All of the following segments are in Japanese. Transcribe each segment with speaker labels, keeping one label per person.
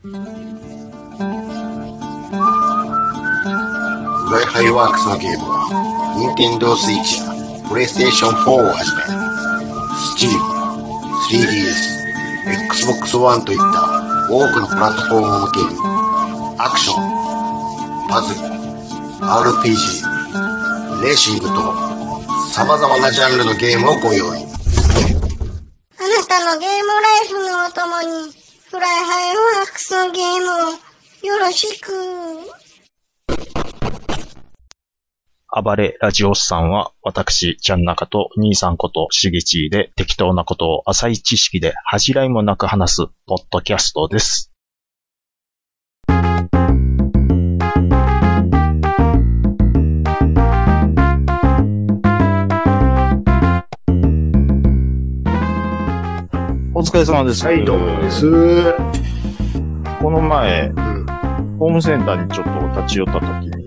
Speaker 1: Wi-Fi ワークスのゲームは、Nintendo Switch や PlayStation 4をはじめ、Steam、3DS、Xbox One といった多くのプラットフォームを向けに、アクション、パズル、RPG、レーシングと、様々なジャンルのゲームをご用意。
Speaker 2: あなたのゲームライフのお供に、フライハイワークスのゲームをよろしく。
Speaker 3: 暴れラジオスさんは、私、ちゃんなかと兄さんことしげちーで適当なことを浅い知識で恥じらいもなく話す、ポッドキャストです。お疲れ様です。
Speaker 1: はい、どうもです。
Speaker 3: この前、ホームセンターにちょっと立ち寄った時に、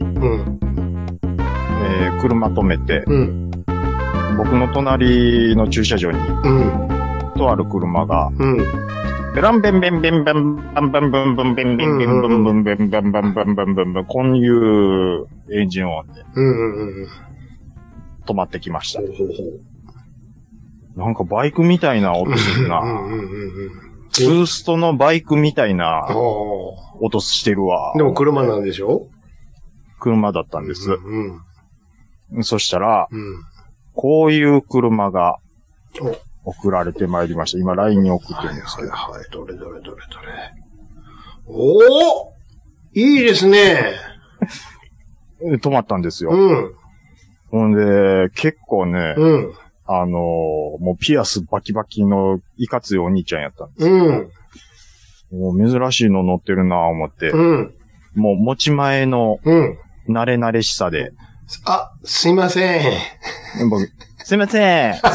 Speaker 3: 車止めて、僕の隣の駐車場に、とある車が、ベランベンベンベンベンバンバンバンバンベンベンベンバンバンベンバンバンバンバンバンバン、こういうエンジン音で、止まってきました。なんかバイクみたいな音するな。ツーストのバイクみたいな音してるわ。
Speaker 1: でも車なんでしょ？
Speaker 3: 車だったんです。そしたら、こういう車が送られてまいりました。今 LINE に送ってるんですけど。
Speaker 1: はい、どれ。おー！いいですね。
Speaker 3: 止まったんですよ。ほんで、結構ね、もうピアスバキバキのいかついお兄ちゃんやったんですよ。もう珍しいの乗ってるなぁ思って、もう持ち前の慣れ慣れしさで、
Speaker 1: あ、すいません。
Speaker 3: すいません。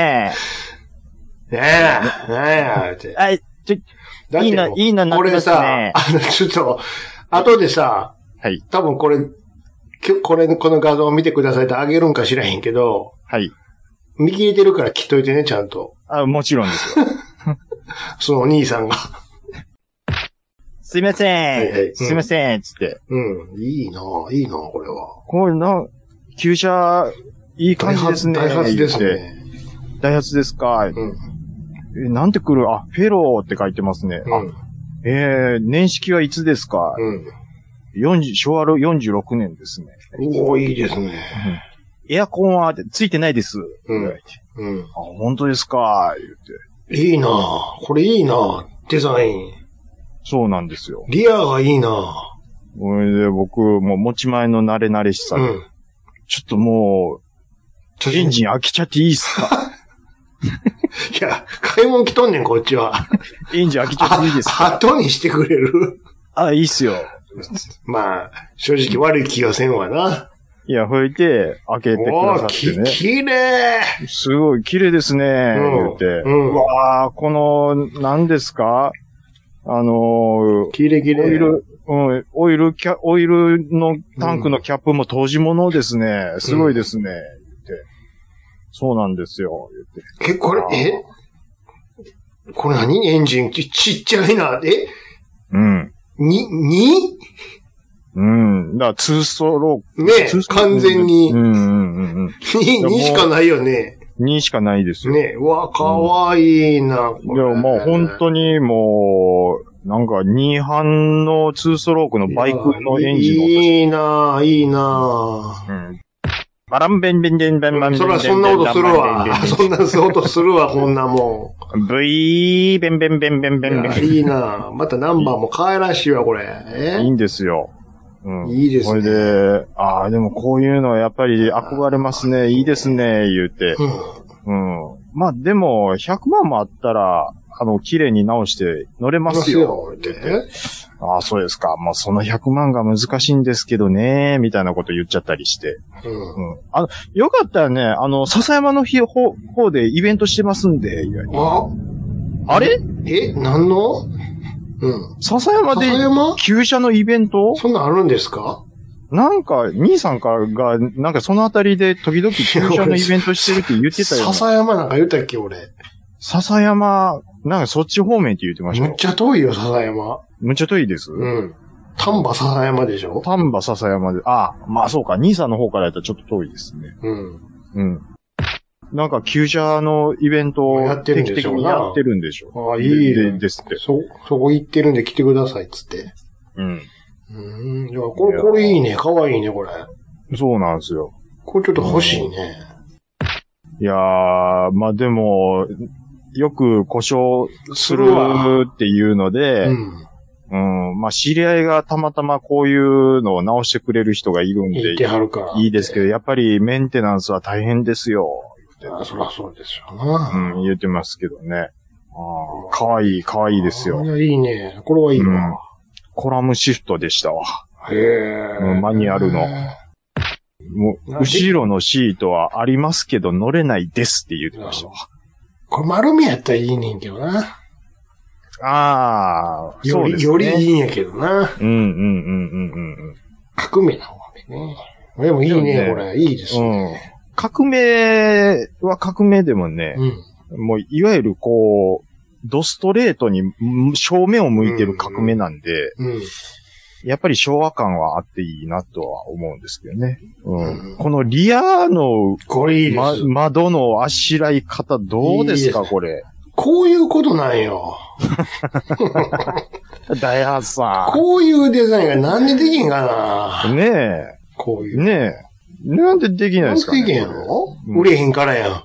Speaker 3: はい、いいの乗ってますね。
Speaker 1: これさ、ちょっと、後でさ、
Speaker 3: はい。
Speaker 1: 多分この画像を見てくださいってあげるんか知らへんけど、
Speaker 3: はい。
Speaker 1: 見切れてるから切っといてね、ちゃんと。
Speaker 3: もちろんですよ。
Speaker 1: そのお兄さんが。
Speaker 3: すいません。すいません。つって。
Speaker 1: いいなぁ、これは。
Speaker 3: これ旧車、いい感じですね。
Speaker 1: ダイハツですね。
Speaker 3: ダイハツですか。なんて来る？フェローって書いてますね。年式はいつですか？昭和46年ですね。
Speaker 1: おー、いいですね。
Speaker 3: エアコンはついてないです。本当ですか？言って。
Speaker 1: いいなぁ。これいいなぁ。デザイン。
Speaker 3: そうなんですよ。
Speaker 1: リアがいいなぁ。
Speaker 3: これで僕、もう持ち前の慣れ慣れしさで、ちょっともう、エンジン開けちゃっていいっすか？
Speaker 1: いや、買い物来とんねん、こっちは。
Speaker 3: エンジン開けちゃっていいですか？
Speaker 1: 後にしてくれる？
Speaker 3: いいっすよ。
Speaker 1: まあ、正直悪い気がせんわな。
Speaker 3: いや、吹いて、開けてくださってね。
Speaker 1: 綺麗！
Speaker 3: すごい、綺麗ですね、言って。うわー、この、何ですか？
Speaker 1: 綺麗。
Speaker 3: オイルのタンクのキャップも当時物ですね。すごいですね、言って。そうなんですよ、言って。
Speaker 1: これ何？エンジンちっちゃいな。だ
Speaker 3: から2ストローク。
Speaker 1: ね完全に。2しかないよね。
Speaker 3: 2しかないですよ。
Speaker 1: ねうわ、かわいいな。
Speaker 3: でももう本当にもう、なんか2班の2ストロークのバイクのエンジンを。
Speaker 1: いいな。
Speaker 3: バランベンベンベンベンベンベン。
Speaker 1: そらそんな音するわ。そんな音するわ、こんなも
Speaker 3: ん。ブイーベンベンベンベンベンベン。
Speaker 1: いいな。またナンバーも可愛らしいわ、これ。
Speaker 3: いいんですよ。
Speaker 1: いいですね。
Speaker 3: それで、でもこういうのはやっぱり憧れますね。いいですね、言うて。まあでも、100万もあったら、綺麗に直して乗れますよ。って言って。そうですか。もうその100万が難しいんですけどね、みたいなこと言っちゃったりして。よかったらね、笹山の方でイベントしてますんで、あれ？
Speaker 1: 何の？
Speaker 3: 笹山で旧車のイベント？
Speaker 1: そんなんあるんですか？
Speaker 3: なんか、兄さんが、なんかそのあたりで時々旧車のイベントしてるって言ってたよ。
Speaker 1: 笹山なんか言ったっけ、俺。
Speaker 3: 笹山、なんかそっち方面って言ってましたよ。
Speaker 4: むっちゃ遠いよ、笹山。
Speaker 3: むっちゃ遠いです。
Speaker 4: うん。丹波笹山でしょ？
Speaker 3: 丹波笹山で、まあそうか、兄さんの方からやったらちょっと遠いですね。
Speaker 4: うん。
Speaker 3: うん。なんか、旧車のイベントを
Speaker 4: やってるんでしょうな。
Speaker 3: やってるんでしょう。
Speaker 4: ああ、いい
Speaker 3: ですって。
Speaker 4: そこ行ってるんで来てください、つって。
Speaker 3: うん。
Speaker 4: いや、これいいね。かわいいね、これ。
Speaker 3: そうなんですよ。
Speaker 4: これちょっと欲しいね。
Speaker 3: いやー、まあでも、よく故障するっていうので、まあ知り合いがたまたまこういうのを直してくれる人がいるんで、いいですけど、やっぱりメンテナンスは大変ですよ。
Speaker 4: そりゃそうですよな。
Speaker 3: 言ってますけどね。かわいいですよ。
Speaker 4: いや、いいね。これはいいわ。
Speaker 3: コラムシフトでしたわ。
Speaker 4: へえ。
Speaker 3: マニュアルの。もう、後ろのシートはありますけど乗れないですって言ってましたわ。
Speaker 4: これ丸めやったらいいねんけどな。そうですね。よりいいんやけどな。革命な方がね。でもいいね、これ。いいですね。
Speaker 3: 革命は革命でもね、もういわゆるこう、ドストレートに正面を向いてる革命なんで、やっぱり昭和感はあっていいなとは思うんですけどね。このリアの窓のあしらい方どうですか、これ。
Speaker 4: こういうことなんよ。
Speaker 3: ダイハツさん。
Speaker 4: こういうデザインがなんでできんかな。
Speaker 3: ねえ。
Speaker 4: こういう。
Speaker 3: ねえ。なんでできないですかね。
Speaker 4: なんでできんの？売れへんからやん。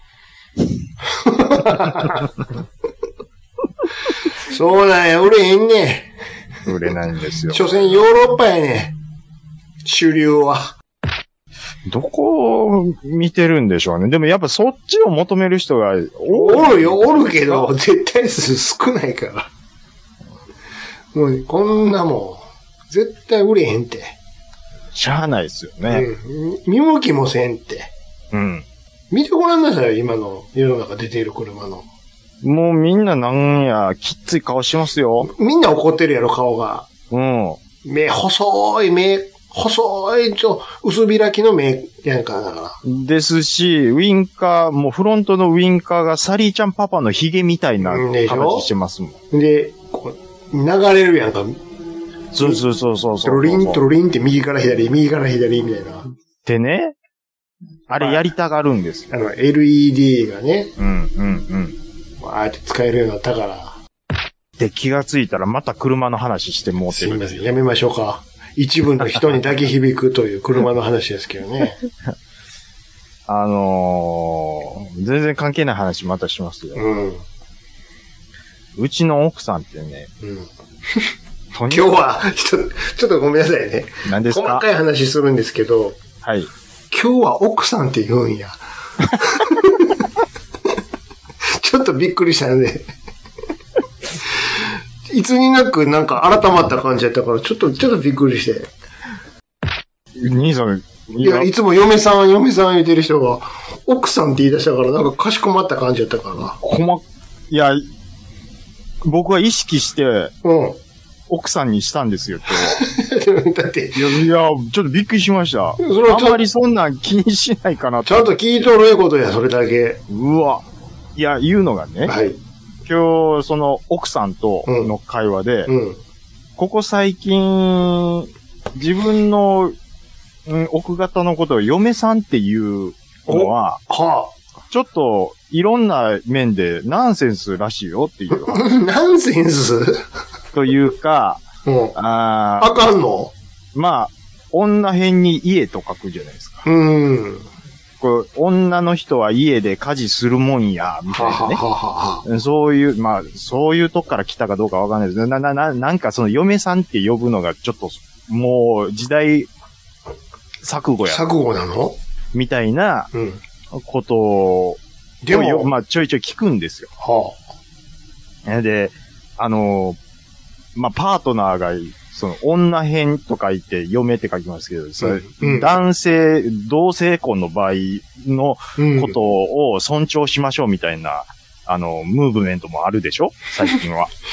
Speaker 4: そうなんや、売れへんね。
Speaker 3: 売れないんですよ。
Speaker 4: 所詮ヨーロッパやね。主流は。
Speaker 3: どこを見てるんでしょうね。でもやっぱそっちを求める人が
Speaker 4: おるけど、絶対数少ないから。もうこんなもん、絶対売れへんって。
Speaker 3: しゃあないですよね。
Speaker 4: 見向きもせんって。見てごらんなさいよ、今の世の中出ている車の。
Speaker 3: もうみんななんや、きっつい顔しますよ。
Speaker 4: みんな怒ってるやろ、顔が。目細い、薄開きの目やんか、だから。
Speaker 3: ですし、ウインカー、もうフロントのウインカーがサリーちゃんパパのヒゲみたいな形してますもん。
Speaker 4: で、こう流れるやんか。
Speaker 3: そう。ト
Speaker 4: ロリンって右から左みたいな。
Speaker 3: でね、あれやりたがるんですよ。
Speaker 4: LED がね。わーって使えるようになったから。
Speaker 3: で、気がついたらまた車の話してもうてる。
Speaker 4: すいません、やめましょうか。一部の人にだけ響くという車の話ですけどね。
Speaker 3: 全然関係ない話またしますよ。うちの奥さんってね。
Speaker 4: 今日は、ちょっとごめんなさいね。
Speaker 3: 何ですか？
Speaker 4: 細かい話するんですけど。
Speaker 3: はい。
Speaker 4: 今日は奥さんって言うんや。ちょっとびっくりしたんで。いつになくなんか改まった感じやったから、ちょっとびっくりして。
Speaker 3: 兄さん、
Speaker 4: いや、いつも嫁さん言ってる人が、奥さんって言い出したから、なんかかしこまった感じやったから。
Speaker 3: いや、僕は意識して、奥さんにしたんですよ、今日。
Speaker 4: だって。
Speaker 3: いや、ちょっとびっくりしました。あんまりそんなん気にしないかなと。
Speaker 4: ちゃんと聞いとるえことや、それだけ。
Speaker 3: うわ。いや、言うのがね。
Speaker 4: はい。
Speaker 3: 今日、その、奥さんとの会話で、ここ最近、自分の、奥方のことを嫁さんっていうのは、ちょっと、いろんな面でナンセンスらしいよっていう。
Speaker 4: ナンセンス
Speaker 3: というか、
Speaker 4: あかんの？
Speaker 3: まあ、女編に家と書くじゃないですか。こう女の人は家で家事するもんや、みたいなね。そういう、まあ、そういうとこから来たかどうかわかんないです。なんかその嫁さんって呼ぶのがちょっと、もう時代錯誤や。
Speaker 4: 錯誤なの？
Speaker 3: みたいなことを、でも、まあちょいちょい聞くんですよ。で、まあパートナーが、その、女編と書いて、嫁って書きますけど、それ男性、同性婚の場合のことを尊重しましょうみたいな、ムーブメントもあるでしょ最近は。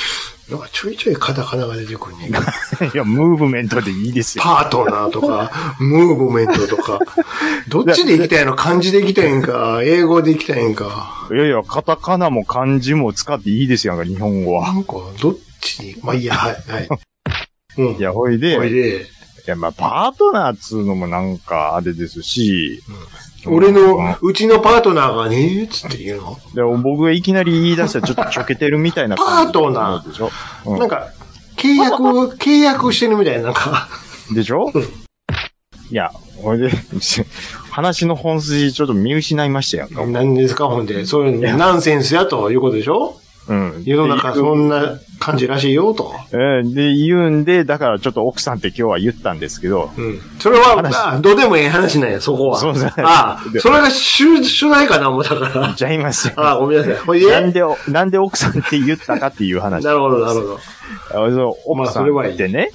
Speaker 4: なんかちょいちょいカタカナが出てくるね。
Speaker 3: いや、ムーブメントでいいですよ。
Speaker 4: パートナーとか、ムーブメントとか。どっちで行きたいの？漢字で行きたいんか、英語で行きたいんか。
Speaker 3: いやいや、カタカナも漢字も使っていいですよ、日本語は。
Speaker 4: なんか、どっちに、まあいいや、はい、はい。うん。
Speaker 3: いや、ほいで、
Speaker 4: い
Speaker 3: や、まあ、パートナーっつうのもなんか、あれですし、
Speaker 4: 俺の、うちのパートナーがね、つって言うの？
Speaker 3: で僕がいきなり言い出したらちょっとちょけてるみたいな
Speaker 4: 感じ。パートナーでしょ、なんか、契約してるみたいな、なんか。
Speaker 3: でしょ、いや、ほいで、話の本筋ちょっと見失いましたよ。
Speaker 4: 何ですか、ほんで。そういうナンセンスやということでしょ？世の中そんな感じらしいよと。
Speaker 3: で、言うんで、だからちょっと奥さんって今日は言ったんですけど。
Speaker 4: それは、どうでもええ話なんや、そこは。そうですね。それが主題かな、思ったから。
Speaker 3: ちゃいますよ。
Speaker 4: ごめんなさい。ほいで
Speaker 3: なんで奥さんって言ったかっていう話。
Speaker 4: なるほど、なるほど。
Speaker 3: 奥さんってね、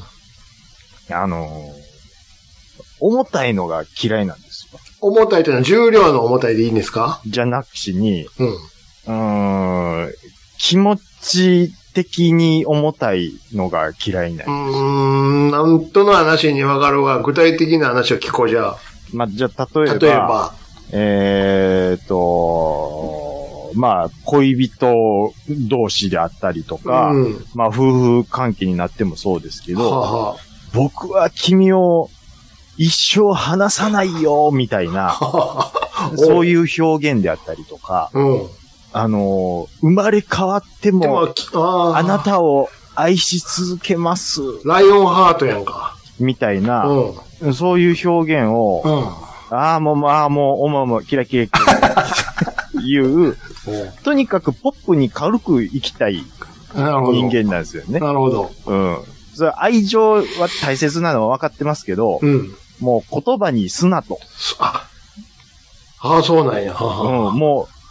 Speaker 3: 重たいのが嫌いなんですよ。
Speaker 4: 重たいというのは重量の重たいでいいんですか？
Speaker 3: じゃなくしに、気持ち的に重たいのが嫌いなんです。
Speaker 4: なんとの話にわかるが、具体的な話を聞こうじゃあ。
Speaker 3: まあ、じゃあ、例えば、まあ、恋人同士であったりとか、まあ、夫婦関係になってもそうですけど、僕は君を一生離さないよ、みたいな、そういう表現であったりとか、生まれ変わっても、あなたを愛し続けます。
Speaker 4: ライオンハートやんか。
Speaker 3: みたいな、そういう表現を、もう、キラキラキラ、いう、とにかくポップに軽く生きたい人間なんですよね。
Speaker 4: なるほど。
Speaker 3: それ愛情は大切なのは分かってますけど、もう言葉にすなと。
Speaker 4: そうなんや。
Speaker 3: もう、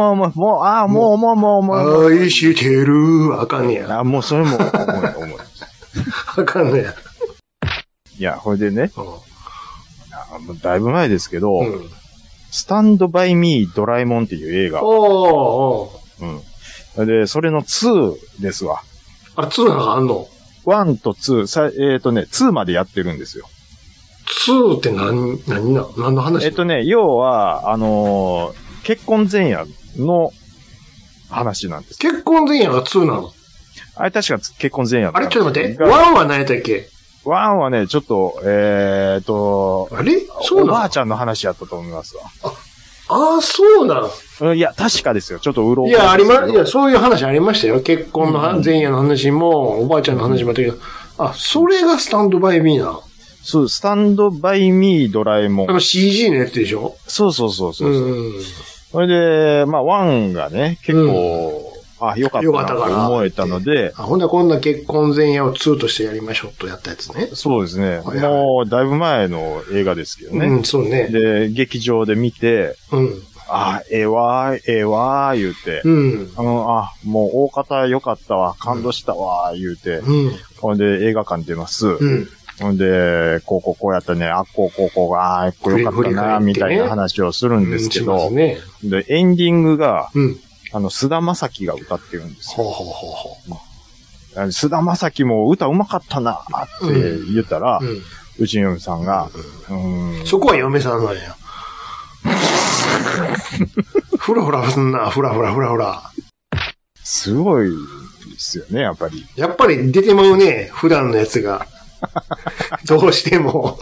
Speaker 4: 愛してる。あかんねや。
Speaker 3: もうそれも、重い。
Speaker 4: あかんねや。
Speaker 3: いや、これでね、だいぶ前ですけど、スタンドバイミードラえもんっていう映画。で、それの2ですわ。
Speaker 4: あれ、2なんかあんの？
Speaker 3: 1 と2、2までやってるんですよ。
Speaker 4: 2って何の話？
Speaker 3: 要は、結婚前夜の話なんです。
Speaker 4: 結婚前夜が2なの？
Speaker 3: あれ確か結婚前夜。
Speaker 4: あれちょっと待って。1は何やったっけ
Speaker 3: ？1はね、ちょっと、
Speaker 4: あれそうなの？
Speaker 3: おばあちゃんの話やったと思いますわ。
Speaker 4: そうなの？
Speaker 3: いや、確かですよ。ちょっとうろ
Speaker 4: いや、そういう話ありましたよ。結婚の前夜の話も、おばあちゃんの話もあったけど、それがスタンドバイミーなの？
Speaker 3: そう、スタンドバイミードラえもん。
Speaker 4: CG のやつでしょ？
Speaker 3: そう。それで、まあ、1がね、結構、良かったなと思えたので。
Speaker 4: ほんなこんな結婚前夜を2としてやりましょうとやったやつね。
Speaker 3: そうですね。もう、だいぶ前の映画ですけどね。
Speaker 4: そうね。
Speaker 3: で、劇場で見て、ええわ、言うて。もう大方良かったわ、感動したわ、言うて。ほんで、映画館出ます。ほんで、こうやったね、こうが、これ良かったな、みたいな話をするんですけど、で、エンディングが、菅田将暉が歌ってるんですよ。菅田将暉も歌うまかったな、って言ったら、うちの嫁さんが、
Speaker 4: そこは嫁さんなんや。ふらふらすんな、ふらふら。
Speaker 3: すごいですよね、やっぱり。
Speaker 4: やっぱり出てまうね、普段のやつが。どうしても。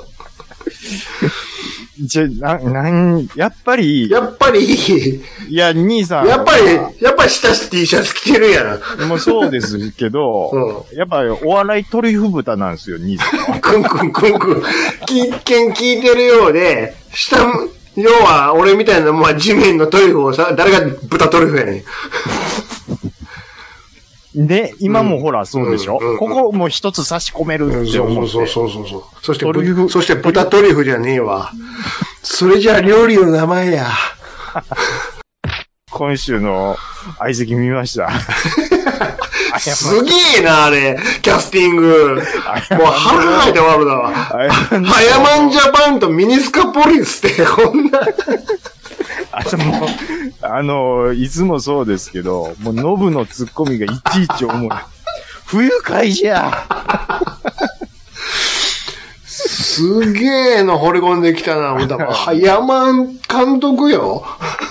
Speaker 3: やっぱり。
Speaker 4: い
Speaker 3: や、兄さん。
Speaker 4: やっぱり下 T シャツ着てるやん。
Speaker 3: もうそうですけど、やっぱりお笑いトリュフ豚なんですよ、兄さんは。
Speaker 4: くん。一見聞いてるようで、要は俺みたいな、まあ地面のトリュフを誰が豚トリュフやねん。
Speaker 3: で、今もほら、そうでしょ、ここも一つ差し込めるって思って。
Speaker 4: そう。そして豚トリュフじゃねえわ。それじゃ料理の名前や。
Speaker 3: 今週の相席見ました。
Speaker 4: すげえな、あれ。キャスティング。もう腹がいて終わるだわ。ハヤマンジャパンとミニスカポリスって、こんな。
Speaker 3: いつもそうですけど、もうノブのツッコミがいちいち重い。 不愉快じゃ。
Speaker 4: すげえの掘り込んできたな、思ったわ。山監督よ。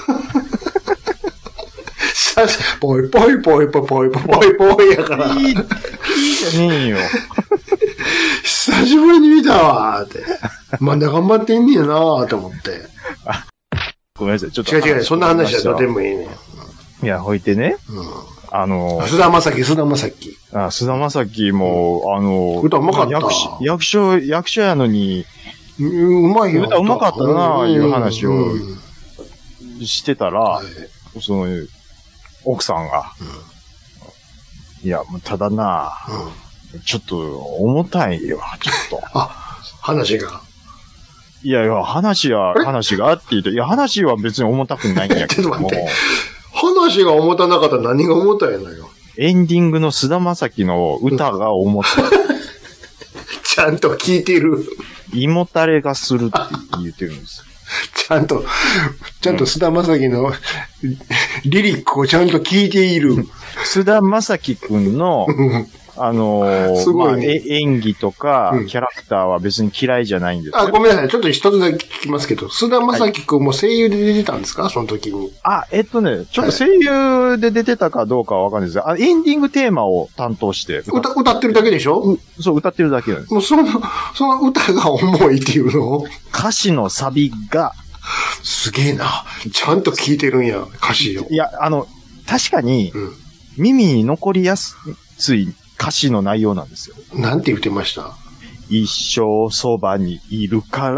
Speaker 4: ぽいぽいぽいぽいぽいぽいぽいやから。
Speaker 3: いいじゃねえよ。
Speaker 4: 久しぶりに見たわーって。まだ頑張ってんねやなーと思って。
Speaker 3: ごめんなさい、ちょっと。
Speaker 4: 違う、そんな話はどうでもいいね。
Speaker 3: いや、ほいてね。
Speaker 4: 菅田将暉。
Speaker 3: 菅田将暉も、
Speaker 4: 歌うまかった。
Speaker 3: 役所やのに、
Speaker 4: うまいよ。
Speaker 3: 歌うまかったなーいう話をしてたら、その、奥さんが、いや、ただな、ちょっと重たいよ、ちょっと。
Speaker 4: 話が。
Speaker 3: いや、話がって言うと、いや、話は別に重たくないんやけど。
Speaker 4: ちょっと待って。話が重たなかったら何が重たいのよ。
Speaker 3: エンディングの菅田将暉の歌が重たい。
Speaker 4: ちゃんと聞いてる。
Speaker 3: 胃もたれがするって言ってるんですよ。
Speaker 4: ちゃんと菅田将暉のリリックをちゃんと聞いている。
Speaker 3: 菅田将暉くんの、すごいね。演技とか、キャラクターは別に嫌いじゃないんですよ。
Speaker 4: ごめんなさい。ちょっと一つだけ聞きますけど、菅田将暉くんも声優で出てたんですか、その時に。
Speaker 3: ちょっと声優で出てたかどうかはわかんないですが、エンディングテーマを担当して。
Speaker 4: 歌ってるだけでしょ？
Speaker 3: そう、歌ってるだけなんです。
Speaker 4: もうその歌が重いっていうの？
Speaker 3: 歌詞のサビが。
Speaker 4: すげえな。ちゃんと聞いてるんや、歌詞を。
Speaker 3: いや、確かに、耳に残りやすい歌詞の内容なんですよ。
Speaker 4: なんて言ってました？
Speaker 3: 一生そばにいるから、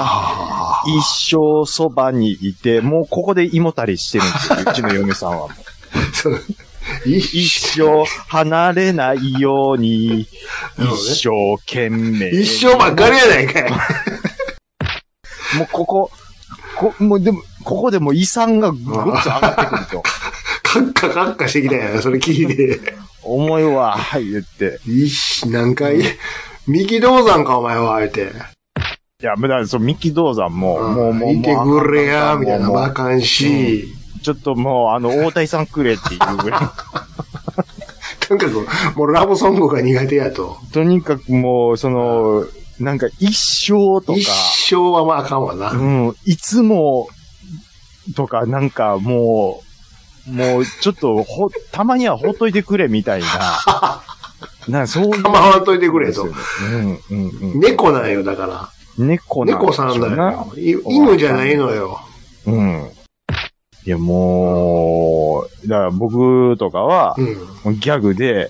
Speaker 3: 一生そばにいて、もうここで胃もたれしてるんですよ、うちの嫁さんはもう。一生離れないように、一生懸命。
Speaker 4: 一生ばっかりやないかい。
Speaker 3: もうここでも胃酸がぐっと上がってくるんですよ。
Speaker 4: カッカしてきたやん、それ聞いて。
Speaker 3: 重いわ、言って。
Speaker 4: 何回、三木道山か、お前は、言って。
Speaker 3: いや、三木道山も、もう、
Speaker 4: いてくれや、みたいな、あかんし。
Speaker 3: ちょっともう、大谷さんくれっていうぐらい。
Speaker 4: とにかく、もうラブソングが苦手やと。
Speaker 3: とにかくもう、なんか一生とか。
Speaker 4: 一生はまああかんわな。
Speaker 3: いつも、とか、なんかもうちょっとたまにはほっといてくれみたいな。そういう。
Speaker 4: たまわんといてくれと。猫なんよ、だから。猫さんだよ。犬じゃないのよ。
Speaker 3: いや、もう、だから僕とかは、ギャグで、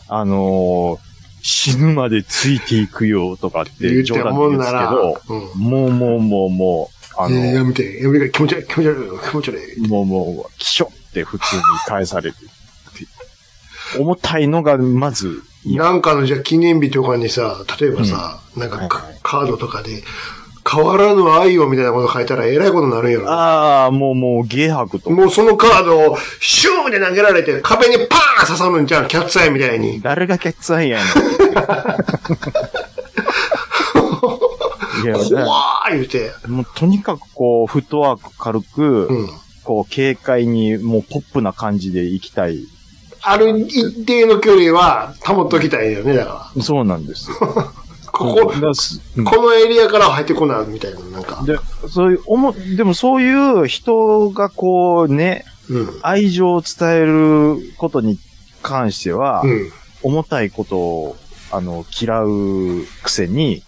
Speaker 3: 死ぬまでついていくよとかって冗談で言うんですけど、もう、
Speaker 4: やめて、気持ち悪い。
Speaker 3: もう、キショって普通に返されて。重たいのが、まず。
Speaker 4: なんかの、じゃあ記念日とかにさ、例えばさ、なんかカードとかで、変わらぬ愛をみたいなこと書いたらえらいことになるんやろ。
Speaker 3: もう、芸博とか。
Speaker 4: もうそのカードを、シューで投げられて、壁にパーン刺さるんじゃん、キャッツアイみたいに。
Speaker 3: 誰がキャッツアイやねん。
Speaker 4: 怖ー言うて。
Speaker 3: もうとにかくこう、フットワーク軽く、こう、軽快に、もうポップな感じで行きたい。
Speaker 4: ある一定の距離は保っときたいよね、だから。
Speaker 3: そうなんですよ。
Speaker 4: このエリアから入ってこないみたいな、なんか。
Speaker 3: でもそういう人がこうね、愛情を伝えることに関しては、重たいことを、嫌うくせに、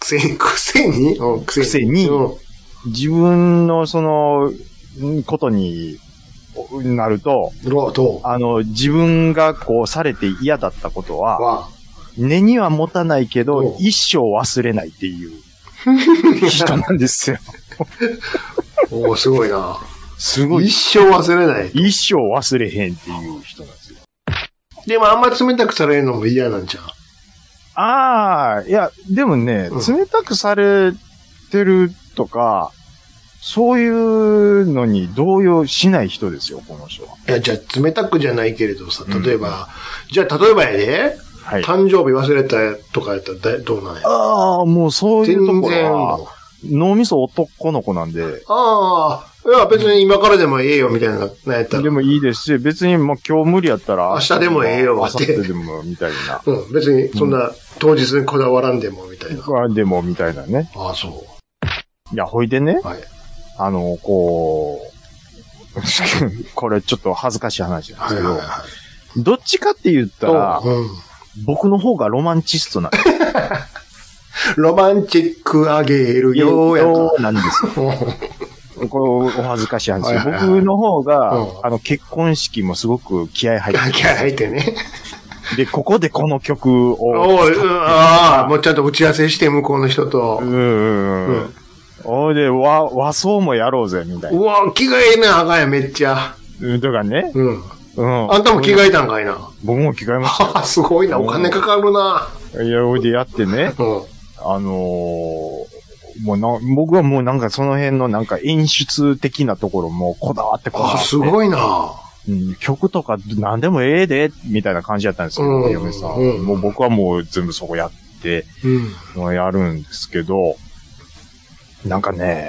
Speaker 3: 自分のその、ことになると、自分がこうされて嫌だったことは、根には持たないけど、一生忘れないっていう人なんですよ。
Speaker 4: すごいな。
Speaker 3: すごい。
Speaker 4: 一生忘れない。
Speaker 3: 一生忘れへんっていう人なんですよ。
Speaker 4: でもあんまり冷たくされるのも嫌なんじゃん。
Speaker 3: いや、でもね、冷たくされてるとか、そういうのに動揺しない人ですよ、この人は。
Speaker 4: いや、じゃあ冷たくじゃないけれどさ、例えば、じゃあ例えばやで、誕生日忘れたとかやったらどうなんや。
Speaker 3: もうそういうところは、脳みそ男の子なんで。
Speaker 4: いや、別に今からでもええよ、みたいな、なんやったら。
Speaker 3: でもいいですし、別にもう今日無理やったら、
Speaker 4: 明日でもええよ、
Speaker 3: 明後日でも、みたいな。
Speaker 4: うん、別に、そんな、当日にこだわらんでも、みたいな。
Speaker 3: でも、みたいなね。
Speaker 4: ああ、そう。
Speaker 3: いや、ほいでね、
Speaker 4: はい。
Speaker 3: こう、これちょっと恥ずかしい話なんですけど、
Speaker 4: はいはいは
Speaker 3: どっちかって言ったら、
Speaker 4: うん、
Speaker 3: 僕の方がロマンチストなんです。
Speaker 4: ロマンチックあげるよ、やか。
Speaker 3: なんですよ。これお恥ずかしい話ですよ。
Speaker 4: はいはいはい
Speaker 3: 僕の方が、
Speaker 4: うん
Speaker 3: 結婚式もすごく気合入ってる。
Speaker 4: 気合入ってね。
Speaker 3: で、ここでこの曲を。
Speaker 4: ああ、もうちゃんと打ち合わせして向こうの人と。
Speaker 3: おいで、和装もやろうぜ、みたいな。
Speaker 4: うわ、着替えなあかんや、めっちゃ。
Speaker 3: とかね。
Speaker 4: あんたも着替えたんかいな。
Speaker 3: 僕も着替えましたよ。
Speaker 4: すごいな、お金かかるな。
Speaker 3: いや、おいでやってね。僕はもうなんかその辺のなんか演出的なところもこだわって
Speaker 4: すごいな。
Speaker 3: 曲とか何でもええで、みたいな感じだったんですけど、嫁さん。もう僕はもう全部そこやって、やるんですけど、なんかね、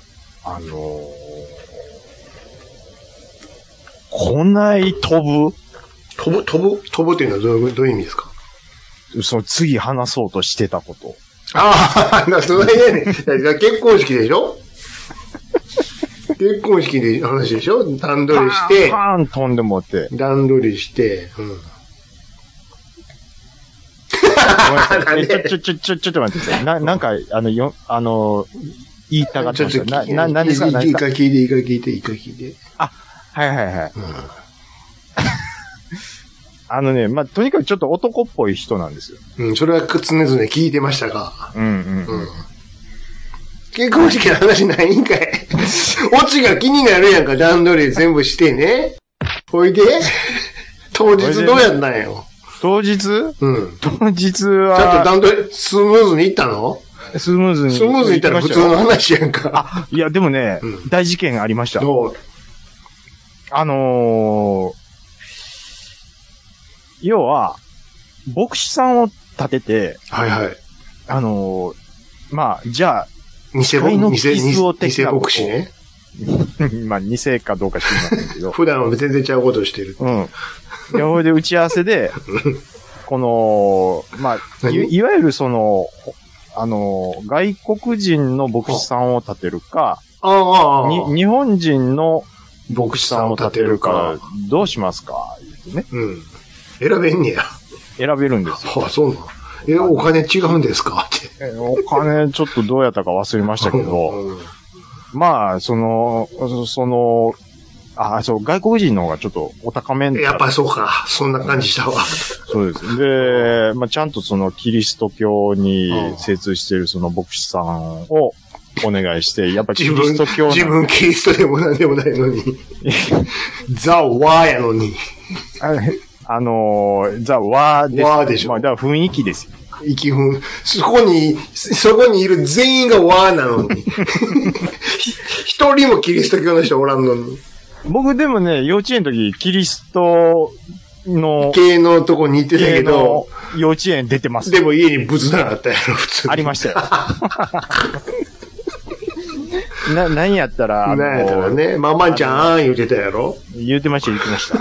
Speaker 3: こない飛ぶ
Speaker 4: っていうのはどういう意味ですか？
Speaker 3: 次話そうとしてたこと。
Speaker 4: ああ、それやねん。結婚式でしょ？結婚式で話でしょ？段取りして。
Speaker 3: パーン飛んでもって。
Speaker 4: 段取りして。
Speaker 3: ちょっと待ってください。なんか、言いたかったんですよ。何ですか？
Speaker 4: いいか聞いて。
Speaker 3: あ、はい。まあ、とにかくちょっと男っぽい人なんですよ。
Speaker 4: それは常々聞いてましたが。結婚式の話ないんかい。オチが気になるやんか、段取り全部してね。ほいで、当日どうやったんよ。
Speaker 3: 当日当日は。
Speaker 4: ちゃんと段取り、スムーズにいったの？
Speaker 3: スムーズに
Speaker 4: いったら普通の話やんか。
Speaker 3: いや、でもね、大事件がありました。要は、牧師さんを立てて、まあ、じゃあ、
Speaker 4: 偽牧師ね。
Speaker 3: まあ、偽かどうか知りませんけど。
Speaker 4: 普段は全然ちゃうことをしてる。
Speaker 3: いや、ほいで打ち合わせで、この、まあ、いわゆる外国人の牧師さんを立てるか、日本人の牧師さんを立てるか、どうしますか言ってね。
Speaker 4: 選べんねや。
Speaker 3: 選べるんですよ。
Speaker 4: そうなの？お金違うんですかって。
Speaker 3: お金ちょっとどうやったか忘れましたけど、まあ、外国人の方がちょっとお高め
Speaker 4: やっぱりそうか。そんな感じしたわ。
Speaker 3: そうです。で、まあ、ちゃんとキリスト教に精通している牧師さんをお願いして、やっぱキリスト教
Speaker 4: 自分キリストでもなんでもないのに。ザ・ワーやのに。
Speaker 3: ザ・ワーです。
Speaker 4: ワーでしょ。
Speaker 3: まあ、だから雰囲気ですよ。
Speaker 4: そこにいる全員がワーなのに。一人もキリスト教の人おらんのに。
Speaker 3: 僕でもね、幼稚園の時、キリストの
Speaker 4: 系のとこに行ってたけど、
Speaker 3: 幼稚園出てます。
Speaker 4: でも家に仏壇あったやろ、普通に。
Speaker 3: ありましたよ。何やったら
Speaker 4: ね、ママちゃん言ってたやろ？
Speaker 3: 言ってました。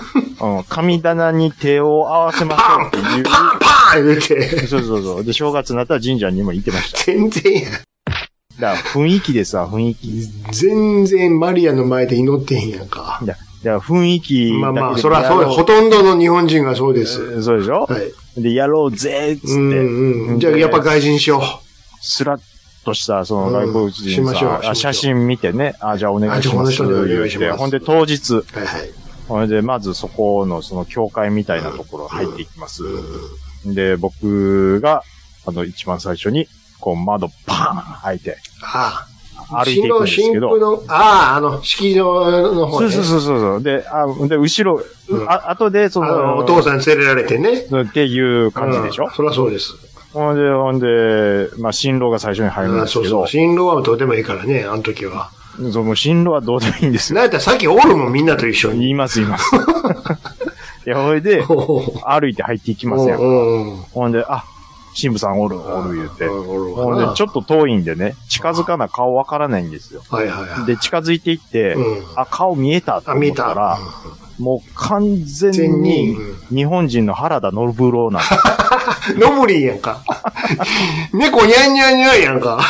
Speaker 3: 神棚に手を合わせましょうっていう。
Speaker 4: パン言って。
Speaker 3: そう。で、正月になったら神社にも行ってました。
Speaker 4: 全然や。
Speaker 3: だから雰囲気ですわ、雰囲気。
Speaker 4: 全然マリアの前で祈ってへんやんか。
Speaker 3: だから雰囲気。
Speaker 4: まあ、そらそう、ほとんどの日本人がそうです。
Speaker 3: そうでしょ？はい。で、やろうぜ、つって。
Speaker 4: じゃあ、やっぱ外人しよう。
Speaker 3: スラッとした、外国人さ、写真見てね、じゃあお願いします。ほんで、当日。ほんで、まずそこの、教会みたいなところ入っていきます。で、僕が、一番最初に、窓パーン開いて。歩いていくんですけど。式場の方ね。そう。で、後ろ、後で、
Speaker 4: お父さん連れられてね。
Speaker 3: っていう感じでしょ？
Speaker 4: そりゃそうです。
Speaker 3: ほんで、まあ、新郎が最初に入るんですけど。
Speaker 4: 新郎はどうでもいいからね、あの時は。
Speaker 3: もう新郎はどうでもいいんですよ。
Speaker 4: なんやったらさっきおるもんみんなと一緒に。
Speaker 3: 言います。いや、ほいで、歩いて入っていきますよ。ほんで、 神父さんおる言うて。
Speaker 4: も
Speaker 3: うね、ちょっと遠いんでね、近づかな顔わからないんですよ。
Speaker 4: はいはいはい。
Speaker 3: で、近づいていって、顔見えたと思ったら、もう完全に日本人の原田信郎なんです。
Speaker 4: ノブリンやんか。猫ニャンニャンニャンやんか。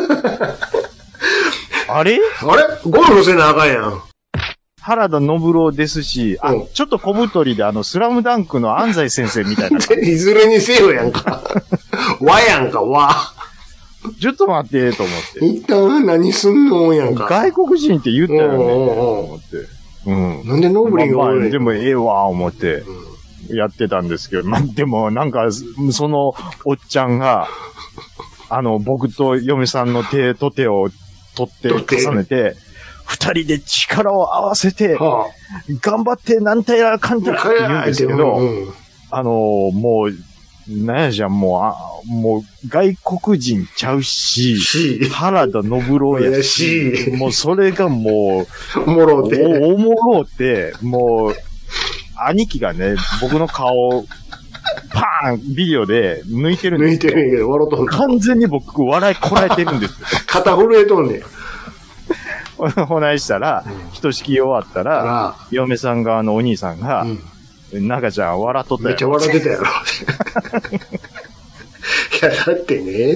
Speaker 3: あれ
Speaker 4: ゴルフせなあかんやん。
Speaker 3: 原田信郎ですし、ちょっと小太りでスラムダンクの安西先生みたいな。
Speaker 4: いずれにせよやんか。和やんか、和。
Speaker 3: ちょっと待って、と思って。
Speaker 4: 一旦何すんのやんか。
Speaker 3: 外国人って言ったよね、と思って。
Speaker 4: なんでノブリンがおる
Speaker 3: でもええわ、思って、やってたんですけど、でもなんか、そのおっちゃんが、僕と嫁さんの手と手を取って重ねて、二人で力を合わせて、頑張ってなんたやらかんたらって言うんですけど、もう、なんやじゃん、もう、外国人ちゃうし、原田信郎やし、もうそれがもう、おもろうて、もう、兄貴がね、僕の顔を、パーンビデオで抜いてるんですよ。
Speaker 4: 抜いてるんやけど、笑うとんねん。
Speaker 3: 完全に僕、笑いこらえてるんですよ。
Speaker 4: 肩震えとんねん。
Speaker 3: ほないしたら、ひとしき終わったら、嫁さん側のお兄さんが、中ちゃん笑っとったよ。
Speaker 4: めっちゃ笑ってたやろ。いや、だってね、って。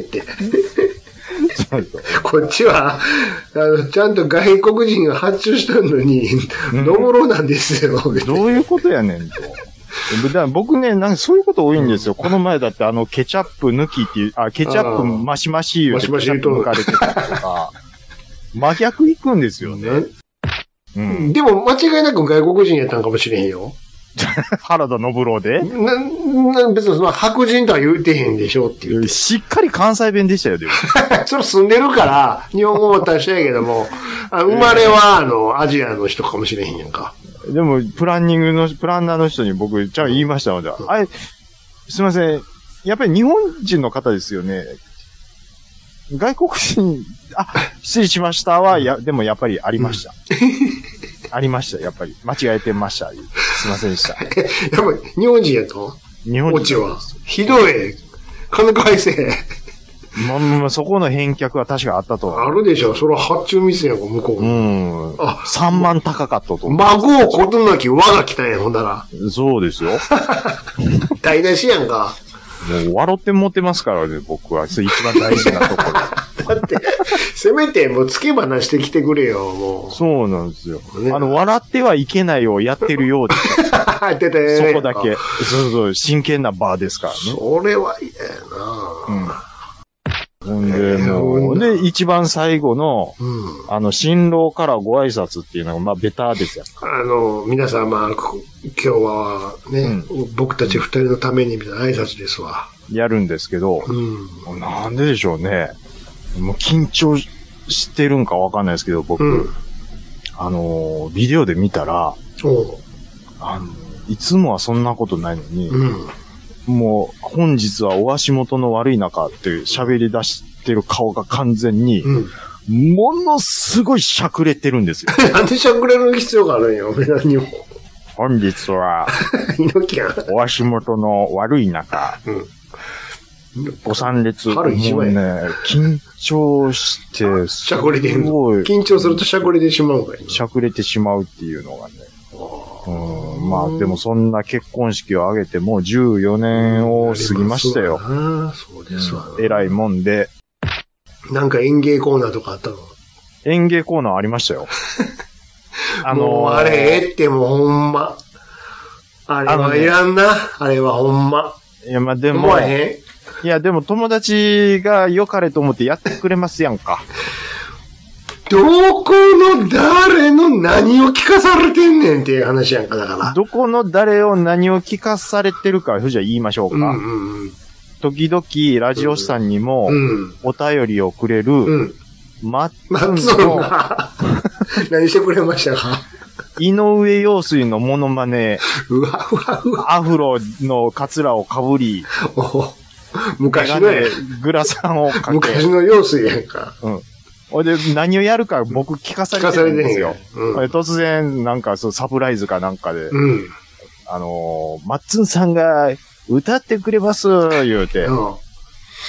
Speaker 4: こっちは、ちゃんと外国人が発注したのに、ノブロなんですよ。
Speaker 3: どういうことやねんと。僕ね、なんかそういうこと多いんですよ。この前だってケチャップ抜きっていう、ケチャップマシマシ言うてケチャップ抜かれてたりとか、真逆行くんですよね。
Speaker 4: でも間違いなく外国人やったんかもしれへんよ。
Speaker 3: 原田信郎で
Speaker 4: 別に白人とは言うてへんでしょっていう。
Speaker 3: しっかり関西弁でしたよ、でも。
Speaker 4: それ住んでるから、日本語も達者やけども、生まれはアジアの人かもしれへんやんか。
Speaker 3: でも、プランナーの人に僕、じゃあ言いましたので、すいません。やっぱり日本人の方ですよね。外国人、失礼しましたは、でもやっぱりありました。ありました、やっぱり。間違えてました。すいませんでした。
Speaker 4: やっぱり日本人やと
Speaker 3: 日本人。
Speaker 4: オチは。ひどい。金返せ。
Speaker 3: そこの返却は確かあったと。
Speaker 4: あるでしょ。それは発注ミスやんか、向こう。
Speaker 3: 3万高かったと。
Speaker 4: 孫をことなき輪が来たんや、ほんだら。
Speaker 3: そうですよ。
Speaker 4: 台無しやんか。
Speaker 3: もう笑って持ってますからね、僕は。それ一番大事なところ。
Speaker 4: だって、せめてもう付け話してきてくれよ、もう。
Speaker 3: そうなんですよ。笑ってはいけないをやってるようです。そこだけ。そう、真剣な場ですからね。
Speaker 4: それは嫌やな。
Speaker 3: ほんで、もう、で、一番最後の、新郎からご挨拶っていうのが、ベタですよ。
Speaker 4: 皆様、今日はね、僕たち二人のためにみたいな挨拶ですわ。
Speaker 3: やるんですけど、なんででしょうね。もう緊張してるんかわかんないですけど、僕、ビデオで見たら、いつもはそんなことないのに、もう、本日はお足元の悪い中って喋り出してる顔が完全に、ものすごいしゃくれてるんですよ。
Speaker 4: なんでしゃくれる必要があるんよ、何にも。
Speaker 3: 本日は、お足元の悪い中、ご参列。
Speaker 4: 春一番や。
Speaker 3: もうね、緊張して、
Speaker 4: しゃくれてんの。緊張するとしゃくれてしまうから。
Speaker 3: しゃくれてしまうっていうのがね。でもそんな結婚式を挙げてもう14年を過ぎましたよ。
Speaker 4: そうですわ。
Speaker 3: 偉いもんで。
Speaker 4: なんか演芸コーナーとかあったの？
Speaker 3: 演芸コーナーありましたよ。
Speaker 4: もうあれってもうほんま。あれはいらんな。あれはほんま。
Speaker 3: いや、でも。思えへん？いや、でも友達が良かれと思ってやってくれますやんか。
Speaker 4: どこの誰の何を聞かされてんねんっていう話やんか、だから。
Speaker 3: どこの誰を何を聞かされてるか、じゃあ言いましょうか。時々、ラジオさんにも、お便りをくれる、マッツンが、
Speaker 4: 何してくれましたか？
Speaker 3: 井上陽水のモノマネ、アフロのカツラをかぶり、
Speaker 4: 昔の
Speaker 3: グラサンをかけ、
Speaker 4: 昔の陽水やんか。
Speaker 3: で、何をやるか僕聞かされてるんですよ。突然、なんかサプライズかなんかで、マッツンさんが歌ってくれます、言うて。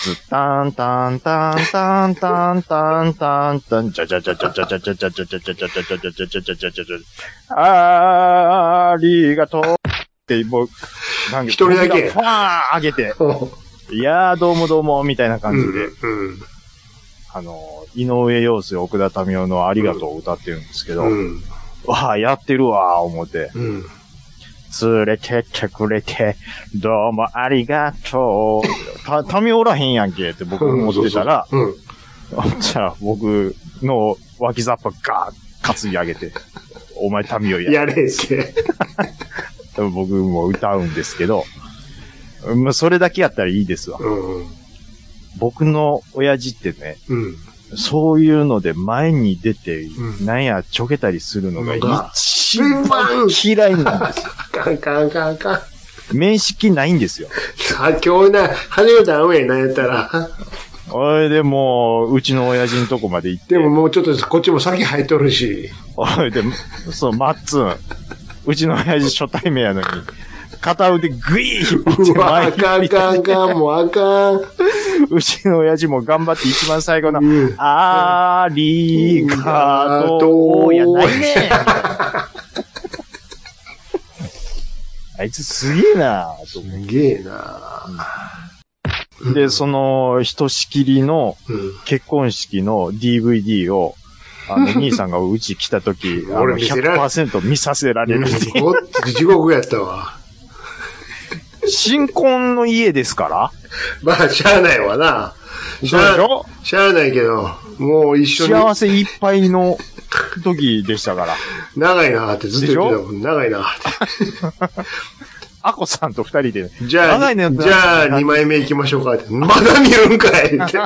Speaker 3: タンタンタンタンタンタンタンタン、チャチャチャチャチャチャチャチャチャチャチャチャチャチャチャチャチャチャチャ、ありがとうって、もう、
Speaker 4: 一人だけ。
Speaker 3: ファーン上げて、いやーどうもどうも、みたいな感じで、井上陽水、奥田民生のありがとうを歌ってるんですけど、わあ、やってるわー、思って。連れてってくれて、どうもありがとう。民生おらへんやんけって僕思ってたら、じゃあ僕の脇ザッパガーッ担ぎ上げて、お前民生
Speaker 4: やれって。
Speaker 3: 僕も歌うんですけど、まあ、それだけやったらいいですわ。僕の親父ってね、そういうので前に出て、なんやちょけたりするのが一番嫌いなんですよ。
Speaker 4: かん。
Speaker 3: 面識ないんですよ。
Speaker 4: 今日な、初めて会うんやな、やったら。
Speaker 3: おい、でも、うちの親父のとこまで行って。
Speaker 4: でももうちょっとこっちも先入っとるし。
Speaker 3: おい、でも、そう、マッツン。うちの親父初対面やのに。片腕グイーンって前に。
Speaker 4: あかん、もうあかん。
Speaker 3: うちの親父も頑張って一番最後の、ありがとうやないねん。あいつすげえなぁ。
Speaker 4: すげえな
Speaker 3: ぁ。で、その、ひとしきりの結婚式の DVD を、兄さんがうち来た時、100% 見させられるっていう。
Speaker 4: 地獄やったわ。
Speaker 3: 新婚の家ですから
Speaker 4: まあ、しゃあないわな。しゃあないけど、もう一緒に。
Speaker 3: 幸せいっぱいの時でしたから。
Speaker 4: 長いなってずっと言ってたもん。長いなって。
Speaker 3: アコさんと二人で。
Speaker 4: じゃあ2枚目行きましょうかって。まだ見るんかいって。もう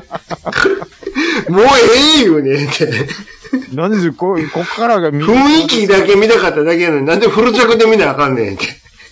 Speaker 4: ええよねって。
Speaker 3: なんでこっからが
Speaker 4: 雰囲気だけ見たかっただけなのに、なんでフル着で見なあかんねんって。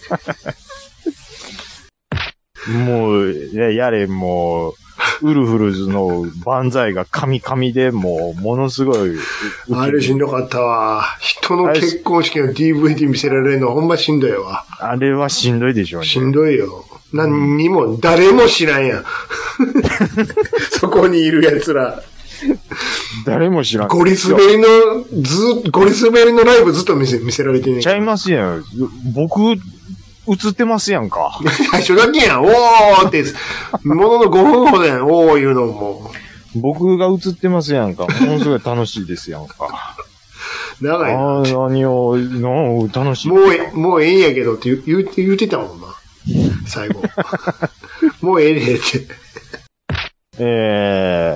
Speaker 3: もう、やれ、もう、ウルフルズの万歳が神々で、もう、ものすごい。
Speaker 4: あれしんどかったわ。人の結婚式の DVD 見せられるのほんましんどいわ。
Speaker 3: あれはしんどいでしょうね。
Speaker 4: しんどいよ。何にも、誰も知らんやん。そこにいる奴ら。
Speaker 3: 誰も知らん。
Speaker 4: ゴリ滑りのライブずっと見せられてんねん。
Speaker 3: ちゃいますやん。僕、映ってますやんか。
Speaker 4: 最初だけやん。おーって、ものの5分ほどやん。おー言うのも。
Speaker 3: 僕が映ってますやんか。ものすごい楽しいですやんか。
Speaker 4: 長いな。
Speaker 3: 楽しい。
Speaker 4: もうええんやけどって言ってたもんな。最後。もうええねって。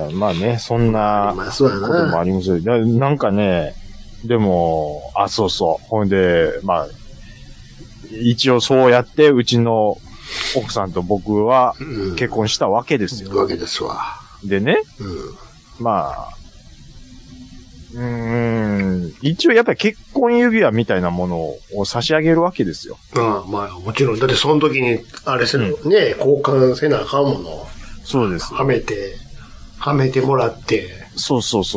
Speaker 3: まあね、そんなこともありますよ。なんかね、でも、そうそう。ほんで、まあ、一応そうやって、うちの奥さんと僕は結婚したわけですよ。
Speaker 4: わけですわ。
Speaker 3: でね、まあ、一応やっぱり結婚指輪みたいなものを差し上げるわけですよ。
Speaker 4: まあもちろん。だってその時に、あれするの、ね、交換せなあかんもの。
Speaker 3: そうです。
Speaker 4: はめてもらって。
Speaker 3: そう。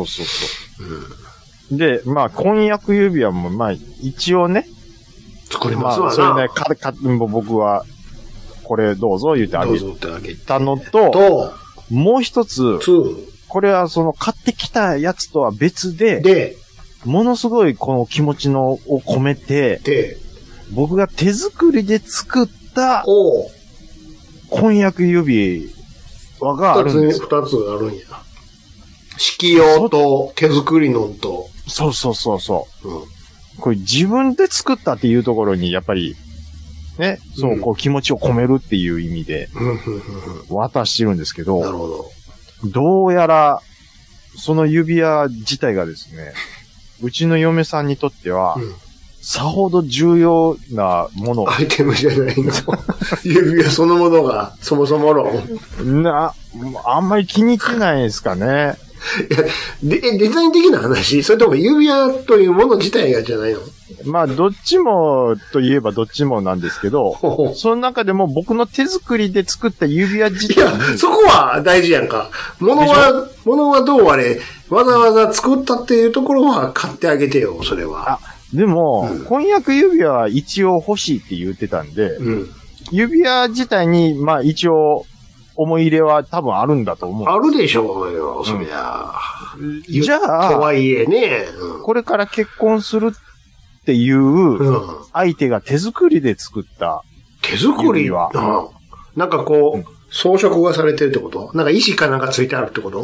Speaker 3: で、まあ婚約指輪も、まあ一応ね、
Speaker 4: 作りますわな。
Speaker 3: それね、僕は、これどうぞ言ってあげたのと、もう一つ、これはその買ってきたやつとは別で、ものすごいこの気持ちを込めて、僕が手作りで作った婚約指輪があるんですよ。
Speaker 4: 二つあるんや。式用と手作りのと。
Speaker 3: そう。これ自分で作ったっていうところにやっぱり、ね、こう気持ちを込めるっていう意味で渡してるんですけど、
Speaker 4: なるほど。
Speaker 3: どうやら、その指輪自体がですね、うちの嫁さんにとっては、さほど重要なもの。
Speaker 4: アイテムじゃないの。指輪そのものが、そもそもの。
Speaker 3: あんまり気に入ってないですかね。
Speaker 4: いや、デザイン的な話？それとも指輪というもの自体がじゃないの？
Speaker 3: まあ、どっちもといえばどっちもなんですけど、その中でも僕の手作りで作った指輪自体に。
Speaker 4: いや、そこは大事やんか。物はどうあれ、わざわざ作ったっていうところは買ってあげてよ、それは。
Speaker 3: でも、婚約指輪は一応欲しいって言ってたんで、指輪自体に、まあ一応、 思い入れは多分あるんだと思う。
Speaker 4: あるでしょうよ、そりゃ。
Speaker 3: じゃあ、
Speaker 4: とはいえね、
Speaker 3: これから結婚するっていう相手が手作りで作った
Speaker 4: 手作りは、なんかこう、装飾がされてるってこと？なんか石かなんかついてあるってこと？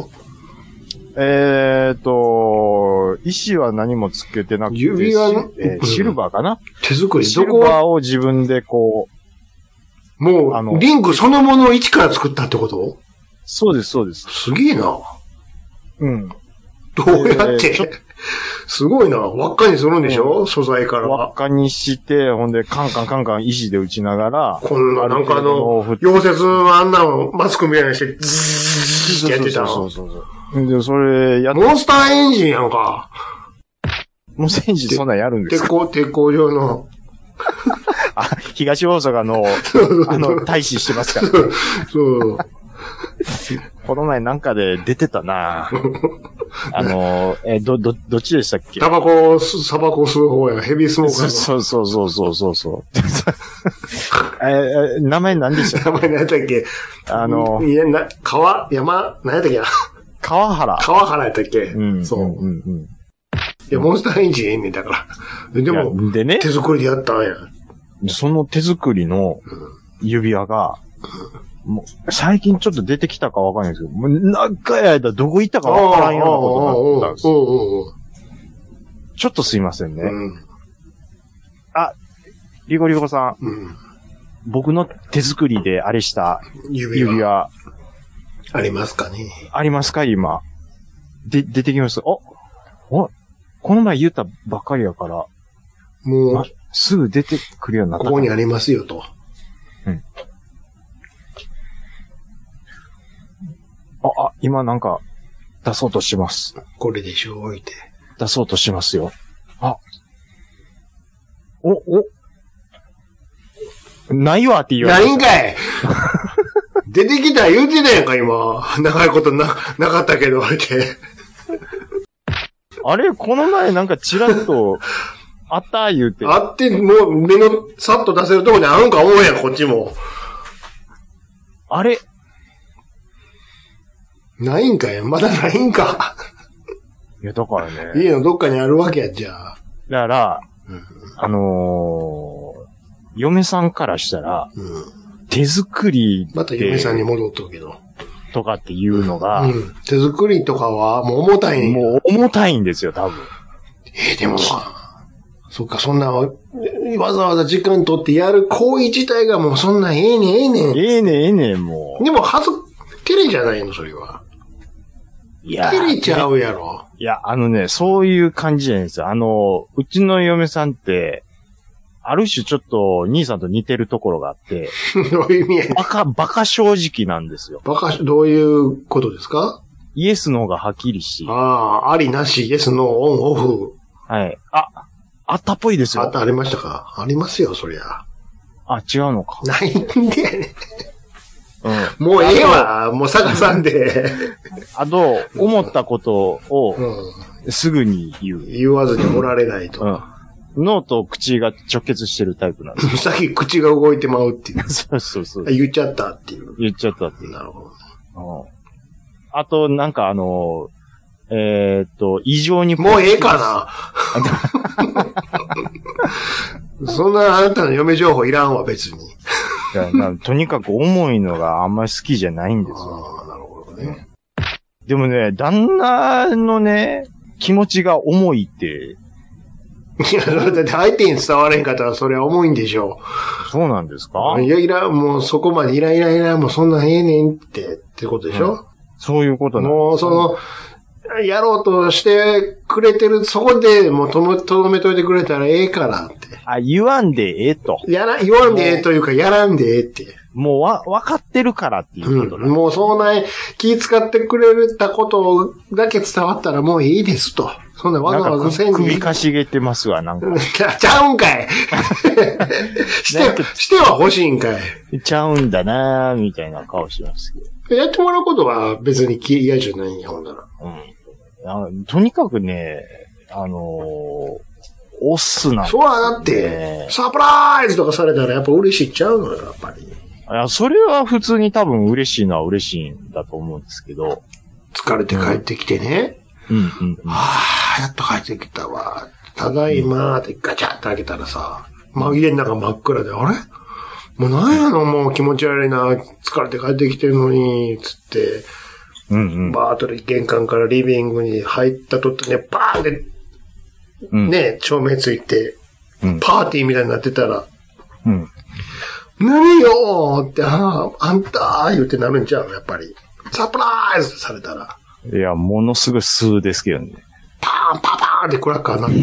Speaker 3: 石は何もつけてなくて、
Speaker 4: 指輪
Speaker 3: シルバーかな？
Speaker 4: 手作り。
Speaker 3: シルバーを自分でこ
Speaker 4: う、もう、リングそのものを一から作ったってこと？
Speaker 3: そうです、そうです。
Speaker 4: すげえな。
Speaker 3: うん。
Speaker 4: どうやって、すごいな。輪っかにするんでしょ？素材から。
Speaker 3: 輪っかにして、ほんで、カンカン石で打ちながら。
Speaker 4: こんな、なんか溶接のあんなのマスクみたいにして、ズーってやってたの。
Speaker 3: そう。で、それやって。
Speaker 4: モンスターエンジンやんか。
Speaker 3: モンスターエンジンそんなんやるんですか？
Speaker 4: 鉄工場の。
Speaker 3: 東大阪の、大使してますから。
Speaker 4: そう。
Speaker 3: この前なんかで出てたなどっちでしたっけ？
Speaker 4: タバコ吸う方や、ヘビースモーカーの。
Speaker 3: そう。名前何でしたっけ？
Speaker 4: 名前何やったっけ？山、何やったっけな？川原やったっけ？
Speaker 3: うん。そう。
Speaker 4: いや、モンスターエンジンええねんだから。でも、
Speaker 3: でね、
Speaker 4: 手作りでやったんや。
Speaker 3: その手作りの指輪が、もう最近ちょっと出てきたかわかんないですけど、もう長い間どこ行ったかわからんようなことになったんですよ。ちょっとすいませんね。リゴリゴさん。僕の手作りであれした指輪。
Speaker 4: ありますかね？
Speaker 3: ありますか今。出てきました。この前言ったばっかりやから。
Speaker 4: もう、
Speaker 3: すぐ出てくるようになった。
Speaker 4: ここにありますよと。
Speaker 3: 今なんか、出そうとします。
Speaker 4: これでしょ、置いて。
Speaker 3: 出そうとしますよ。ないわって言われ
Speaker 4: ないんかい出てきた言うてたやんか、今。長いことなかったけど、置いて。
Speaker 3: あれこの前なんかチラッと、あった言うて。
Speaker 4: あって、もう目のさっと出せるとこにあるんか思うやん、こっちも。
Speaker 3: あれ
Speaker 4: ないんかい？まだないんか。
Speaker 3: いや、だからね。
Speaker 4: 家のどっかにあるわけや、じゃあ。
Speaker 3: だから、嫁さんからしたら、手作り
Speaker 4: また嫁さんに戻っとるけど。
Speaker 3: とかっていうのが、
Speaker 4: 手作りとかはもう重たいんや。
Speaker 3: もう重たいんですよ、多分。
Speaker 4: でも、そっか、そんな、わざわざ時間取ってやる行為自体がもうそんなええねん、もう。でも、照れじゃないの、それは。いや。照れちゃうやろ。
Speaker 3: いや、そういう感じじゃないですよ。うちの嫁さんって、ある種ちょっと兄さんと似てるところがあって。
Speaker 4: どういう意味やねん。
Speaker 3: バカ正直なんですよ。
Speaker 4: どういうことですか？
Speaker 3: イエスノーがはっきりし。
Speaker 4: ありなし、イエスノー、オン、オフ。
Speaker 3: はい。あったっぽいですよ。
Speaker 4: ありましたか？ありますよ、そりゃ。
Speaker 3: 違うのか。
Speaker 4: ないんでやねん。もうええわ、もう探さんで。
Speaker 3: 思ったことを、すぐに
Speaker 4: 言わずにおられないと。
Speaker 3: 脳と口が直結してるタイプなんです。
Speaker 4: さっき口が動いてまうっていう。
Speaker 3: そう。
Speaker 4: 言っちゃったっていう。
Speaker 3: なるほど。あと、なんか異常に。
Speaker 4: もうええかなそんなあなたの嫁情報いらんわ、別に。
Speaker 3: とにかく重いのがあんまり好きじゃないんですよ。
Speaker 4: なるほどね。
Speaker 3: でもね、旦那のね、気持ちが重いって。
Speaker 4: いや、だって相手に伝われんかったらそれは重いんでしょ
Speaker 3: う。そうなんですか？
Speaker 4: いや、もうそこまでイラ、もうそんなんええねんってことでしょ？
Speaker 3: そういうことなん
Speaker 4: です。もうやろうとしてくれてる、そこでもうとどめといてくれたらええからって。
Speaker 3: 言わんでええと。
Speaker 4: 言わんでええというか、やらんでええって。
Speaker 3: もうわかってるからっていうこと
Speaker 4: もうそんな気使ってくれたことだけ伝わったらもういいですと。そんなわざわざせんに。
Speaker 3: 首かしげてますわ、なんか。
Speaker 4: ちゃうんかいしては欲しいんかい。
Speaker 3: ちゃうんだなーみたいな顔します
Speaker 4: けど。やってもらうことは別に嫌じゃないんや、ほんなら。
Speaker 3: とにかくね、オスなんです、ね。
Speaker 4: そうだって、サプライズとかされたらやっぱ嬉しいっちゃうのよ、やっぱり。
Speaker 3: いや、それは普通に多分嬉しいのは嬉しいんだと思うんですけど。
Speaker 4: 疲れて帰ってきてね。やっと帰ってきたわ。ただいまーってガチャって開けたらさ、家の中真っ暗で、あれもうなんやのもう気持ち悪いな、疲れて帰ってきてるのに、つって、バーッと玄関からリビングに入ったとってね、バーンって、ね、照明ついて、パーティーみたいになってたら、何よーって、あんたー言ってなるんちゃうやっぱり。サプライズされたら。
Speaker 3: いや、ものすごい数ですけどね。
Speaker 4: パーンパパーンってクラッカーなって。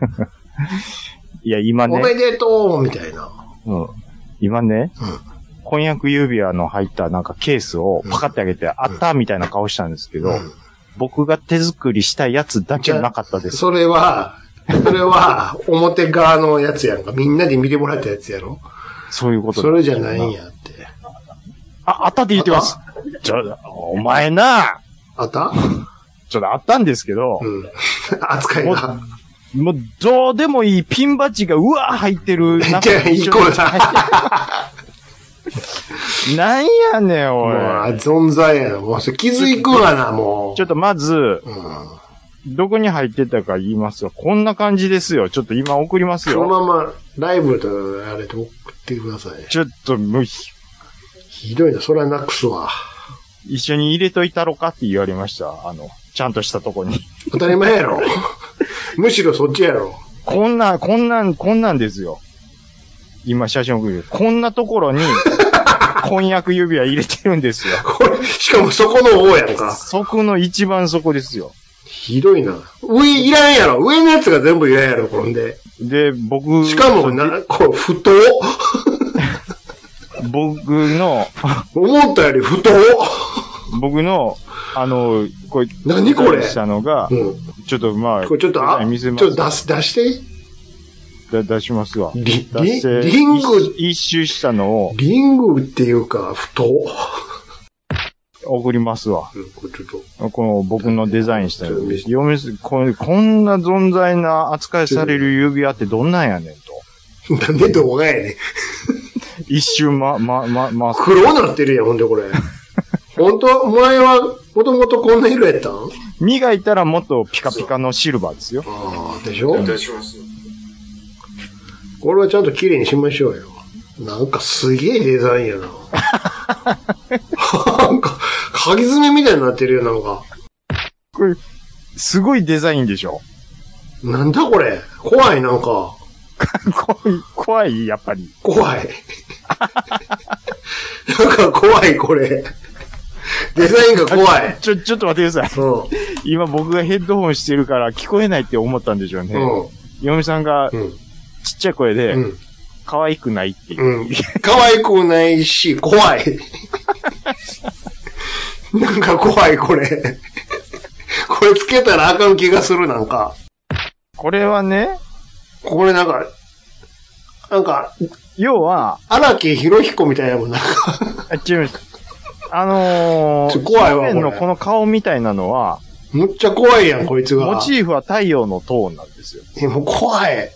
Speaker 3: いや、今ね。
Speaker 4: おめでとうみたいな。
Speaker 3: 今ね、婚約指輪の入ったなんかケースをパカってあげて、あったみたいな顔したんですけど、僕が手作りしたやつだけなかったです。
Speaker 4: それは、表側のやつやんか。みんなで見てもらったやつやろ。
Speaker 3: そういうこと
Speaker 4: それじゃないんやって。
Speaker 3: あったって言ってます。お前な。
Speaker 4: あった
Speaker 3: ちょっとあったんですけど。
Speaker 4: 扱いが。
Speaker 3: もう、どうでもいいピンバッジがうわー入ってる。
Speaker 4: じゃあ、行こうだ。
Speaker 3: なんやねん、おい。
Speaker 4: 存在やな。もう、気づくわな、もう。
Speaker 3: ちょっとまず、どこに入ってたか言いますよ。こんな感じですよ。ちょっと今送りますよ。
Speaker 4: そのまま、ライブとあれで送ってください。
Speaker 3: ちょっと、もう、
Speaker 4: ひどいな、それはなくすわ。
Speaker 3: 一緒に入れといたろかって言われました。ちゃんとしたとこに。
Speaker 4: 当たり前やろ。むしろそっちやろ。
Speaker 3: こんなんですよ。今写真送る。こんなところに、婚約指輪入れてるんですよ。
Speaker 4: これ、しかもそこの方やんか。
Speaker 3: そこの一番そこですよ。
Speaker 4: ひどいな。上いらんやろ。上のやつが全部いらんやろ、こんで。
Speaker 3: で、僕。
Speaker 4: しかも太。
Speaker 3: 僕の。
Speaker 4: 思ったより太。
Speaker 3: 僕の、これ。
Speaker 4: 何これ
Speaker 3: したのが、ちょっとまあ。
Speaker 4: これちょっと、
Speaker 3: 見せます。
Speaker 4: ちょっと出して
Speaker 3: 出しますわ。
Speaker 4: リング
Speaker 3: 一周したのを。
Speaker 4: リングっていうか、太。
Speaker 3: 送りますわ。この僕のデザインしたこんな存在な扱いされる指輪ってどんなんやねん
Speaker 4: と。なんでどこがやねん。
Speaker 3: 一周
Speaker 4: 黒なってるやん、ほんでこれ。本当お前は、もともとこんな色やったん？
Speaker 3: 磨いたらもっとピカピカのシルバーですよ。
Speaker 4: でしょ？これはちゃんと綺麗にしましょうよ。なんかすげえデザインやな。なんか、鍵爪みたいになってるよ、なんか。
Speaker 3: これ、すごいデザインでしょ？
Speaker 4: なんだこれ？怖い、なんか。
Speaker 3: 怖い、やっぱり。
Speaker 4: 怖い。なんか怖い、これ。デザインが怖い。
Speaker 3: ちょっと待ってください。今僕がヘッドホンしてるから聞こえないって思ったんでしょうね。嫁さんが、ちっちゃい声で、可愛くないっていう。
Speaker 4: 可愛くないし、怖い。なんか怖い、これ。これつけたらあかん気がする、なんか。
Speaker 3: これはね。
Speaker 4: これなんか、
Speaker 3: 要は、
Speaker 4: 荒木博彦みたいなもん、なんか。
Speaker 3: 違う。
Speaker 4: 怖いわ。
Speaker 3: のこの顔みたいなのは、
Speaker 4: むっちゃ怖いやん、こいつが。
Speaker 3: モチーフは太陽のトーンなんですよ。
Speaker 4: もう怖い。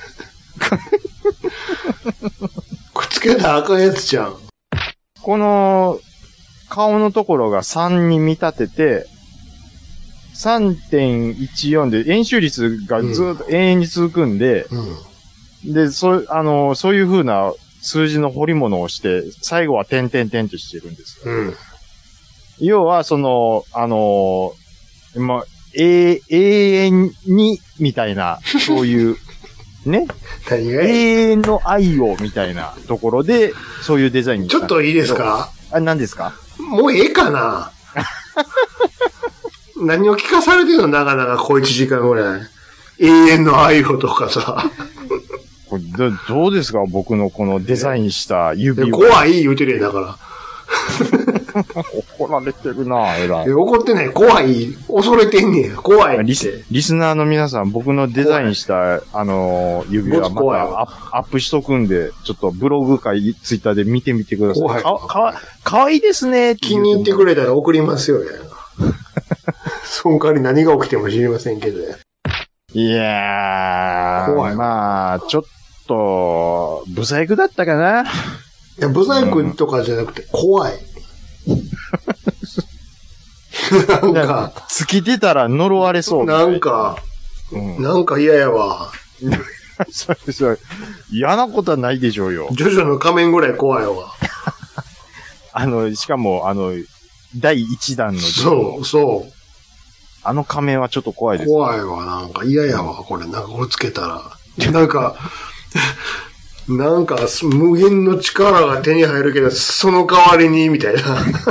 Speaker 4: くっつけたらあかんやつじゃん。
Speaker 3: この、顔のところが3に見立てて、3.14 で、円周率がずっと永遠に続くんで、で、そういう風な数字の彫り物をして、最後は点々点としてるんですよ。要は、永遠に、みたいな、そういう、ね。永遠の愛を、みたいなところで、そういうデザインに。
Speaker 4: ちょっといいですか？
Speaker 3: 何ですか？
Speaker 4: もうええかな何を聞かされてるの？なかなか小1時間ぐらい。永遠の愛をとかさ。
Speaker 3: これどうですか？僕のこのデザインした指輪。
Speaker 4: 怖い言うてるやんだから。
Speaker 3: 怒られてるな、えらい。
Speaker 4: 怒ってない。怖い。恐れてんねん。怖いって。
Speaker 3: リスナーの皆さん、僕のデザインした、指輪またアップしとくんで、ちょっとブログかツイッターで見てみてください。かわいいですねって
Speaker 4: 気に入ってくれたら送りますよ、ね。その代わり何が起きても知りませんけどね。
Speaker 3: いやー。怖い。まあ、ちょっと、ブサイクだったかな。
Speaker 4: いや、ブサイクとかじゃなくて怖い。なんか、
Speaker 3: 尽きてたら呪われそう。
Speaker 4: なんか嫌やわ。
Speaker 3: そう嫌なことはないでしょうよ。
Speaker 4: ジョジョの仮面ぐらい怖いわ。
Speaker 3: しかも、第1弾の。
Speaker 4: そう。
Speaker 3: あの仮面はちょっと怖いです。
Speaker 4: 怖いわ、なんか嫌やわ、これ。なんかこれつけたら。なんか無限の力が手に入るけど、その代わりに、みたいな。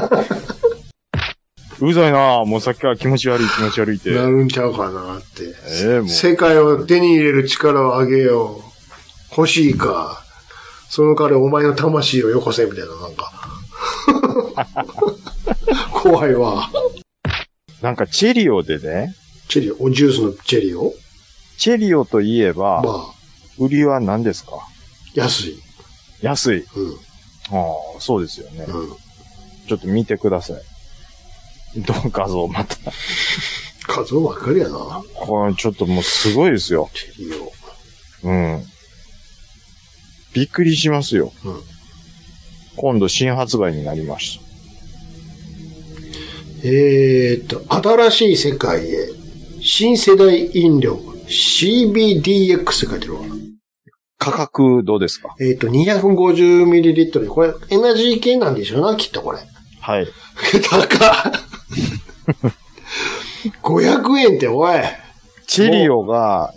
Speaker 3: うざいなぁ。もうさっきから気持ち悪いって。
Speaker 4: なるんちゃうかなって。
Speaker 3: もう
Speaker 4: 世界を手に入れる力をあげよう。欲しいか。その代わりお前の魂をよこせ、みたいな、なんか。怖いわ。
Speaker 3: なんかチェリオでね。
Speaker 4: ジュースのチェリオ？
Speaker 3: チェリオといえば、売りは何ですか？
Speaker 4: 安い。
Speaker 3: うん。ああ、そうですよね。ちょっと見てください。画像また。
Speaker 4: 画像ばっかりやな。
Speaker 3: これちょっともうすごいですよ。
Speaker 4: チェリオ。
Speaker 3: びっくりしますよ。今度新発売になりました。
Speaker 4: 新しい世界へ、新世代飲料、CBDX って書いてるわ。
Speaker 3: 価格どうですか
Speaker 4: ？250ml。これ、エナジー系なんでしょうな、きっとこれ。
Speaker 3: はい。
Speaker 4: 高っ500円って、おい。
Speaker 3: チェリオが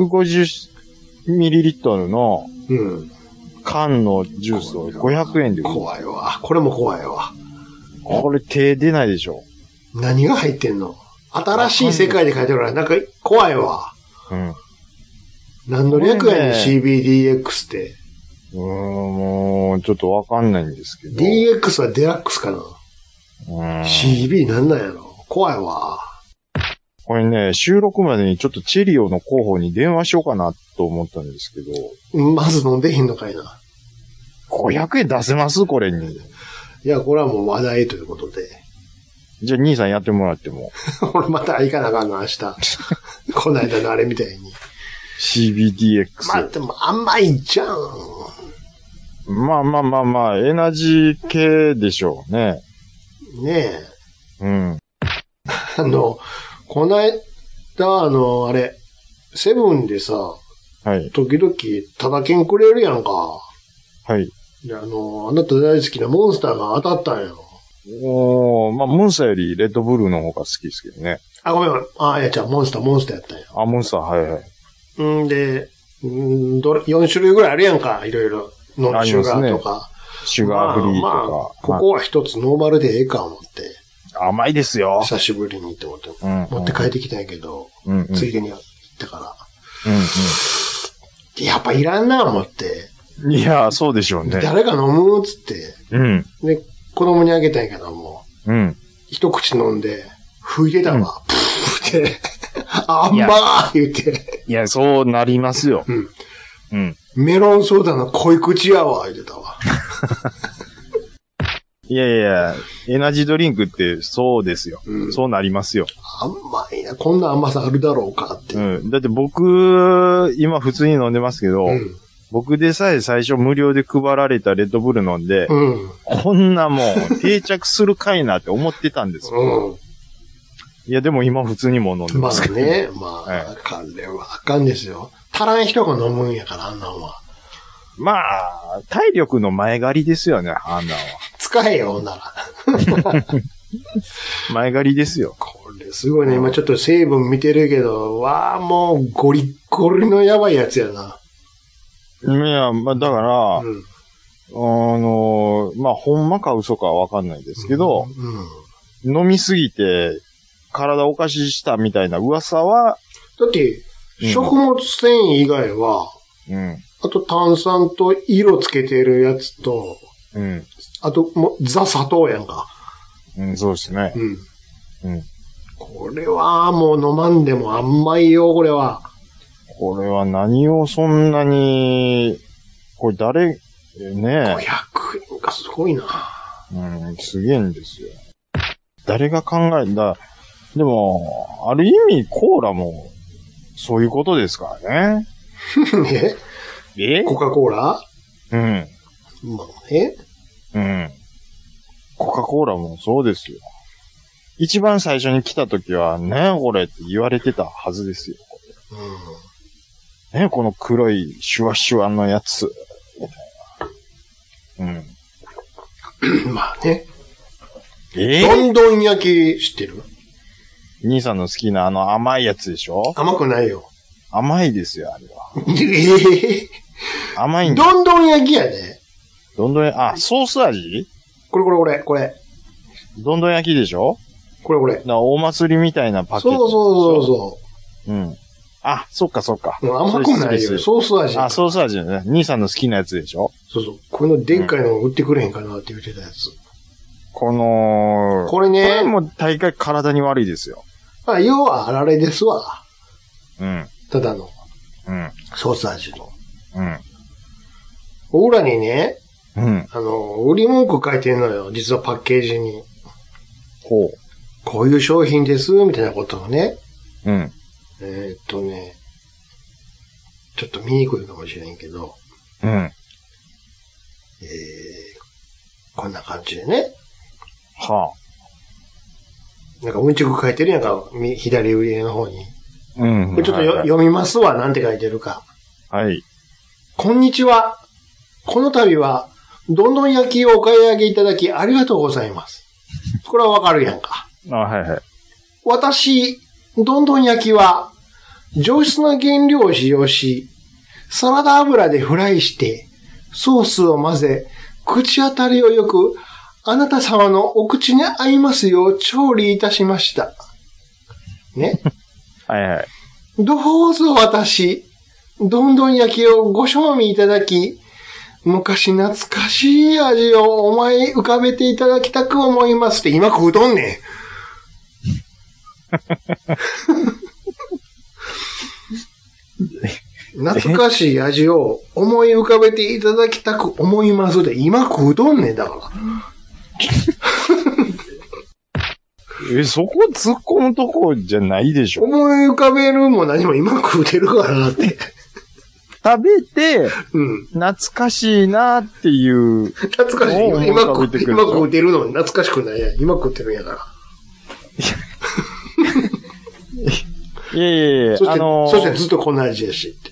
Speaker 3: 250ml の缶のジュースを500円で売る。
Speaker 4: 怖いわ。これも怖いわ。
Speaker 3: これ手出ないでしょ。
Speaker 4: 何が入ってんの？新しい世界で書いてるから、なんか怖いわ。何の略やねん、CBDX って。
Speaker 3: もう、ちょっとわかんないんですけど。
Speaker 4: DX はデラックスかな。CB なんなんやろ。怖いわ。
Speaker 3: これね、収録までにちょっとチェリオの広報に電話しようかなと思ったんですけど。
Speaker 4: まず飲んでへんのかいな。
Speaker 3: 500円出せますこれに。
Speaker 4: いや、これはもう話題ということで。
Speaker 3: じゃあ兄さんやってもらっても。
Speaker 4: 俺また行かなあかんの、明日。この間のあれみたいに。
Speaker 3: CBDX。
Speaker 4: まあ、でも甘いじゃん。
Speaker 3: まあ、エナジー系でしょうね。
Speaker 4: ねえ。この間、あれ、セブンでさ、
Speaker 3: はい。
Speaker 4: 時々、タダ券くれるやんか。
Speaker 3: はい。
Speaker 4: で、あなた大好きなモンスターが当たったんよ。
Speaker 3: まあ、モンスターよりレッドブルーの方が好きですけどね。
Speaker 4: ごめん。いや、じゃあ、モンスターやったんよ。
Speaker 3: モンスター、はい。
Speaker 4: で、4種類ぐらいあるやんか、いろいろ。ノンシュガーとか。
Speaker 3: シュガーフリーとか。
Speaker 4: ここは一つノーマルでええか思って。
Speaker 3: 甘いですよ。
Speaker 4: 久しぶりにって思って。持って帰ってきたんやけど、ついでに行ったから。やっぱいらんな思って。
Speaker 3: いや、そうでしょうね。
Speaker 4: 誰か飲むつって。で、子供にあげたんやけども。一口飲んで、吹いてたわ。プーって。甘ー言って。
Speaker 3: いや、そうなりますよ。
Speaker 4: メロンソーダの濃い口やわ、言ってたわ。
Speaker 3: いや、エナジードリンクってそうですよ。そうなりますよ。
Speaker 4: 甘いな、こんな甘さあるだろうかって。
Speaker 3: だって僕、今普通に飲んでますけど、僕でさえ最初無料で配られたレッドブル飲んで、こんなもん定着するかいなって思ってたんですよ。いや、でも今普通にも飲んでますけど。
Speaker 4: まあね、あかんねはあかんですよ。足らん人が飲むんやから、あんなんは。
Speaker 3: まあ、体力の前借りですよね、あんなんは。
Speaker 4: 使えよ、ほんなら。
Speaker 3: 前借りですよ。
Speaker 4: これすごいね、今ちょっと成分見てるけど、もうゴリッゴリのやばいやつやな。
Speaker 3: いや、まあだから、まあほんまか嘘かはわかんないですけど、飲みすぎて体おかししたみたいな噂は、
Speaker 4: だって、食物繊維以外は、あと炭酸と色つけてるやつと、あともうザ砂糖やんか。
Speaker 3: そうですね。
Speaker 4: これはもう飲まんでも甘いよ、これは。
Speaker 3: これは何をそんなに、これ誰、ね
Speaker 4: 500円かすごいな。
Speaker 3: すげえんですよ。誰が考えた、でも、ある意味コーラも、そういうことですからね。
Speaker 4: コカ・コーラ？ まあ、
Speaker 3: うん。コカ・コーラもそうですよ。一番最初に来た時は、ねこれって言われてたはずですよ。ねこの黒いシュワシュワのやつ。みたいな。
Speaker 4: うん。まあね。
Speaker 3: ど
Speaker 4: んどん焼き知ってる？
Speaker 3: 兄さんの好きな甘いやつでしょ？
Speaker 4: 甘くないよ。
Speaker 3: 甘いですよ、あれは。甘いんだ。
Speaker 4: どんどん焼きやで。
Speaker 3: どんどん、ソース味？
Speaker 4: これ。
Speaker 3: どんどん焼きでしょ？
Speaker 4: これ。
Speaker 3: お祭りみたいなパッケージ。
Speaker 4: そう。
Speaker 3: うん。そっか。
Speaker 4: 甘くないよ。ソース味。
Speaker 3: ソース味ね。兄さんの好きなやつでしょ？
Speaker 4: そう。このでっかいの売ってくれへんかなって言ってたやつ。
Speaker 3: これ
Speaker 4: ね。
Speaker 3: これも大概体に悪いですよ。
Speaker 4: 要はあられですわ。
Speaker 3: うん。
Speaker 4: ただの。
Speaker 3: うん。
Speaker 4: ソース味の。
Speaker 3: うん。
Speaker 4: 裏にね、
Speaker 3: うん。
Speaker 4: 売り文句書いてんのよ。実はパッケージに。
Speaker 3: ほう。
Speaker 4: こういう商品です、みたいなことをね。
Speaker 3: うん。
Speaker 4: ちょっと見にくいかもしれんけど。
Speaker 3: うん。
Speaker 4: こんな感じでね。
Speaker 3: は
Speaker 4: あ。なんかうんちく書いてるやんか、左上の方に。
Speaker 3: うん。
Speaker 4: これちょっと読みますわ、なんて書いてるか。
Speaker 3: はい。
Speaker 4: こんにちは。この度は、どんどん焼きをお買い上げいただきありがとうございます。これはわかるやんか。
Speaker 3: はい。
Speaker 4: 私、どんどん焼きは、上質な原料を使用し、サラダ油でフライして、ソースを混ぜ、口当たりをよく、あなた様のお口に合いますよう調理いたしました。ね。
Speaker 3: はい。
Speaker 4: どうぞ私、どんどん焼きをご賞味いただき、昔懐かしい味を思い浮かべていただきたく思いますって今食うとんねん。懐かしい味を思い浮かべていただきたく思いますで今食うとんねんだから。
Speaker 3: そこ突っ込むとこじゃないでしょ。
Speaker 4: 思い浮かべるも何も今食うてるからって。
Speaker 3: 食べて、
Speaker 4: うん。
Speaker 3: 懐かしいなっていう。
Speaker 4: 懐かしい。今食うてるのに懐かしくないやん。今食ってるんやから。
Speaker 3: いや。
Speaker 4: そしてずっとこんな味やしって。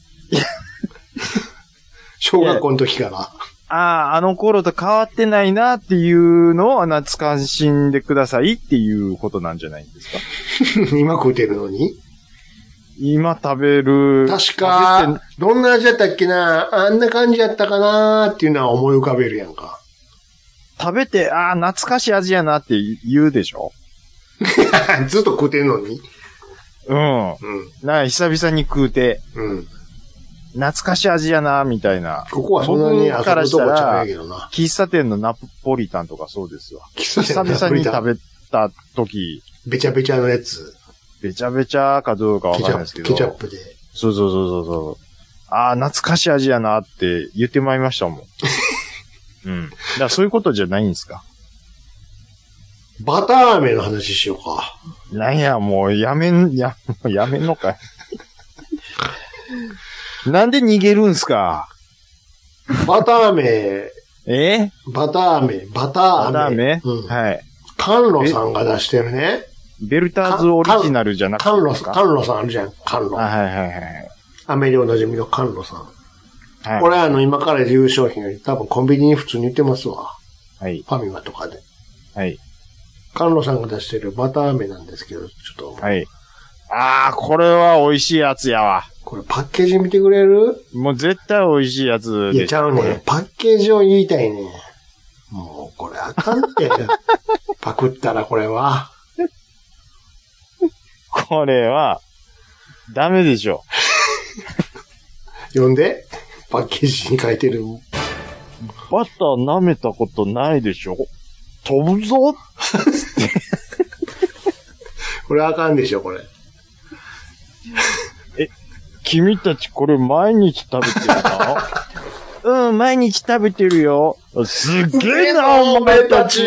Speaker 4: 小学校の時から。
Speaker 3: あの頃と変わってないなっていうのを懐かしんでくださいっていうことなんじゃないんですか？
Speaker 4: 今食うてるのに
Speaker 3: 今食べる。
Speaker 4: 確か、どんな味だったっけな、あんな感じやったかなっていうのは思い浮かべるやんか。
Speaker 3: 食べて、懐かしい味やなって言うでしょ？
Speaker 4: ずっと食うてんのに。
Speaker 3: うん。久々に食うて。
Speaker 4: うん。
Speaker 3: 懐かしい味やな、みたいな。
Speaker 4: ここはそんなに遊ぶとこちゃうけどな。
Speaker 3: 喫茶店のナポリタンとかそうですわ。
Speaker 4: 喫茶店のナポリタン。
Speaker 3: 久々に食べた時。
Speaker 4: べちゃべちゃのやつ。
Speaker 3: べちゃべちゃかどうかわかんないですけど。
Speaker 4: ケチャップで。
Speaker 3: そう。懐かしい味やなって言ってまいりましたもん。うん。だからそういうことじゃないんですか。
Speaker 4: バター飴の話しようか。
Speaker 3: なんや、もうやめんのかい。なんで逃げるんすか？
Speaker 4: バター飴。バター飴。
Speaker 3: うん。はい。
Speaker 4: 甘露さんが出してるね。
Speaker 3: ベルターズオリジナルじゃなくてですか？
Speaker 4: 甘露さんあるじゃん。甘露。
Speaker 3: はい。
Speaker 4: 飴でおなじみの甘露さん。
Speaker 3: はい。
Speaker 4: これ今から言う商品より多分コンビニに普通に売ってますわ。
Speaker 3: はい。
Speaker 4: ファミマとかで。
Speaker 3: はい。
Speaker 4: 甘露さんが出してるバター飴なんですけど、ちょっと。
Speaker 3: はい。これは美味しいやつやわ。
Speaker 4: これパッケージ見てくれる？
Speaker 3: もう絶対美味しいやつで。
Speaker 4: いや、ちゃうね。パッケージを言いたいね。もうこれあかんって。パクったらこれは。
Speaker 3: これは、ダメでしょ。
Speaker 4: 読んで。パッケージに書いてる。
Speaker 3: バター舐めたことないでしょ？飛ぶぞ
Speaker 4: これあかんでしょ、これ。
Speaker 3: 君たちこれ毎日食べてるの？うん、毎日食べてるよ。すっげえな、お前たち。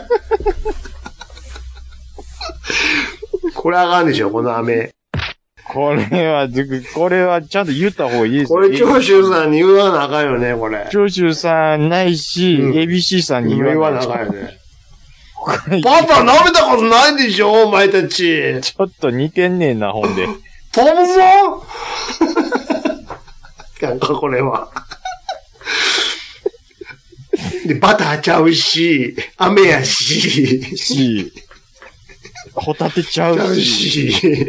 Speaker 4: これあかんでしょ、この飴。
Speaker 3: これはちゃんと言った方がいいですよ。
Speaker 4: これ、長州さんに言わなあかんよね、これ。
Speaker 3: 長州さんないし、ABC さんに
Speaker 4: 言わなあかんよね。バター舐めたことないでしょ、お前たち。
Speaker 3: ちょっと似てんねんな、ほんで。
Speaker 4: 飛ぶぞなんかこれは。で、バターちゃうし、飴やし、
Speaker 3: ホタテちゃうし。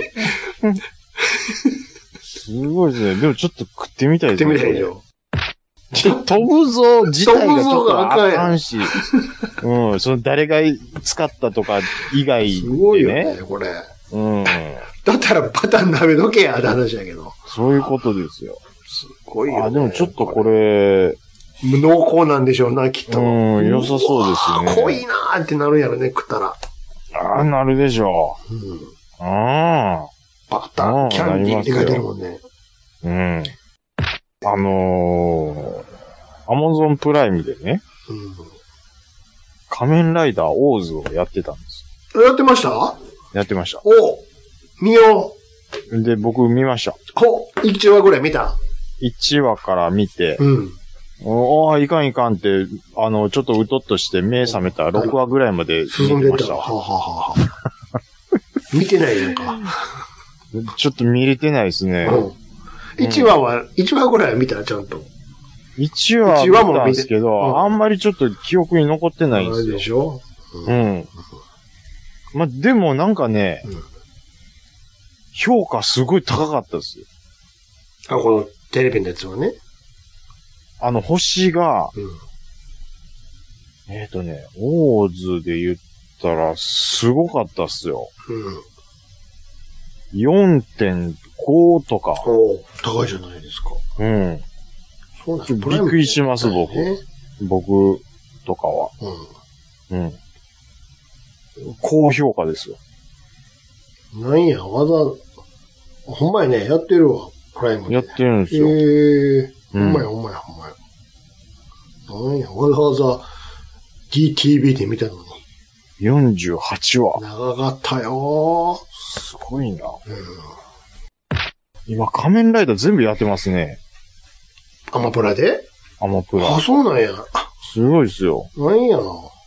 Speaker 3: すごいですね。でもちょっと食ってみたいですね。
Speaker 4: 食ってみたいでしょ。
Speaker 3: 飛ぶぞ自体がちょっとあかんし。うん。その誰が使ったとか以外でね。す
Speaker 4: ごいよね、これ。
Speaker 3: うん。
Speaker 4: だったらバター鍋どけやって話やけど。
Speaker 3: そういうことですよ。
Speaker 4: すごいよね。
Speaker 3: でもちょっとこれ、
Speaker 4: 濃厚なんでしょうな、きっと。
Speaker 3: うん、良さそうですね。
Speaker 4: 濃いなーってなるんやろね、食ったら。
Speaker 3: なるでしょう。
Speaker 4: バター、キャンディーって書いてるもんね。
Speaker 3: うん。Amazon プライムでね、仮面ライダーオーズをやってたんです。
Speaker 4: やってました？
Speaker 3: やってました。
Speaker 4: 見よ
Speaker 3: う。で、僕見ました。
Speaker 4: 1話ぐらい見た？
Speaker 3: 1話から見て、いかんいかんって、ちょっとうとっとして目覚めたら6話ぐらいまで見てました。
Speaker 4: 見てないのか。
Speaker 3: ちょっと見れてないですね。
Speaker 4: 1話ぐらいは見たらちゃんと。
Speaker 3: 1話見たんですけど、あんまりちょっと記憶に残ってないんですよ。
Speaker 4: でしょ？
Speaker 3: でもなんかね、評価すごい高かったですよ。
Speaker 4: このテレビのやつはね。
Speaker 3: 星が、オーズで言ったらすごかったっすよ。4.5 とか。
Speaker 4: 高いじゃないですか。
Speaker 3: そうなんです。びっくりします、僕とかは。高評価ですよ。
Speaker 4: なんや、ほんまやね、やってるわ、プライムで。
Speaker 3: やってるんですよ。
Speaker 4: ほんまや。なんや、わざわざ DTV で見たのに。
Speaker 3: 48話。
Speaker 4: 長かったよー。
Speaker 3: すごいな。今、仮面ライダー全部やってますね。
Speaker 4: アマプラで？
Speaker 3: アマプラ。
Speaker 4: そうなんや。
Speaker 3: すごいですよ。
Speaker 4: なんや。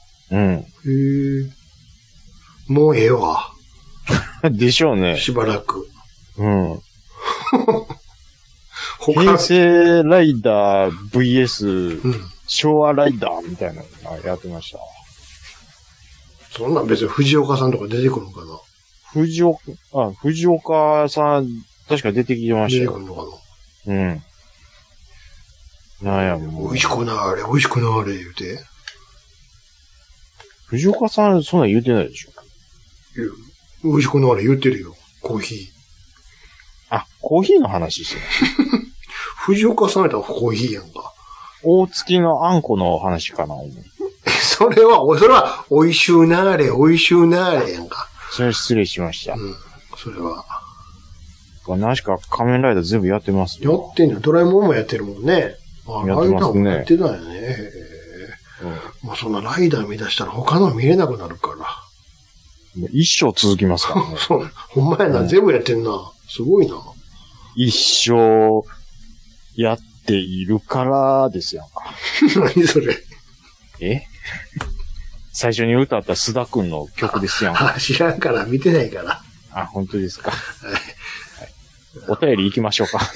Speaker 4: もうええわ。
Speaker 3: でしょうね。
Speaker 4: しばらく。
Speaker 3: 平成ライダー VS、昭和ライダーみたいなのやってました。
Speaker 4: そんなん別に藤岡さんとか出てくるのかな？
Speaker 3: 藤岡さん、確か出てきてましたよ。
Speaker 4: 出てくるのかな？
Speaker 3: なんや、もう。
Speaker 4: 美味しくなれ、言うて。
Speaker 3: 藤岡さん、そんなん言うてないでしょ？
Speaker 4: 美味しくなれ言ってるよ。コーヒ
Speaker 3: ー。コーヒーの話してる。
Speaker 4: 藤岡さんやったらコーヒーやんか。
Speaker 3: 大月のあんこの話かな、
Speaker 4: それは、美味しゅうなれ、やんか。
Speaker 3: それ失礼しました。
Speaker 4: それは。
Speaker 3: 何しか仮面ライダー全部やってます
Speaker 4: よ。やってんの？ドラえもんもやってるもんね。
Speaker 3: やってますね。
Speaker 4: やってたよね。もうそんなライダー見出したら他の見れなくなるから。
Speaker 3: もう一生続きますからね。
Speaker 4: ほんまやな、全部やってんな。すごいな。
Speaker 3: 一生やっているからですよ。
Speaker 4: 何それ？
Speaker 3: 最初に歌った須田くんの曲ですやん。
Speaker 4: 知らんから、見てないから。
Speaker 3: 本当ですか。お便り行きましょうか。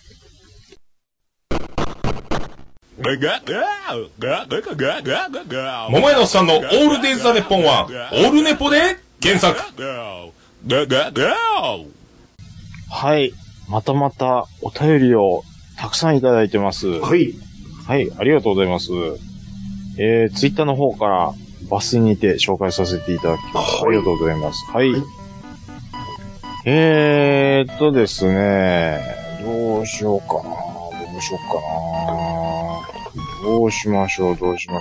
Speaker 5: 桃屋のおっさんのオールデイズ・ザ・ネッポンはオールネポで検索。
Speaker 3: はい。またお便りをたくさんいただいてます。はい、ありがとうございます。ツイッターの方から抜粋にて紹介させていただきます。ありがとうございます。ですね、どうしましょう。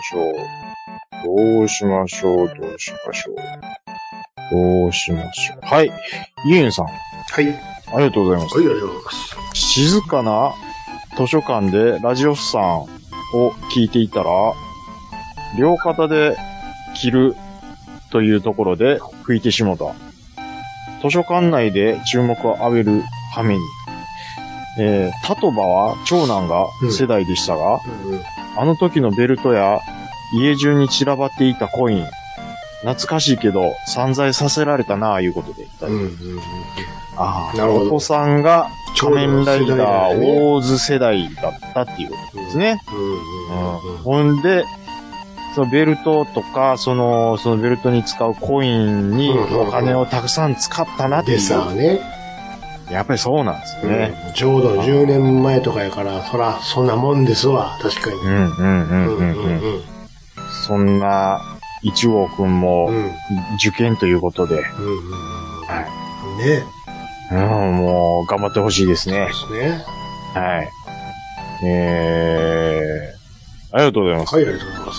Speaker 3: はい。ゆえんさん。
Speaker 4: はい。
Speaker 3: ありがとうございます。
Speaker 4: ありがとうございます。
Speaker 3: 静かな図書館でラジオスさんを聞いていたら、両肩で切るというところで吹いてしもた。図書館内で注目を浴びるはめに。タトバは長男が世代でしたが、あの時のベルトや家中に散らばっていたコイン、懐かしいけど散財させられたなあいうことで。ああ、お子さんが仮面ライダーオーズ世代だったっていうことですね。ほんで、そのベルトとか、そのベルトに使うコインにお金をたくさん使ったなっていう。
Speaker 4: でさね。
Speaker 3: やっぱりそうなんですね。
Speaker 4: ちょうど10年前とかやから、そんなもんですわ、確かに。
Speaker 3: そんな、一号くんも、受験ということで。
Speaker 4: ね。
Speaker 3: もう、頑張ってほしいですね。
Speaker 4: そうですね。
Speaker 3: はい。ありがとうございます。
Speaker 4: はい、ありがとうございます。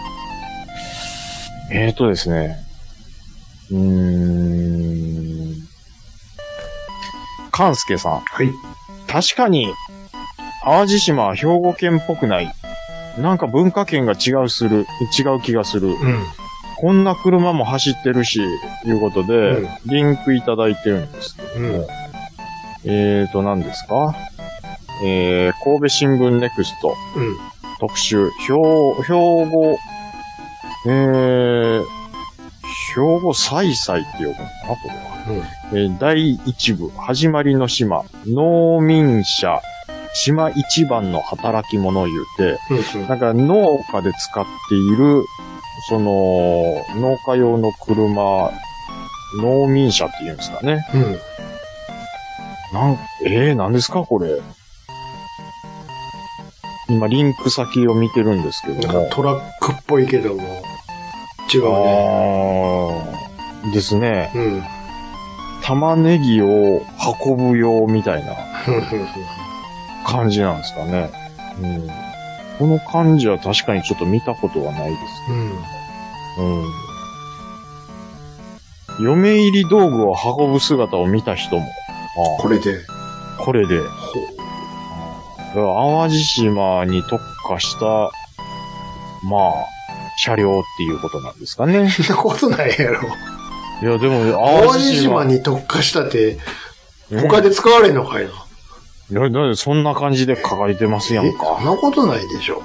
Speaker 3: ですね。かんすけさん。
Speaker 4: はい。
Speaker 3: 確かに、淡路島は兵庫県っぽくない。なんか文化圏が違う気がする。こんな車も走ってるし、いうことで、リンクいただいてるんですけども。何ですか？神戸新聞ネクスト。特集、兵庫再々って呼ぶのかな、これは。第一部、始まりの島、農民者、島一番の働き者を言うて、なんか農家で使っている、農家用の車、農民車って言うんですかね。何ですかこれ。今、リンク先を見てるんですけども。
Speaker 4: なんかトラックっぽいけども、違うね。
Speaker 3: ですね。玉ねぎを運ぶ用みたいな感じなんですかね。この感じは確かにちょっと見たことはないです。嫁入り道具を運ぶ姿を見た人も。
Speaker 4: これで。
Speaker 3: 淡路島に特化した、車両っていうことなんですかね。
Speaker 4: そんなことないやろ。
Speaker 3: いや、でも、
Speaker 4: 淡路島に特化したって、他で使われんのかいな。
Speaker 3: いや、そんな感じで書かれてますやんか。
Speaker 4: そんなことないでしょ。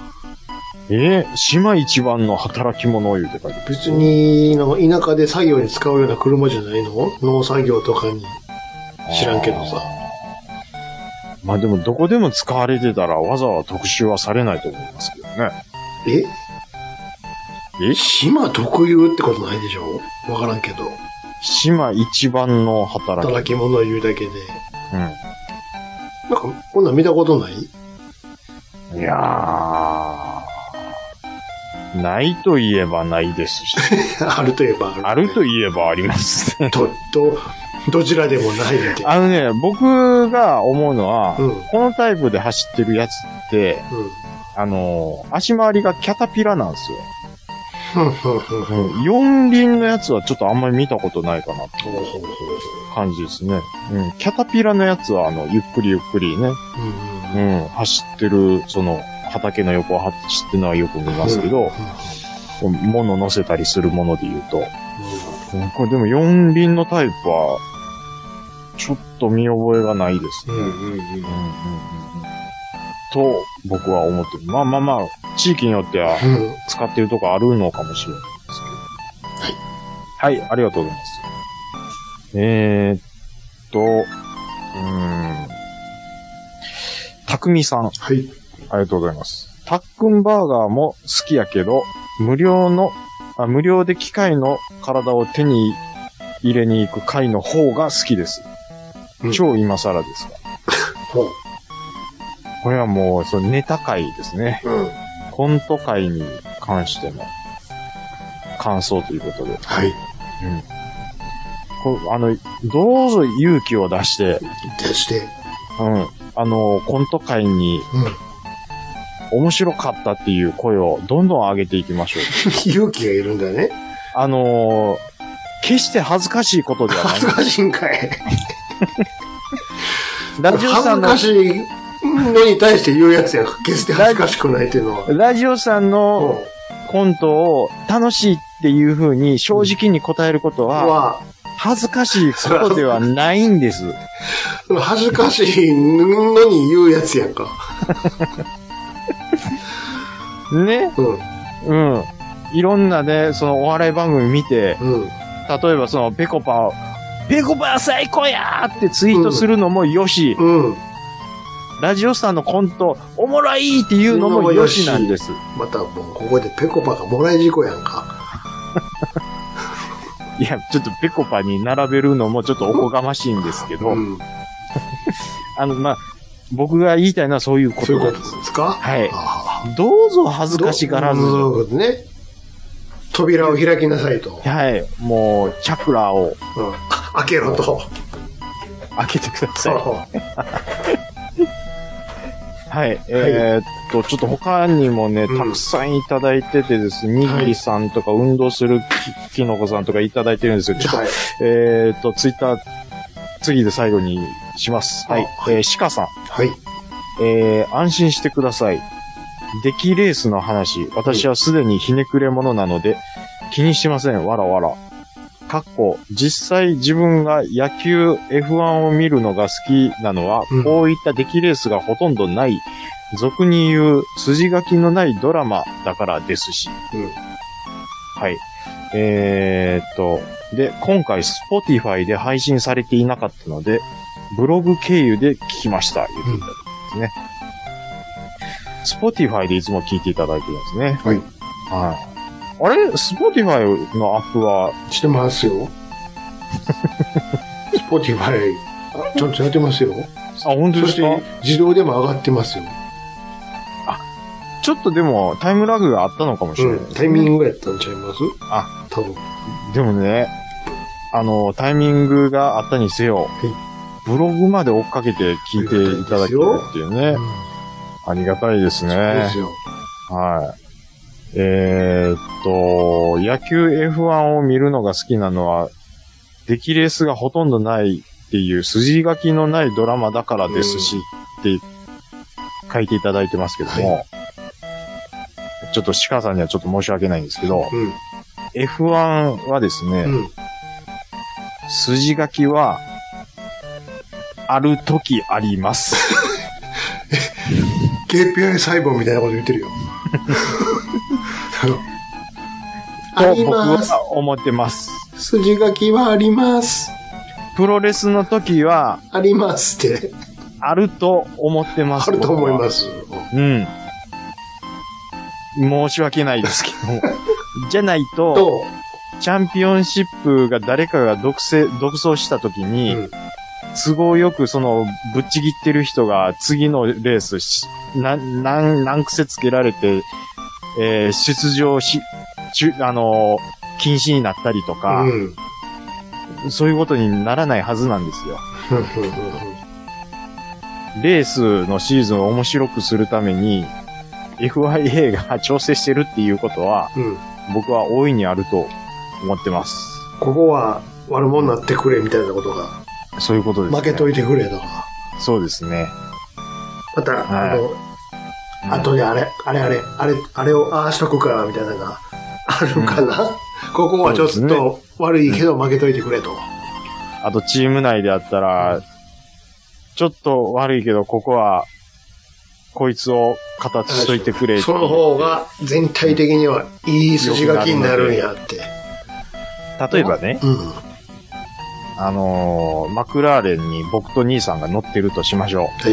Speaker 3: 島一番の働き者を言うて書いてる。
Speaker 4: 別に、田舎で作業に使うような車じゃないの？農作業とかに。知らんけどさ。
Speaker 3: でも、どこでも使われてたら、わざわざ特集はされないと思いますけどね。
Speaker 4: 島特有ってことないでしょ？わからんけど。
Speaker 3: 島一番の働
Speaker 4: き者を言うだけで。なんか、こんなん見たことない？
Speaker 3: いやー、ないといえばないですし。
Speaker 4: あるといえばある、
Speaker 3: あるといえばありますね。
Speaker 4: どちらでもないみたいな。
Speaker 3: 僕が思うのは、このタイプで走ってるやつって、足回りがキャタピラなんですよ。四輪のやつはちょっとあんまり見たことないかなって感じですね。キャタピラのやつはゆっくりね、走ってる、畑の横を走ってるのはよく見ますけど、物乗せたりするもので言うと、これでも四輪のタイプは、ちょっと見覚えがないですね。と、僕は思ってる。地域によっては、使ってるとこあるのかもしれないですけど。はい。はい、ありがとうございます。たくみさん。はい。ありがとうございます。タックンバーガーも好きやけど、無料で機械の体を手に入れに行く回の方が好きです。超今更ですが。これはもう、ネタ回ですね。コント回に関しての感想ということで。はい。どうぞ勇気を出して。コント回に、面白かったっていう声をどんどん上げていきましょう。
Speaker 4: 勇気がいるんだね。
Speaker 3: 決して恥ずかしいことではない。
Speaker 4: 恥ずかしいんかい。
Speaker 3: ラジオさんの。
Speaker 4: 恥ずかしいのに対して言うやつや。決して恥ずかしくないっていうのは。
Speaker 3: ラジオさんのコントを楽しいっていう風に正直に答えることは、 恥ずかしいことではないんです。
Speaker 4: 恥ずかしいのに言うやつやんか。
Speaker 3: ね。うん。いろんなね、そのお笑い番組見て、例えばそのペコパ最高やーってツイートするのもよし、ラジオスターのコント、おもろいっていうのもよしなんです。
Speaker 4: またもうここでペコパがもらい事故やんか。
Speaker 3: いや、ちょっとペコパに並べるのもちょっとおこがましいんですけど、まあ、僕が言いたいのはそういうことです。
Speaker 4: そういうことですか？
Speaker 3: はい。どうぞ恥ずかしがらず。
Speaker 4: そういうことね。扉を開きなさいと。
Speaker 3: はい。もう、チャクラを、
Speaker 4: 開けろと。
Speaker 3: 開けてください。はい。ちょっと他にもね、たくさんいただいててですね、にぎりさんとか、運動するきのこさんとかいただいてるんですよ。ちょっと、ツイッター、次で最後にします。はい。鹿さん。
Speaker 4: はい。
Speaker 3: 安心してください。出来レースの話、私はすでにひねくれ者なので、気にしてません。わらわら。実際自分が野球 F1 を見るのが好きなのは、こういった出来レースがほとんどない、俗に言う筋書きのないドラマだからですし。はい。で、今回 Spotify で配信されていなかったので、ブログ経由で聞きました。言っていただいてですね。Spotify でいつも聞いていただいてるんですね。
Speaker 4: はい。
Speaker 3: はい。あれ Spotify のアップは
Speaker 4: してますよ。Spotify、ちゃんとやってますよ。
Speaker 3: あ、本当ですか？そして
Speaker 4: 自動でも上がってますよ。
Speaker 3: あ、ちょっとでもタイムラグがあったのかもしれない、ね。
Speaker 4: タイミングやったんちゃいます？多分。
Speaker 3: でもね、タイミングがあったにせよ、ブログまで追っかけて聞いていただけるっていうね。ありがたいですね。そうですよ。はい。野球 F1 を見るのが好きなのは、出来レースがほとんどないっていう筋書きのないドラマだからですし、って書いていただいてますけども、ちょっと鹿さんにはちょっと申し訳ないんですけど、F1 はですね、筋書きは、ある時あります。
Speaker 4: KPI 細胞みたいなこと言ってるよ。
Speaker 3: と僕は思ってます。
Speaker 4: 筋書きはあります。
Speaker 3: プロレスの時は、
Speaker 4: ありますって。
Speaker 3: あると思ってます。
Speaker 4: あると思います。
Speaker 3: 申し訳ないですけど。じゃないと、チャンピオンシップが誰かが独走した時に、都合よくぶっちぎってる人が次のレース何癖つけられて、出場禁止になったりとか、そういうことにならないはずなんですよ。レースのシーズンを面白くするために、FIA が調整してるっていうことは、僕は大いにあると思ってます。
Speaker 4: ここは悪者になってくれみたいなことが。
Speaker 3: そういうことですね。
Speaker 4: 負けといてくれとか。
Speaker 3: そうですね。
Speaker 4: また、後であれをああしとくか、みたいなのがあるかな。ここはちょっと悪いけど負けといてくれと。
Speaker 3: あとチーム内であったら、ちょっと悪いけど、ここは、こいつを形しといてくれ。
Speaker 4: その方が全体的にはいい筋書きになるんやって。
Speaker 3: 例えばね、マクラーレンに僕と兄さんが乗ってるとしましょう。はい。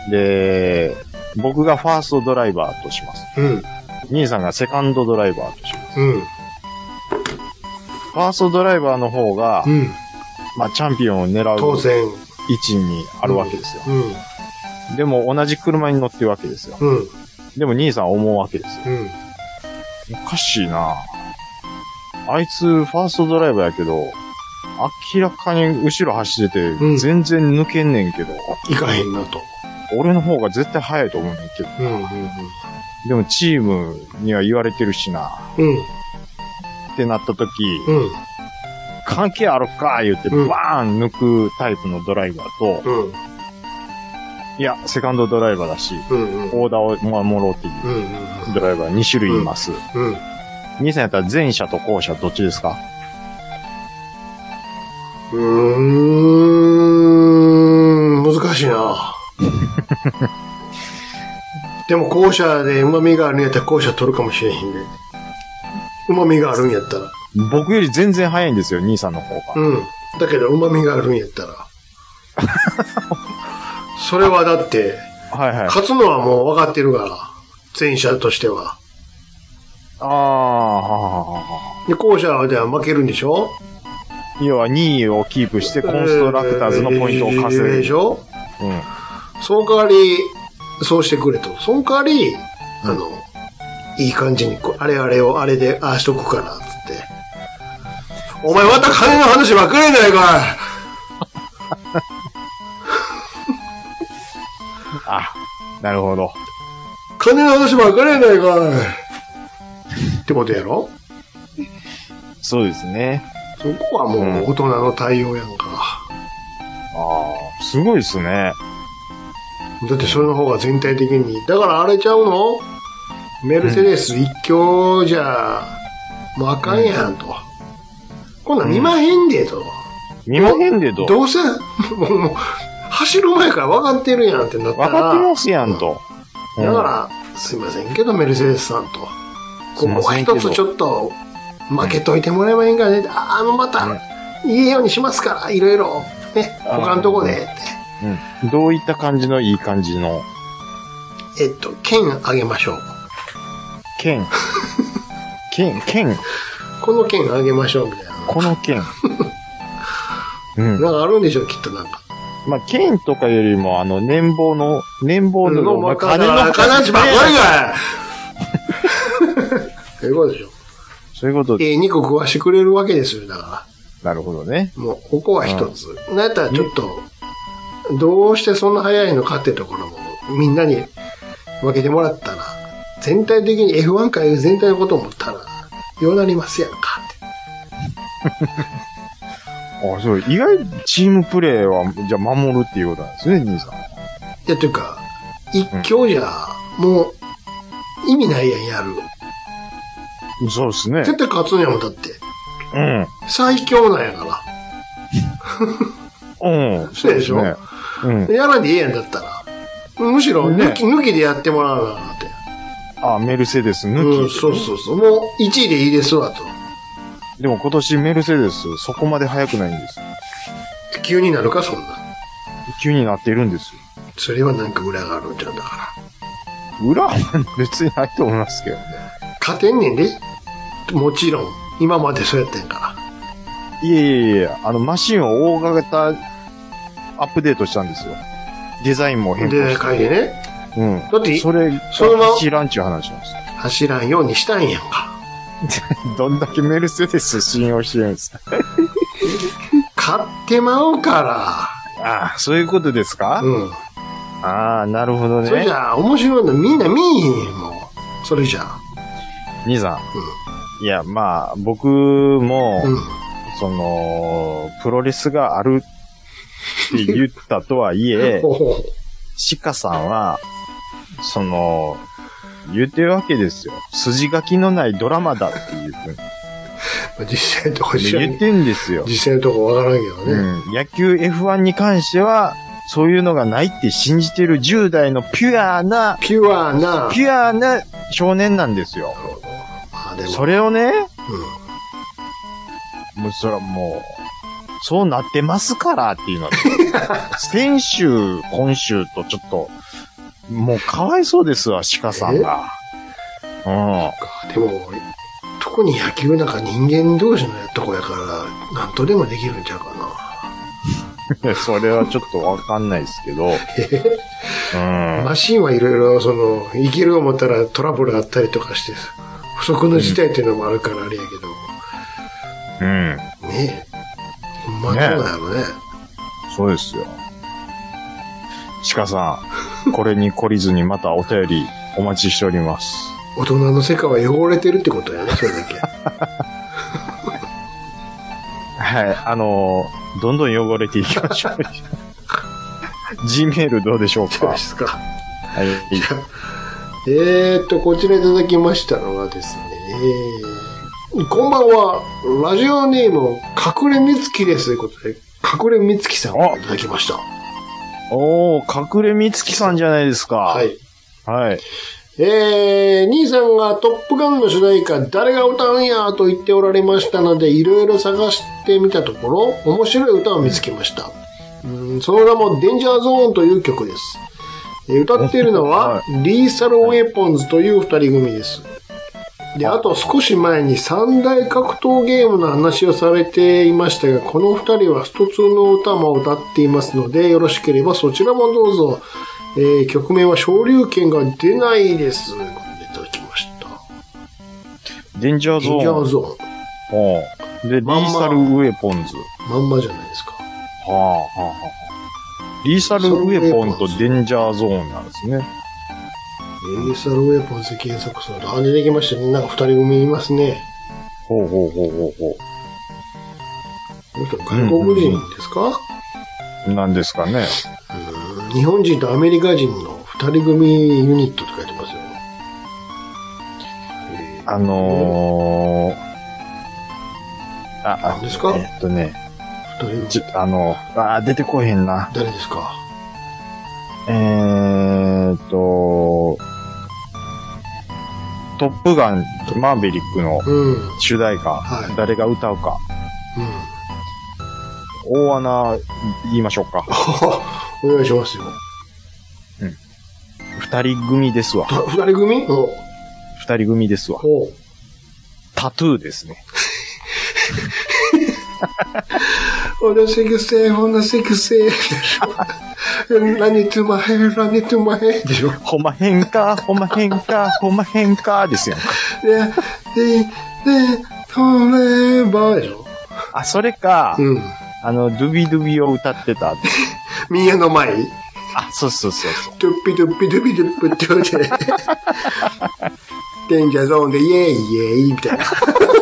Speaker 3: で、僕がファーストドライバーとします。兄さんがセカンドドライバーとします。ファーストドライバーの方が、まあ、チャンピオンを狙う
Speaker 4: 当然
Speaker 3: 位置にあるわけですよ。でも同じ車に乗ってるわけですよ。でも兄さんは思うわけですよ。おかしいな。あいつファーストドライバーやけど、明らかに後ろ走ってて、全然抜けんねんけど。
Speaker 4: いかへんなと。
Speaker 3: 俺の方が絶対速いと思うねんけど。でもチームには言われてるしな。ってなった時、関係あるか言ってバーン抜くタイプのドライバーと、いや、セカンドドライバーだし、オーダーを守ろうっていうドライバー2種類います。兄さんやったら前者と後者どっちですか？
Speaker 4: 難しいな。でも後者で旨味があるんやったら後者取るかもしれへんね。旨味があるんやったら。
Speaker 3: 僕より全然早いんですよ、兄さんの方が。
Speaker 4: うん。だけど旨味があるんやったら。それはだって、
Speaker 3: はいはい。
Speaker 4: 勝つのはもう分かってるから、前者としては。
Speaker 3: ああ、は
Speaker 4: で、後者では負けるんでしょ？
Speaker 3: 要は2位をキープしてコンストラクターズのポイントを稼ぐ。
Speaker 4: でしょ？
Speaker 3: うん。
Speaker 4: その代わり、そうしてくれと。その代わり、いい感じに、あれをあれでああしとくから、つって。お前また金の話ばっかりやないかい。
Speaker 3: あ、なるほど。
Speaker 4: 金の話ばっかりやないかい。ってことやろ？
Speaker 3: そうですね。
Speaker 4: そこはもう大人の対応やんか。
Speaker 3: ああ、すごいですね。
Speaker 4: だってそれの方が全体的に。だからあれちゃうの？メルセデス一強じゃ、もうあかんやんと。こんなん見まへんでと。
Speaker 3: 見まへんでと。
Speaker 4: どうせ、もう、走る前から分かってるやんってなったら。
Speaker 3: 分かってますやんと。
Speaker 4: だから、すいませんけど、メルセデスさんと。ここは一つちょっと、負けといてもらえまへんかね。また、いいようにしますから、いろいろ。ね、他のとこで、って。
Speaker 3: うん。どういった感じのいい感じの。
Speaker 4: 剣あげましょう。
Speaker 3: 剣。剣。
Speaker 4: この剣あげましょう、みたいな。
Speaker 3: この剣。うん。
Speaker 4: なんかあるんでしょう、きっとなんか。
Speaker 3: まあ、剣とかよりも、年俸の、金の
Speaker 4: 話ばっかりかい。そういうことでしょ。
Speaker 3: そういうことで。
Speaker 4: 肉食わしてくれるわけですよ、だから。
Speaker 3: なるほどね。
Speaker 4: もう、ここは一つ。なんやったらちょっと、どうしてそんな早いのかってところも、みんなに分けてもらったら、全体的に F1 界全体のことを思ったら、ようなりますやんかって。
Speaker 3: あ、そう、意外にチームプレーは、じゃあ守るっていうことなんですね、兄さん。
Speaker 4: いや、というか、一強じゃ、もう、意味ないやん、やる。
Speaker 3: そうですね。
Speaker 4: 絶対勝つんやもん、だって。
Speaker 3: うん。
Speaker 4: 最強なんやから。
Speaker 3: うん。
Speaker 4: そうでしょ？うん。やらんでええやんだったら。むしろ抜きでやってもらうなって。
Speaker 3: あ、メルセデス抜き、
Speaker 4: うん、そう。もう1位でいいですわと。
Speaker 3: でも今年メルセデスそこまで速くないんですよ。
Speaker 4: 急になるか、そんな。
Speaker 3: 急になっているんですよ。
Speaker 4: それはなんか裏があるんちゃうんだから。
Speaker 3: 裏は別にないと思いますけどね。
Speaker 4: 勝てんねんで。もちろん。今までそうやってんから。
Speaker 3: いえ、マシンを大型アップデートしたんですよ。デザインも変更して。
Speaker 4: で、書いてね。
Speaker 3: うん。
Speaker 4: だって、
Speaker 3: そのまま走らんちゅう話なんですよ。
Speaker 4: 走らんようにしたんやんか。
Speaker 3: どんだけメルセデス信用してるんですか。
Speaker 4: 買ってまうから。
Speaker 3: ああ、そういうことですか？うん。ああ、なるほどね。
Speaker 4: それじゃあ、面白いのみんな見えへんねん、もう。それじゃあ。
Speaker 3: 兄さん。いや、まあ、僕も、プロレスがあるって言ったとはいえ、鹿さんは、言ってるわけですよ。筋書きのないドラマだっていうふうに。
Speaker 4: 実際のとこ
Speaker 3: 言ってんですよ。
Speaker 4: 実際のとこわからんけどね。
Speaker 3: うん。野球 F1 に関しては、そういうのがないって信じてる10代のピュアな少年なんですよ。それをね、もうそれはもう、そうなってますからっていうのは、先週、今週とちょっと、もうかわいそうですわ、鹿さんが。
Speaker 4: でも、特に野球なんか人間同士のとこやから、なんとでもできるんちゃうかな。
Speaker 3: それはちょっとわかんないですけど。
Speaker 4: マシンはいろいろ、いける思ったらトラブルあったりとかして、不測の事態っていうのもあるからあれやけど。ねえ。ほんまそうだよね。
Speaker 3: そうですよ。鹿さん、これに懲りずにまたお便りお待ちしております。
Speaker 4: 大人の世界は汚れてるってことやね、それだけ。
Speaker 3: はい、どんどん汚れていきましょう。G メールどうでしょうか？
Speaker 4: そうですか。
Speaker 3: はい。
Speaker 4: こちらいただきましたのはですね、 こんばんは。ラジオネーム、隠れみつきです。ということで、隠れみつきさんをいただきました。
Speaker 3: おー、隠れみつきさんじゃないですか。
Speaker 4: はい。
Speaker 3: はい。
Speaker 4: 兄さんがトップガンの主題歌、誰が歌うんやと言っておられましたので、いろいろ探してみたところ、面白い歌を見つけました。その名も、デンジャーゾーンという曲です。歌っているのは、リーサルウェポンズという二人組です。で、あと少し前に三大格闘ゲームの話をされていましたが、この二人は一つの歌も歌っていますので、よろしければそちらもどうぞ。曲名は昇竜拳が出ないです。ということでいただきました。
Speaker 3: デンジャーゾーン。
Speaker 4: デンジャーゾ
Speaker 3: ーン。で、リーサルウェポンズ。
Speaker 4: まんまじゃないですか。
Speaker 3: はあ、はあ、はあ。リーサルウェポンとデンジャーゾーンなんですね。
Speaker 4: リーサルウェポンズで検索すると、出てきましたね。なんか二人組いますね。
Speaker 3: ほうほうほうほうほう。
Speaker 4: この人外国人ですか？
Speaker 3: なんですかね。
Speaker 4: 日本人とアメリカ人の二人組ユニットって書いてますよ。何ですか？
Speaker 3: 二人組。出てこへんな。
Speaker 4: 誰ですか？
Speaker 3: トップガン、マーベリックの主題歌、誰が歌うか。大穴言いましょうか。
Speaker 4: お願いしますよ。
Speaker 3: 二人組ですわ。
Speaker 4: 二人組？
Speaker 3: 二人組ですわ。タトゥーですね。
Speaker 4: On the sick say, on the sick say. Run it to my head, run it to my head. でしょ。
Speaker 3: ほまへんか、ほまへんか、ほまへんかですよ。
Speaker 4: で、トレバーでしょ。
Speaker 3: あ、それか、ドゥビドゥビを歌ってた。
Speaker 4: ミーアの前？
Speaker 3: あ、そう。ドゥ
Speaker 4: ッピドゥッピドゥピドゥッピって言うて。デンジャーゾーンでイエーイイエーイみたいな。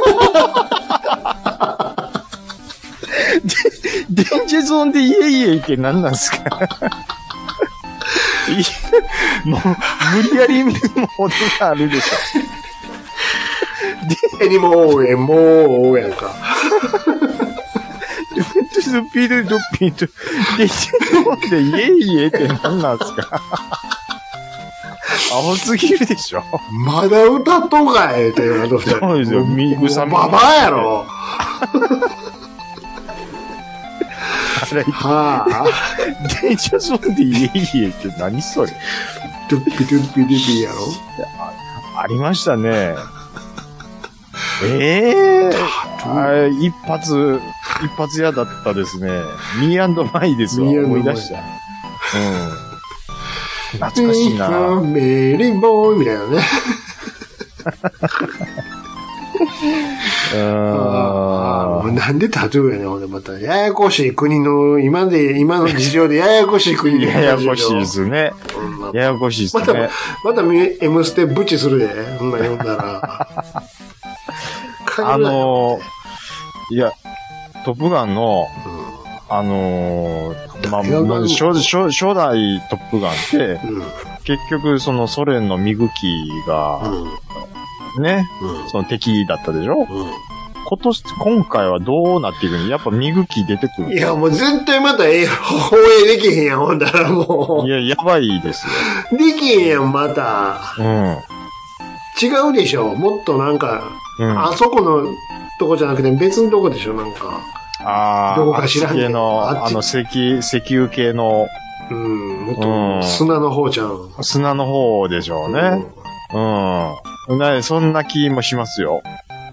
Speaker 3: デンジャーゾーンでイエイイエイって何なんですか？もう、無理やり見るほどがあるでしょ。
Speaker 4: エニモーエモーやんか。
Speaker 3: ドゥピドゥドゥピドゥ、デンジャーゾーンでイエイイエイって何なんですか？アホすぎるでしょ。
Speaker 4: まだ歌っとんかいっていうのは
Speaker 3: そうですよ、ミグサミ。
Speaker 4: ババアやろ。
Speaker 3: はあ。電車ゾーンでイエイエイって何それ？
Speaker 4: ドゥッピドゥッピドゥッピやろ？
Speaker 3: ありましたね。一発屋だったですね。ミー&マイですわ。思い出した。懐かしいな。
Speaker 4: メリーボーイみたいなね。なんでタトゥーやねん、ほんでまた。ややこしい国の、今の事情でややこしい国で。
Speaker 3: ややこしいですね。ややこしいですね。
Speaker 4: また、M ステブチするで。そんな読んだら。
Speaker 3: いや、トップガンの、初代トップガンって、結局そのソ連のミグ機が、ね、その敵だったでしょ？今回はどうなっていくの？やっぱミグ機出てくる。
Speaker 4: いや、もう絶対また放映できへんやん、ほんだらもう。
Speaker 3: いや、やばいです
Speaker 4: よ。できへんやん、また。違うでしょ？もっとなんか、あそこのとこじゃなくて別のとこでしょ、なんか。どこか知らんけど。
Speaker 3: 石油系の。
Speaker 4: もっと砂の方じゃん。
Speaker 3: 砂の方でしょうね。そんな気もしますよ。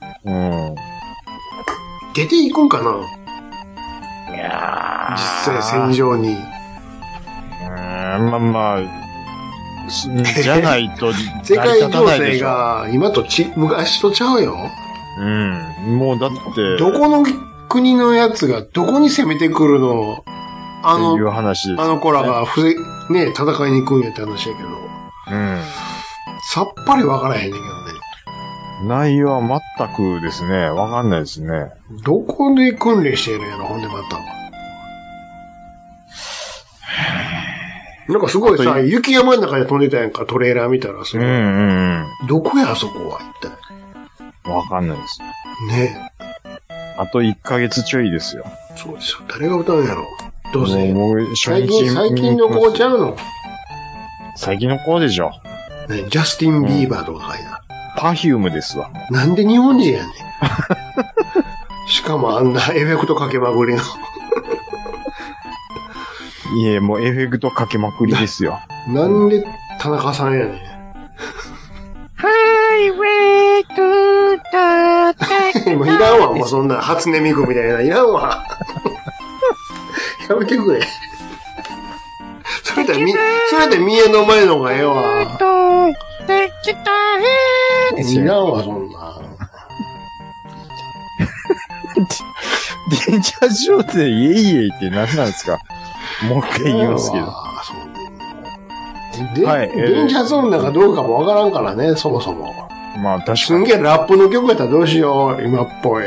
Speaker 4: 出ていくんかな？
Speaker 3: いや
Speaker 4: 実際戦場に。
Speaker 3: まあ、じゃないと、
Speaker 4: 世界情勢が今と昔とちゃうよ。
Speaker 3: もうだって。
Speaker 4: どこの国のやつがどこに攻めてくるの？
Speaker 3: っていう話です、
Speaker 4: あの子らがね、戦いに行くんやって話やけど。さっぱりわからへんねんけどね。
Speaker 3: 内容は全くですね、わかんないですね。
Speaker 4: どこで訓練してるんやろ、ほんでまた。なんかすごいさ、雪山の中で飛んでたやんか、トレーラー見たらどこや、あそこは、一体。
Speaker 3: わかんないです。
Speaker 4: ね。
Speaker 3: あと1ヶ月ちょいですよ。
Speaker 4: そうですよ。誰が歌うんやろ。どうせ。
Speaker 3: もう
Speaker 4: 最近の子ちゃうの？
Speaker 3: 最近の子でしょ。
Speaker 4: ね、ジャスティン・ビーバーとかかいな。
Speaker 3: パフュームですわ。
Speaker 4: なんで日本人やねん。しかもあんなエフェクトかけまくりの。
Speaker 3: いえ、もうエフェクトかけまくりですよ。
Speaker 4: なんで田中さんやねん。
Speaker 2: Highway to the
Speaker 4: もういらんわ、もうそんな初音ミクみたいな。いらんわ。やめてくれ。それで見えの前のがええわ。いらんわ、そんな。
Speaker 3: デンジャージョーでイエイエイって何なんですか？もう一回言いますけど。
Speaker 4: はい。デンジャーゾーンなんかどうかもわからんからね、そもそも。
Speaker 3: まあ確かに。
Speaker 4: すんげえラップの曲やったらどうしよう、今っぽい。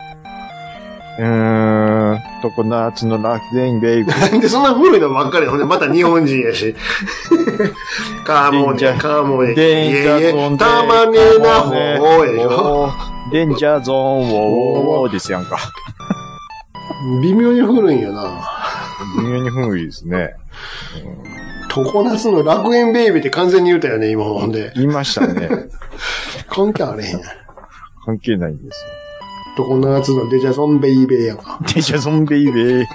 Speaker 3: 常夏の楽園ベイビー。
Speaker 4: なんでそんな古いのばっかりほんで、また日本人やし。カーモネ。
Speaker 3: デンジャーゾーン。
Speaker 4: たまねえな、ほうでしょ。
Speaker 3: デンジャーゾーン、おーですやんか。
Speaker 4: 微妙に古いんよな。
Speaker 3: 微妙に古いですね。
Speaker 4: 常夏の楽園ベイビーって完全に言うたよね、今ほんで。
Speaker 3: 言いましたね。
Speaker 4: 関係あれへん。
Speaker 3: 関係ないんです
Speaker 4: よ。常夏のデジャゾンベイベーやんか。
Speaker 3: デジャゾンベイベー。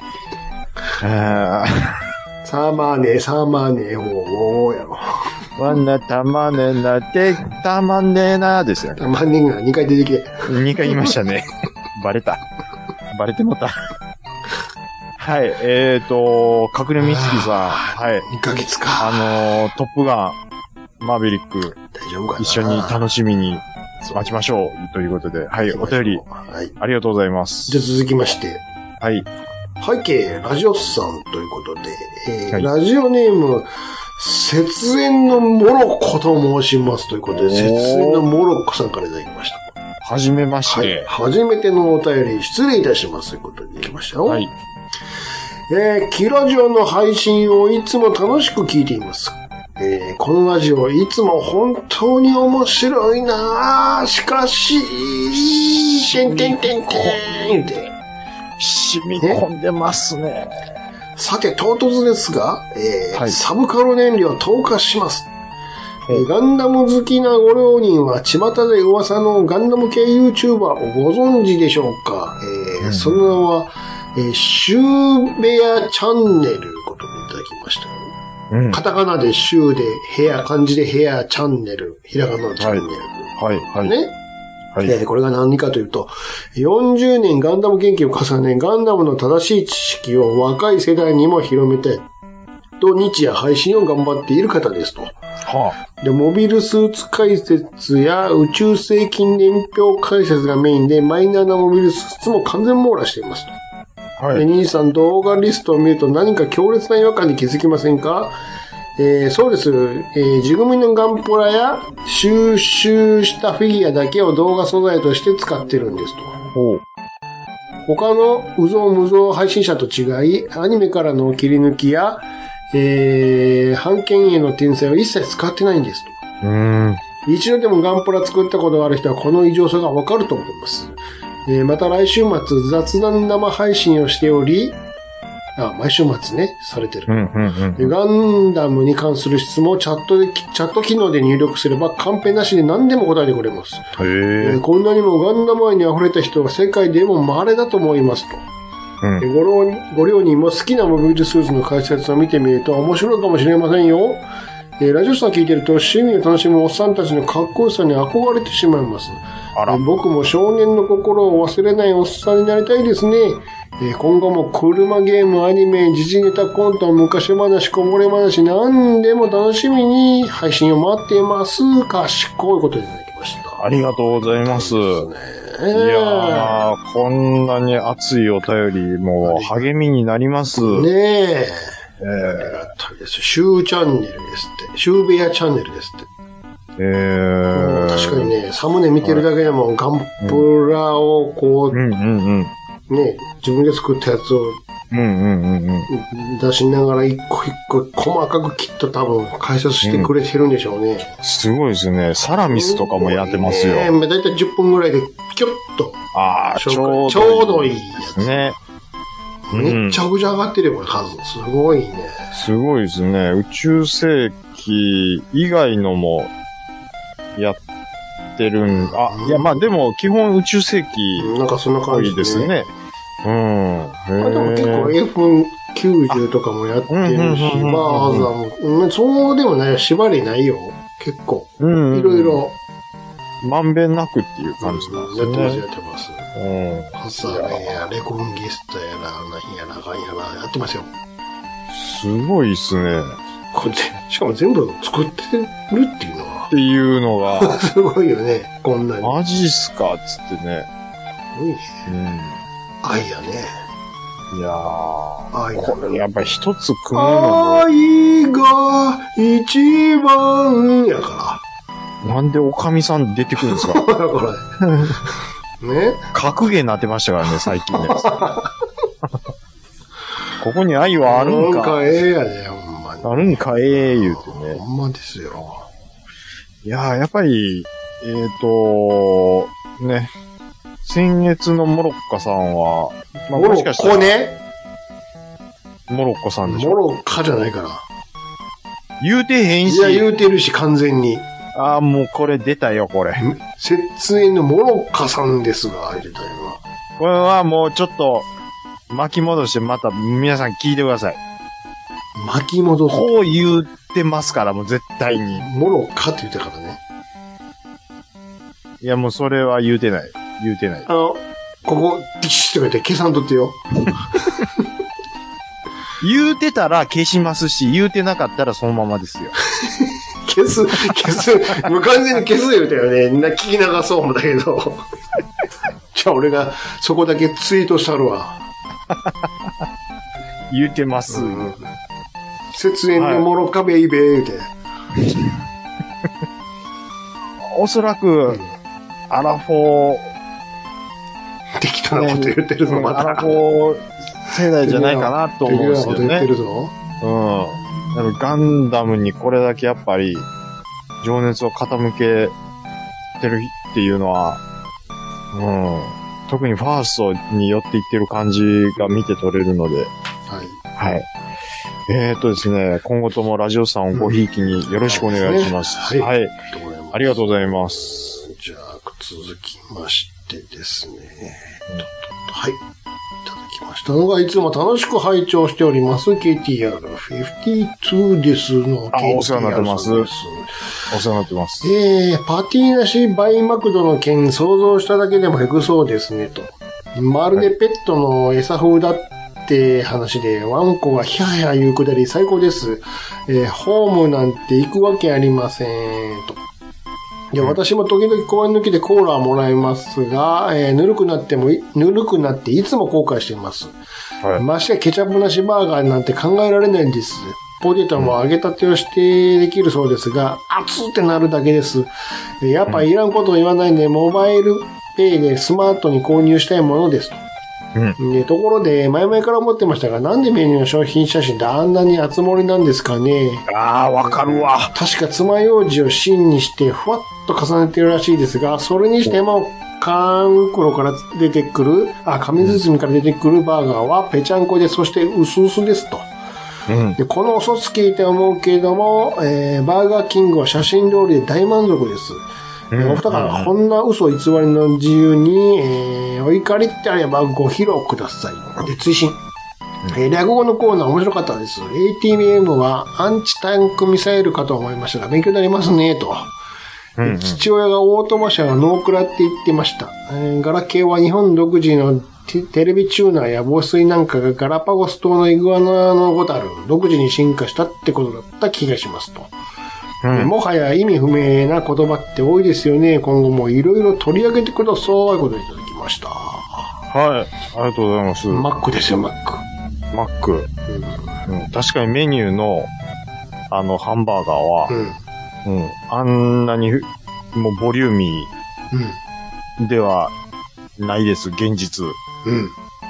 Speaker 4: サーマーネー、おーやろ。
Speaker 3: わんな、たまねな、で、たまんねえな、ですよね。
Speaker 4: たまんねえが2回出てきて。
Speaker 3: 2回言いましたね。バレてもた。はい、隠れみつきさん。はい。
Speaker 4: 2ヶ月か。
Speaker 3: トップガン、マーベリック。
Speaker 4: 大丈夫かな。
Speaker 3: 一緒に楽しみに待ちましょう。ということで。はい、お便り。はい。ありがとうございます。
Speaker 4: じゃあ続きまして。
Speaker 3: はい。
Speaker 4: 背景、ラジオスさんということで、
Speaker 3: はい、
Speaker 4: ラジオネーム、雪煙のモロッコと申しますということで、雪煙のモロッコさんからいただきました。
Speaker 3: はじめまして。
Speaker 4: はい。初めてのお便り、失礼いたしますということで来ましたよ。はい。キラジオの配信をいつも楽しく聞いています。このラジオいつも本当に面白いなぁ。しかし、言うて。
Speaker 3: 染み込んでますね。
Speaker 4: さて、唐突ですが、はい、サブカル燃料投下します。ガンダム好きなご両人は巷で噂のガンダム系 YouTuber をご存知でしょうか。その名は、シューベアチャンネルことでいただきました。カタカナでシューでヘア、漢字でヘアチャンネル、ひらがなのチャンネル。
Speaker 3: はい。
Speaker 4: ね。はい。これが何かというと、40年ガンダム研究を重ね、ガンダムの正しい知識を若い世代にも広めて、と日夜配信を頑張っている方ですと。で、モビルスーツ解説や宇宙世紀年表解説がメインで、マイナーなモビルスーツも完全網羅していますと。はい。で、兄さん動画リストを見ると何か強烈な違和感に気づきませんか？そうです。地組みのガンプラや収集したフィギュアだけを動画素材として使ってるんですと。他のうぞうむぞう配信者と違い、アニメからの切り抜きや、版権への転載を一切使ってないんですと。一度でもガンプラ作ったことがある人はこの異常さがわかると思います。また来週末雑談生配信をしており、毎週末ね、されてる。ガンダムに関する質問をチャット機能で入力すればカンペなしで何でも答えてくれます。こんなにもガンダム愛に溢れた人が世界でも稀だと思いますと。ご両人も好きなモビルスーツの解説を見てみると面白いかもしれませんよ。ラジオさん聞いてると趣味を楽しむおっさんたちのかっこよさに憧れてしまいます。僕も少年の心を忘れないおっさんになりたいですね。今後も車ゲーム、アニメ、時事ネタコント、昔話、こぼれ話、何でも楽しみに配信を待っています。賢いこといただきました。
Speaker 3: ありがとうございます。いやー、こんなに熱いお便り、もう励みになります。
Speaker 4: ねえ。ありがたいです。シューチャンネルですって。シューベアチャンネルですって。確かにね、サムネ見てるだけでもガンプラをこう、ね、自分で作ったやつを出しながら一個一個細かくきっと多分解説してくれてるんでしょうね。
Speaker 3: すごいですね。サラミスとかもやってますよ。
Speaker 4: だいたい10分ぐらいでキュッと。
Speaker 3: ちょうどいいやつ。ね。
Speaker 4: めっちゃくちゃ上がってるよ、これ数。すごいね。
Speaker 3: すごいですね。宇宙世紀以外のもやってるん。いや、まあでも基本宇宙世紀
Speaker 4: なんかそんな感じ
Speaker 3: ですね。でも
Speaker 4: 結構 F90 とかもやってるし、バーザも、そうでもないよ、縛りないよ。結構。いろいろ。
Speaker 3: まんべんなくっていう感じなんですね。
Speaker 4: やってます。ハサウェイやレコンギスタやら、何やらかんやら、やってますよ。
Speaker 3: すごいっすね。
Speaker 4: これしかも全部作ってるっていうのは。
Speaker 3: っていうのが。
Speaker 4: すごいよね、こんなに。
Speaker 3: マジっすかっつってね。
Speaker 4: すごいね。愛やね。
Speaker 3: いやー。
Speaker 4: 愛
Speaker 3: これやっぱ一つ組むのも。
Speaker 4: 愛が一番やから。
Speaker 3: なんでおかみさん出てくるんですかこ
Speaker 4: れ。ね。
Speaker 3: 格言になってましたからね、最近のやつ。ここに愛はあるんか。
Speaker 4: なんかええやね、ほんまに。
Speaker 3: あるんかええ言うてね。
Speaker 4: ほんまですよ。
Speaker 3: いやー、やっぱり、ね。先月のモロッカさんは、
Speaker 4: まあ、もしかしたら。モロッコね。
Speaker 3: モロッコさんでしょ。
Speaker 4: モロッカじゃないから。
Speaker 3: 言うてへんし。
Speaker 4: いや、言うてるし、完全に。
Speaker 3: もうこれ出たよ、これ。
Speaker 4: 節縁のモロッカさんですが、入れたよな。
Speaker 3: これはもうちょっと、巻き戻してまた皆さん聞いてください。
Speaker 4: 巻き戻す。
Speaker 3: こう言ってますから、もう絶対に。
Speaker 4: モロッカって言ったからね。
Speaker 3: いや、もうそれは言うてない。言うてない。
Speaker 4: ここ、ピシッとか言って計算取ってよ。
Speaker 3: 言うてたら消しますし、言うてなかったらそのままですよ。
Speaker 4: 消す。もう完全に消す言うたよね。聞き流そうもだけど。じゃあ俺がそこだけツイートしたるわ。
Speaker 3: 言うてます。
Speaker 4: 節縁のモロッカベイベー言うて。
Speaker 3: おそらく、アラフォー、
Speaker 4: 適当なこと言ってるぞ、また。
Speaker 3: アラフォー世代じゃないかなと思うんですけどね。
Speaker 4: 言ってるぞ。
Speaker 3: でもガンダムにこれだけやっぱり、情熱を傾けてるっていうのは、特にファーストに寄っていってる感じが見て取れるので。はい。ですね、今後ともラジオさんをごひいきによろしくお願いします。はい。ありがとうございます。
Speaker 4: じゃあ、続きましてですね。はい。いただきましたのが、いつも楽しく拝聴しております、KTR52 ですの。
Speaker 3: お世話になってます。お世話になってます。
Speaker 4: パティなしバイマクドの件、想像しただけでもヘグそうですね、と。まるでペットの餌風だって話で、ワンコがヒャヒャ言うくだり最高です。ホームなんて行くわけありません、と。で、私も時々公園抜きでコーラをもらいますが、ぬるくなっていつも後悔しています。ましてやケチャップなしバーガーなんて考えられないんです。ポテトも揚げたてをしてできるそうですが、熱ってなるだけです。やっぱいらんことを言わないで、モバイルペイでスマートに購入したいものですと。ところで、前々から思ってましたが、なんでメニューの商品写真であんなに厚盛りなんですかね。
Speaker 3: わかるわ。
Speaker 4: 確か爪楊枝を芯にして、ふわっと重ねてるらしいですが、それにしても、缶袋から出てくる、紙包みから出てくるバーガーはぺちゃんこで、そして薄々ですと。でこの嘘つきって思うけれども、バーガーキングは写真通りで大満足です。お二方、こんな嘘偽りの自由に、お怒りってあればご披露ください。で、追伸。略語のコーナー面白かったです。ATBM はアンチタンクミサイルかと思いましたが、勉強になりますね、と。父親がオートマ車はノークラって言ってました。ガラケーは日本独自のテレビチューナーや防水なんかがガラパゴス島のイグアナのごたる独自に進化したってことだった気がしますと。もはや意味不明な言葉って多いですよね。今後もいろいろ取り上げてください。ということでいただきました。
Speaker 3: はい。ありがとうございます。
Speaker 4: マックですよ、マック。
Speaker 3: マック。確かにメニューの、ハンバーガーは、あんなに、もうボリューミーではないです、現実。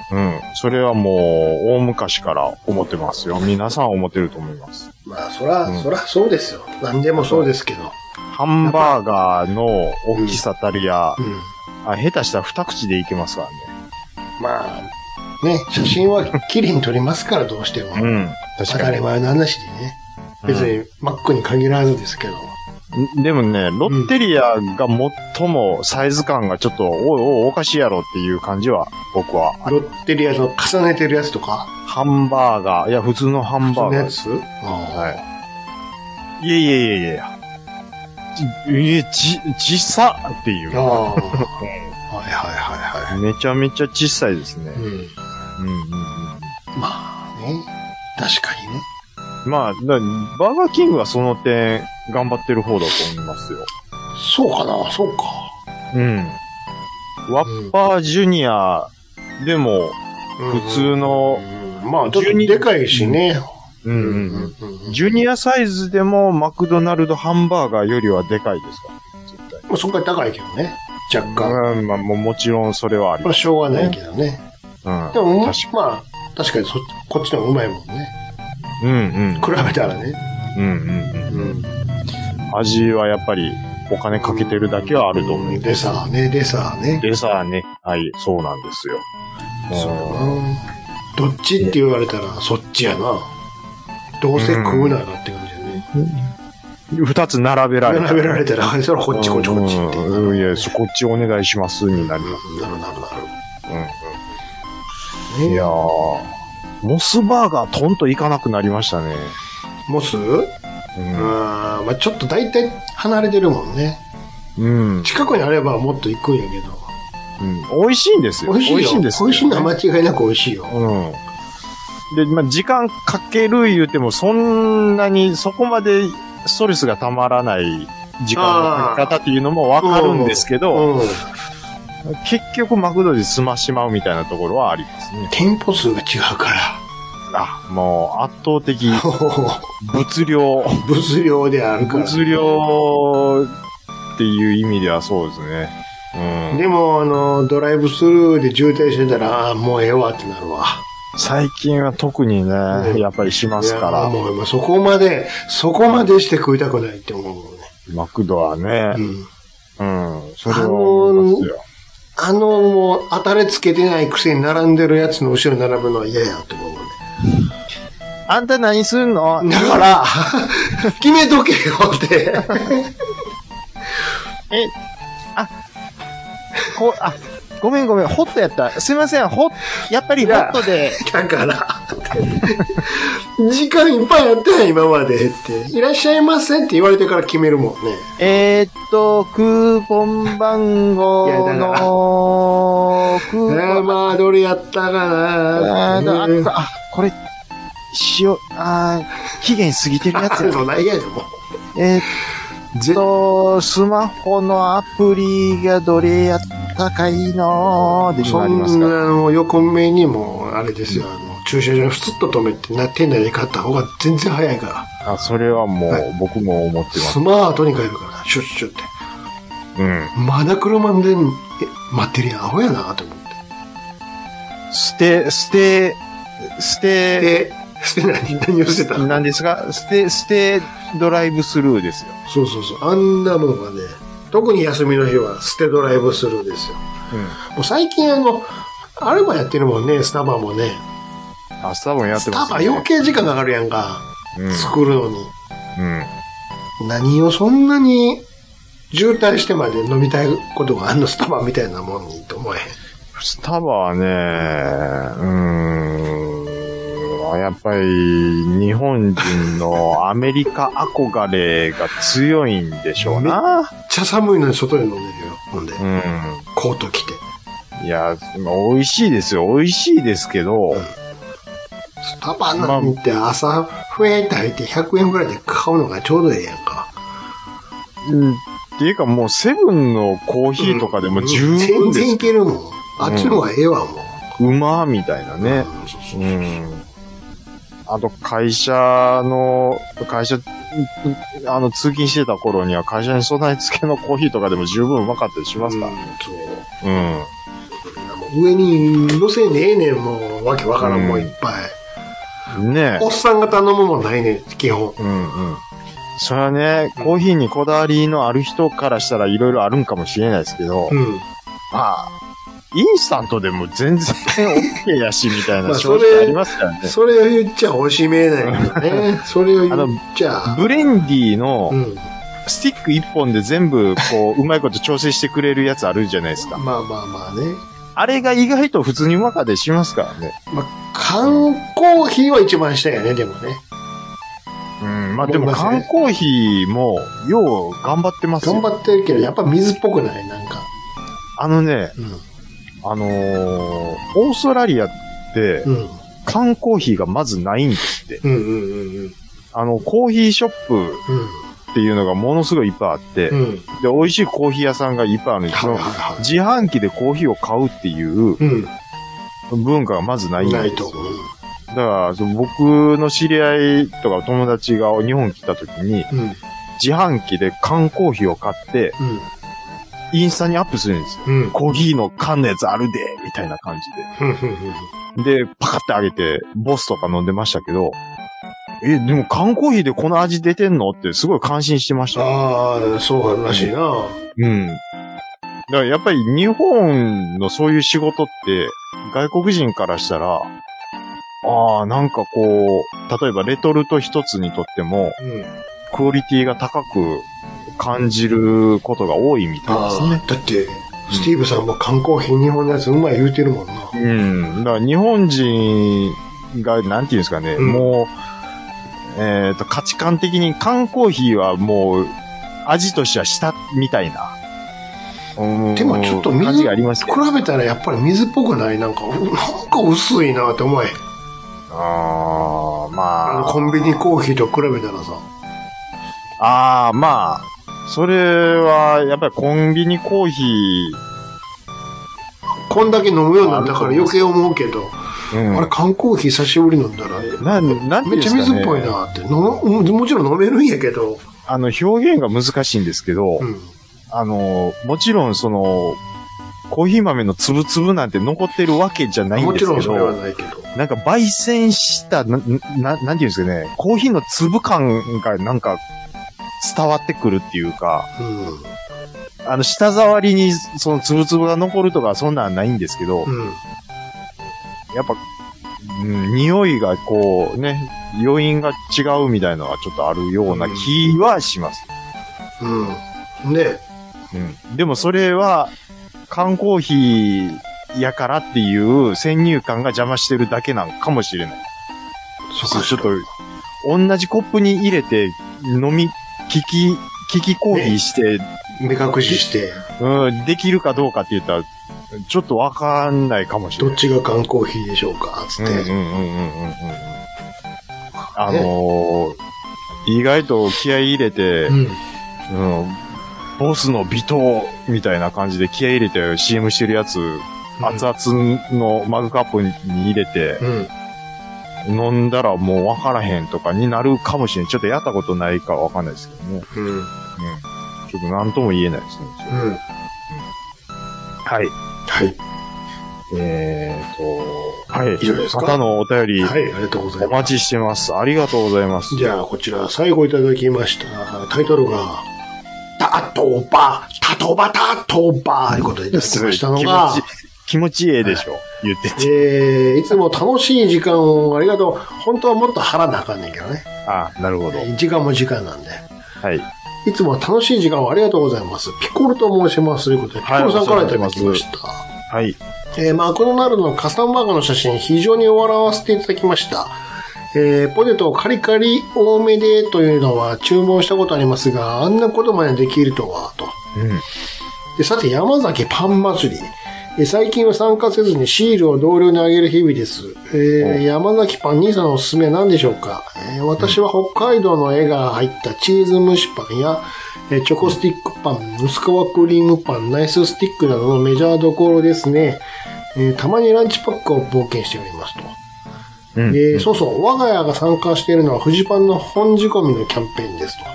Speaker 3: うん。それはもう、大昔から思ってますよ。皆さん思ってると思います。
Speaker 4: まあ、そらそうですよ。何でもそうですけど。
Speaker 3: ハンバーガーの大きさたりや、下手したら2口でいけますからね。
Speaker 4: まあ、ね、写真は綺麗に撮りますから、どうしても。
Speaker 3: 確かに。
Speaker 4: 当たり前の話でね。別に、マックに限らずですけど。
Speaker 3: でもね、ロッテリアが最もサイズ感がちょっと、おかしいやろっていう感じは、僕は。
Speaker 4: ロッテリアの重ねてるやつとか
Speaker 3: ハンバーガー、いや、普通のハンバーガーです。はい。いや。小さっていう。はい。めちゃめちゃ小さいですね。
Speaker 4: まあね。確かにね。
Speaker 3: まあ、バーガーキングはその点、頑張ってる方だと思いますよ。
Speaker 4: そうかな、そうか。
Speaker 3: ワッパージュニアでも、普通の、
Speaker 4: まあ、ちょっとでかいしね。
Speaker 3: ジュニアサイズでもマクドナルドハンバーガーよりはでかいですか？絶対。
Speaker 4: まあ、そこから高いけどね。若干。
Speaker 3: まあ、もちろんそれはあります。
Speaker 4: まあ、しょうがないけどね。でも、まあ、確かにこっちの方がうまいもんね。比べたらね。
Speaker 3: 味はやっぱりお金かけてるだけはあると思う。
Speaker 4: でさあね。
Speaker 3: はい、そうなんですよ。
Speaker 4: どっちって言われたらそっちやな。どうせ食うならって感じだね。
Speaker 3: 二つ並べられ
Speaker 4: たら、それはこっちって。
Speaker 3: いや、こっちお願いしますになります。
Speaker 4: なる。
Speaker 3: いやー、モスバーガートンといかなくなりましたね。
Speaker 4: モス？まあちょっと大体離れてるもんね。近くにあればもっと行くんやけど。
Speaker 3: 美味しいんですよ。美味しいんですよ。
Speaker 4: 美味しいのは間違いなく美味しいよ。
Speaker 3: で、まあ時間かける言うてもそんなにそこまでストレスがたまらない時間のかけ方っていうのもわかるんですけど、結局マクドで済ましまうみたいなところはありますね。
Speaker 4: 店舗数が違うから。
Speaker 3: もう圧倒的物量
Speaker 4: であるから。
Speaker 3: 物量っていう意味ではそうですね。
Speaker 4: でもドライブスルーで渋滞してたら、もうええわってなるわ。
Speaker 3: 最近は特にね、やっぱりしますから。
Speaker 4: もうそこまでして食いたくないって思うもんね。
Speaker 3: マクドはね。それは思いますよ。
Speaker 4: もう、当たりつけてないくせに並んでるやつの後ろに並ぶのは嫌やって思うもんね。
Speaker 3: あんた何すんの？
Speaker 4: だから、決めとけよって。
Speaker 3: ごめん、ホットやった。すいません、やっぱりホットで。
Speaker 4: だから、時間いっぱいやったやん、今までって。いらっしゃいませって言われてから決めるもんね。
Speaker 3: クーポン番号の、
Speaker 4: まあ、どれやったかな。
Speaker 3: これ、期限過ぎてるやつや。
Speaker 4: そうないやでも。
Speaker 3: スマホのアプリがどれやったかいいので今ありますから。
Speaker 4: 横目にも、あれですよ、駐車場にふつっと止めて、店内で買った方が全然早いから。
Speaker 3: それはもう、僕も思ってます。
Speaker 4: スマートに買えるから、シュッシュって。まだ車で待ってるやん、アホやなと思って。何をしてた？
Speaker 3: 何ですか？ステドライブスルーですよ。
Speaker 4: そう。あんなもんがね、特に休みの日はステドライブスルーですよ。もう最近あれもやってるもんね、スタバもね。
Speaker 3: スタバもやってますね。
Speaker 4: スタバ余計時間かかるやんか。作るのに。何をそんなに渋滞してまで飲みたいことがあんの、スタバみたいなもんにと思えへん。
Speaker 3: スタバはね、やっぱり日本人のアメリカ憧れが強いんでしょうな。
Speaker 4: めっちゃ寒いのに外で飲んでるよ。ほんで。コート着て。
Speaker 3: いや、美味しいですよ。美味しいですけど。
Speaker 4: スタバなんて朝、ふえって入って100円ぐらいで買うのがちょうどええやんか。
Speaker 3: っていうかもうセブンのコーヒーとかでも十分です。
Speaker 4: 全然いけるもん。あっちの方がええわ、もう。
Speaker 3: うまーみたいなね。あと通勤してた頃には会社に備え付けのコーヒーとかでも十分うまかったりしますからね。
Speaker 4: も上に乗せんでええねん、もう。わけわからんもんいっぱい。
Speaker 3: ねえ。
Speaker 4: おっさんが頼むもんないねん、基本。
Speaker 3: それはね、コーヒーにこだわりのある人からしたらいろいろあるんかもしれないですけど、まあ、インスタントでも全然 OK やし、みたいな正直ありますからね。
Speaker 4: それを言っちゃおしめないけどね。それを言っちゃ。
Speaker 3: ブレンディーの、スティック一本で全部、こう、うまいこと調整してくれるやつあるじゃないですか。
Speaker 4: まあまあまあね。
Speaker 3: あれが意外と普通にうまかったりしますからね。
Speaker 4: まあ、缶コーヒーは一番下やね、でもね。
Speaker 3: まあでも缶コーヒーも、よう頑張ってますよ。
Speaker 4: 頑張ってるけど、やっぱ水っぽくない、なんか。
Speaker 3: オーストラリアって、缶コーヒーがまずないんですって。コーヒーショップっていうのがものすごいいっぱいあって、で、美味しいコーヒー屋さんがいっぱいあるんですけど、自販機でコーヒーを買うっていう文化がまずないんですよ。ないと。だから、僕の知り合いとか友達が日本来た時に、自販機で缶コーヒーを買って、インスタにアップするんですよ。コーヒーの缶のやつあるでみたいな感じで。で、パカってあげて、ボスとか飲んでましたけど、でも缶コーヒーでこの味出てんのってすごい感心してました。
Speaker 4: ああ、そうらしいな。
Speaker 3: だからやっぱり日本のそういう仕事って、外国人からしたら、なんかこう、例えばレトルト一つにとっても、クオリティが高く感じることが多いみたいですね。
Speaker 4: だって、スティーブさんも缶コーヒー日本のやつうまい言うてるもんな。
Speaker 3: だから日本人が、なんていうんですかね、もう、価値観的に缶コーヒーはもう、味としては下みたいな。
Speaker 4: でもちょっと水、比べたらやっぱり水っぽくない？なんか薄いなって思え。
Speaker 3: まあ。
Speaker 4: コンビニコーヒーと比べたらさ。
Speaker 3: まあ。それは、やっぱりコンビニコーヒー。
Speaker 4: こんだけ飲むようになったから余計思うけど。あれ、缶コーヒー久しぶり飲んだら、めっちゃ水っぽいなって。もちろん飲めるんやけど。
Speaker 3: 表現が難しいんですけど、もちろんコーヒー豆のつぶつぶなんて残ってるわけじゃないんですけど。
Speaker 4: もちろんそれはないけど。
Speaker 3: なんか焙煎した、なんていうんですかね、コーヒーの粒感がなんか伝わってくるっていうか、舌触りにそのつぶつぶが残るとかそんなんないんですけど、やっぱ、匂いがこうね、余韻が違うみたいなのはちょっとあるような気はします。でもそれは、缶コーヒーやからっていう先入観が邪魔してるだけなんかもしれない。ちょっと、同じコップに入れて、利きコーヒーして、
Speaker 4: 目隠しして、
Speaker 3: できるかどうかって言ったら、ちょっとわかんないかもしれない。
Speaker 4: どっちが缶コーヒーでしょうかつって。
Speaker 3: 意外と気合い入れて、ボスの微糖みたいな感じで気合い入れて CM してるやつ、熱々のマグカップに入れて、飲んだらもうわからへんとかになるかもしれない。ちょっとやったことないかわかんないですけどね。ちょっとなんとも言えないですね。はい。はい。以上ですか？またのお便り。
Speaker 4: はい、ありがとうございます。
Speaker 3: お待ちしてます。ありがとうございます。
Speaker 4: じゃあ、こちら、最後いただきました。タイトルが、タトバということでいただきましたのが、
Speaker 3: 気持ちいいでしょ言ってて。
Speaker 4: いつも楽しい時間をありがとう。本当はもっと腹なあかんねんけどね。
Speaker 3: なるほど。
Speaker 4: 時間も時間なんで。
Speaker 3: はい。
Speaker 4: いつも楽しい時間をありがとうございます。ピコルと申します。ということで、ピコルさんからいただきました。
Speaker 3: はい。
Speaker 4: マクドナルドのカスタムバーガーの写真、非常に笑わせていただきました。ポテトカリカリ多めでというのは注文したことありますが、あんなことまでできるとは、と。で、さて、山崎パン祭り。最近は参加せずにシールを同僚にあげる日々です。山崎パン兄さんのおすすめは何でしょうか？私は北海道の絵が入ったチーズ蒸しパンや、チョコスティックパン、薄皮クリームパン、ナイススティックなどのメジャーどころですね。たまにランチパックを冒険しておりますと。そうそう、我が家が参加しているのはフジパンの本仕込みのキャンペーンですと。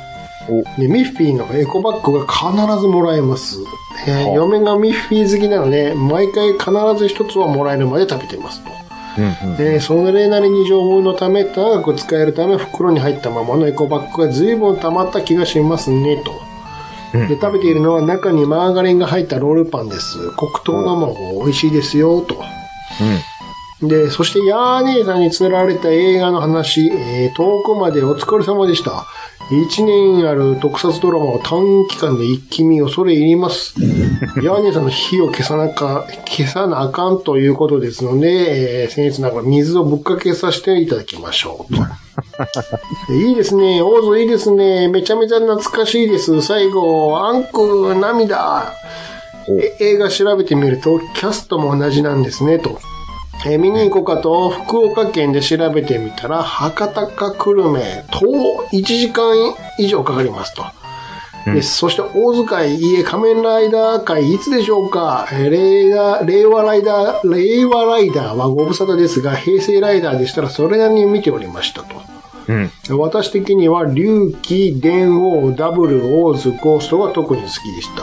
Speaker 4: で、ミッフィーのエコバッグが必ずもらえます。嫁がミッフィー好きなので、毎回必ず一つはもらえるまで食べてますと。それなりに丈夫のため、長く使えるため、袋に入ったままのエコバッグが随分溜まった気がしますね、と。で、食べているのは中にマーガリンが入ったロールパンです。黒糖卵美味しいですよ、と。で、そしてヤー姉さんに連れられた映画の話、遠くまでお疲れ様でした。1年ある特撮ドラマを短期間で一気見恐れ入ります。ヤー姉さんの火を消さなあかんということですので、僭越ながら水をぶっかけさせていただきましょう。いいですね。オーズいいですね。めちゃめちゃ懐かしいです。最後、アンク涙。映画調べてみると、キャストも同じなんですね、と。見に行こうかと、福岡県で調べてみたら、博多か久留米、1時間以上かかりますと。そして、大塚い仮面ライダー会いつでしょうか。令和ライダーはご無沙汰ですが、平成ライダーでしたらそれなりに見ておりましたと。私的には、龍騎、電王、ダブル、オーズ、ゴーストが特に好きでした。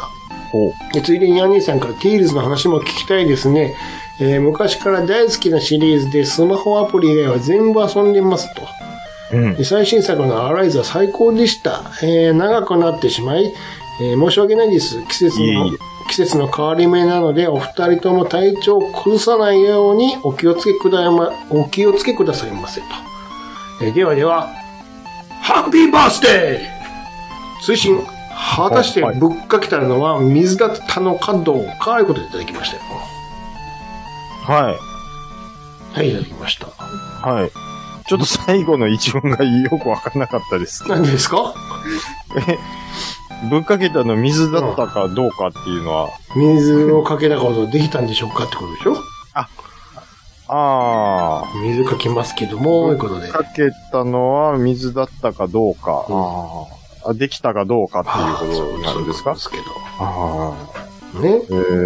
Speaker 4: ついでにヤニーさんからティールズの話も聞きたいですね。昔から大好きなシリーズでスマホアプリ以外は全部遊んでますと。最新作のアライズは最高でした。長くなってしまい、申し訳ないです。季節の変わり目なので、お二人とも体調を崩さないようにお気をつけくださいませと。ではでは、ハッピーバースデー追伸、果たしてぶっかけたのは水だったのかどうかということでいただきましたよ。はい、いただきました。
Speaker 3: はい。ちょっと最後の一文がよくわかんなかったです。
Speaker 4: 何ですか？
Speaker 3: ぶっかけたの水だったかどうかっていうのは。
Speaker 4: 水をかけたことできたんでしょうかってことでしょ？水かけますけども、ということで。
Speaker 3: かけたのは水だったかどうか。できたかどうかっていうことなんですか？
Speaker 4: そうですけど。ね。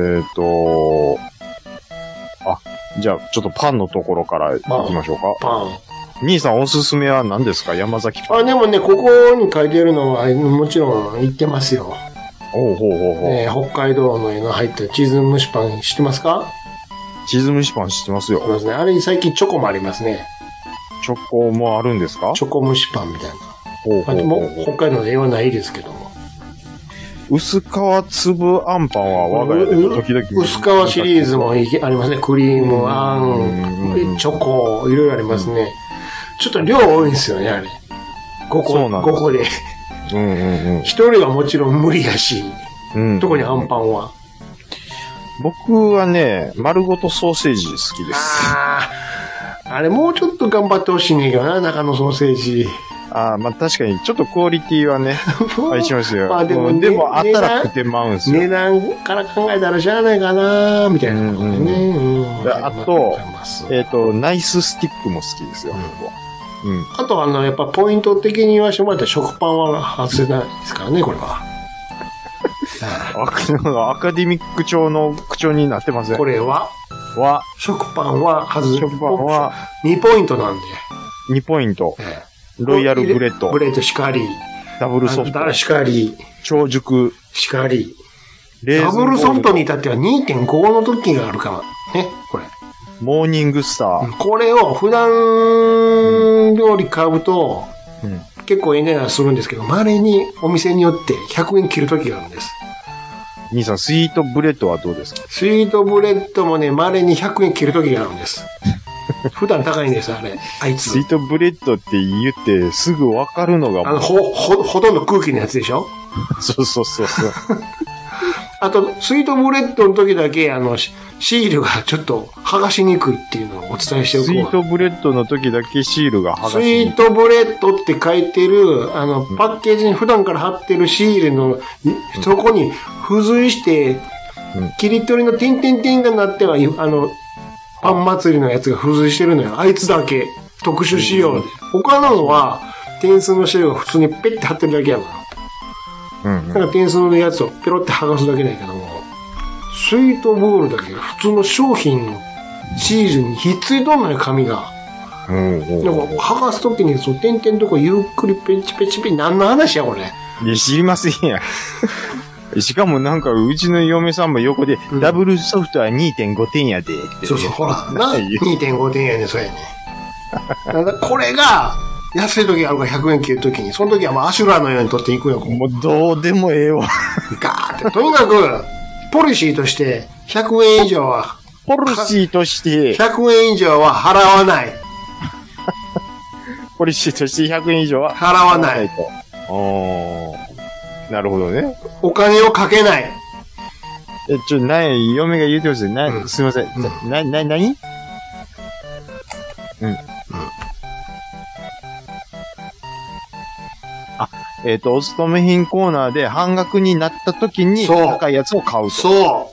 Speaker 3: じゃあ、ちょっとパンのところから行きましょうか。
Speaker 4: パン。
Speaker 3: 兄さんおすすめは何ですか？山崎パン。
Speaker 4: でもね、ここに書いてるのは、もちろん言ってますよ。北海道の絵の入ったチーズ蒸しパン知ってますか？
Speaker 3: チーズ蒸しパン知ってますよ。
Speaker 4: そうですね。あれ最近チョコもありますね。
Speaker 3: チョコもあるんですか？
Speaker 4: チョコ蒸しパンみたいな。もう北海道の絵はないですけども。
Speaker 3: 薄皮粒あんパンは我が家で時々。
Speaker 4: 薄皮シリーズもありますね。クリーム、あん、チョコ、いろいろありますね。ちょっと量多いんですよね、あれ。5個で。一人はもちろん無理やし。特にあんパンは。
Speaker 3: 僕はね、丸ごとソーセージ好きです。
Speaker 4: あれもうちょっと頑張ってほしいねんけどな、中のソーセージ。
Speaker 3: 確かに、ちょっとクオリティはね、愛しますよ。でも、あったら食ってまうんすよ。
Speaker 4: 値段から考えたらしゃあないかなみたいなことでね。
Speaker 3: あと、ナイススティックも好きですよ。
Speaker 4: あとやっぱポイント的に言わせてもらったら食パンは外せないですからね、これは。
Speaker 3: アカデミック調の口調になってますね。
Speaker 4: これは食パンは
Speaker 3: 食パンは
Speaker 4: 2ポイントなんで。
Speaker 3: 2ポイント。ロイヤルブレッド。
Speaker 4: ブレッドしかり。
Speaker 3: ダブルソフト。
Speaker 4: しかり。
Speaker 3: 超熟。
Speaker 4: しかり。ダブルソフトに至っては 2.5 の時があるからね、これ。
Speaker 3: モーニングスター。
Speaker 4: これを普段料理買うと、結構値段するんですけど、稀にお店によって100円切る時があるんです。
Speaker 3: 兄さん、スイートブレッドはどうですか？
Speaker 4: スイートブレッドもね、稀に100円切る時があるんです。普段高いんです、あいつ。
Speaker 3: スイートブレッドって言ってすぐわかるのが
Speaker 4: ほとんど空気のやつでしょ？
Speaker 3: そう。
Speaker 4: あと、スイートブレッドの時だけ、シールがちょっと剥がしにくいっていうのをお伝えしておくわ。
Speaker 3: スイートブレッドの時だけシールが剥がしにくい。
Speaker 4: スイートブレッドって書いてる、パッケージに普段から貼ってるシールの、そこに付随して、切り取りのティンティンティンがなっては、パン祭りのやつが付随してるのよ。あいつだけ。特殊仕様で。他のは、点数のシールが普通にペッて貼ってるだけやから。なんか点数のやつをペロって剥がすだけだけども、スイートボールだけ普通の商品のシールにひっついとんのよ、紙が。なんか剥がすときに、点々とこゆっくりペチペチペチ、何の話や、これ。
Speaker 3: いや、知りませんや。しかもなんか、うちの嫁さんも横で、ダブルソフトは 2.5 点やで。
Speaker 4: そうそう、ほら、な、2.5 点やねん、そうやねん。これが、安い時あるから100円切る時に、その時はもうアシュラーのように取っていくよ。
Speaker 3: もうどうでもええわ。
Speaker 4: ガーって。とにかく、ポリシーとして、100円以上は、
Speaker 3: ポリシーとして、
Speaker 4: 100円以上は払わない。
Speaker 3: ポリシーとして100円以上は
Speaker 4: 払わない。
Speaker 3: なるほどね。
Speaker 4: お金をかけない。
Speaker 3: 嫁が言うてますよ。すいません。何お勤め品コーナーで半額になった時に高いやつを買うと。
Speaker 4: そう。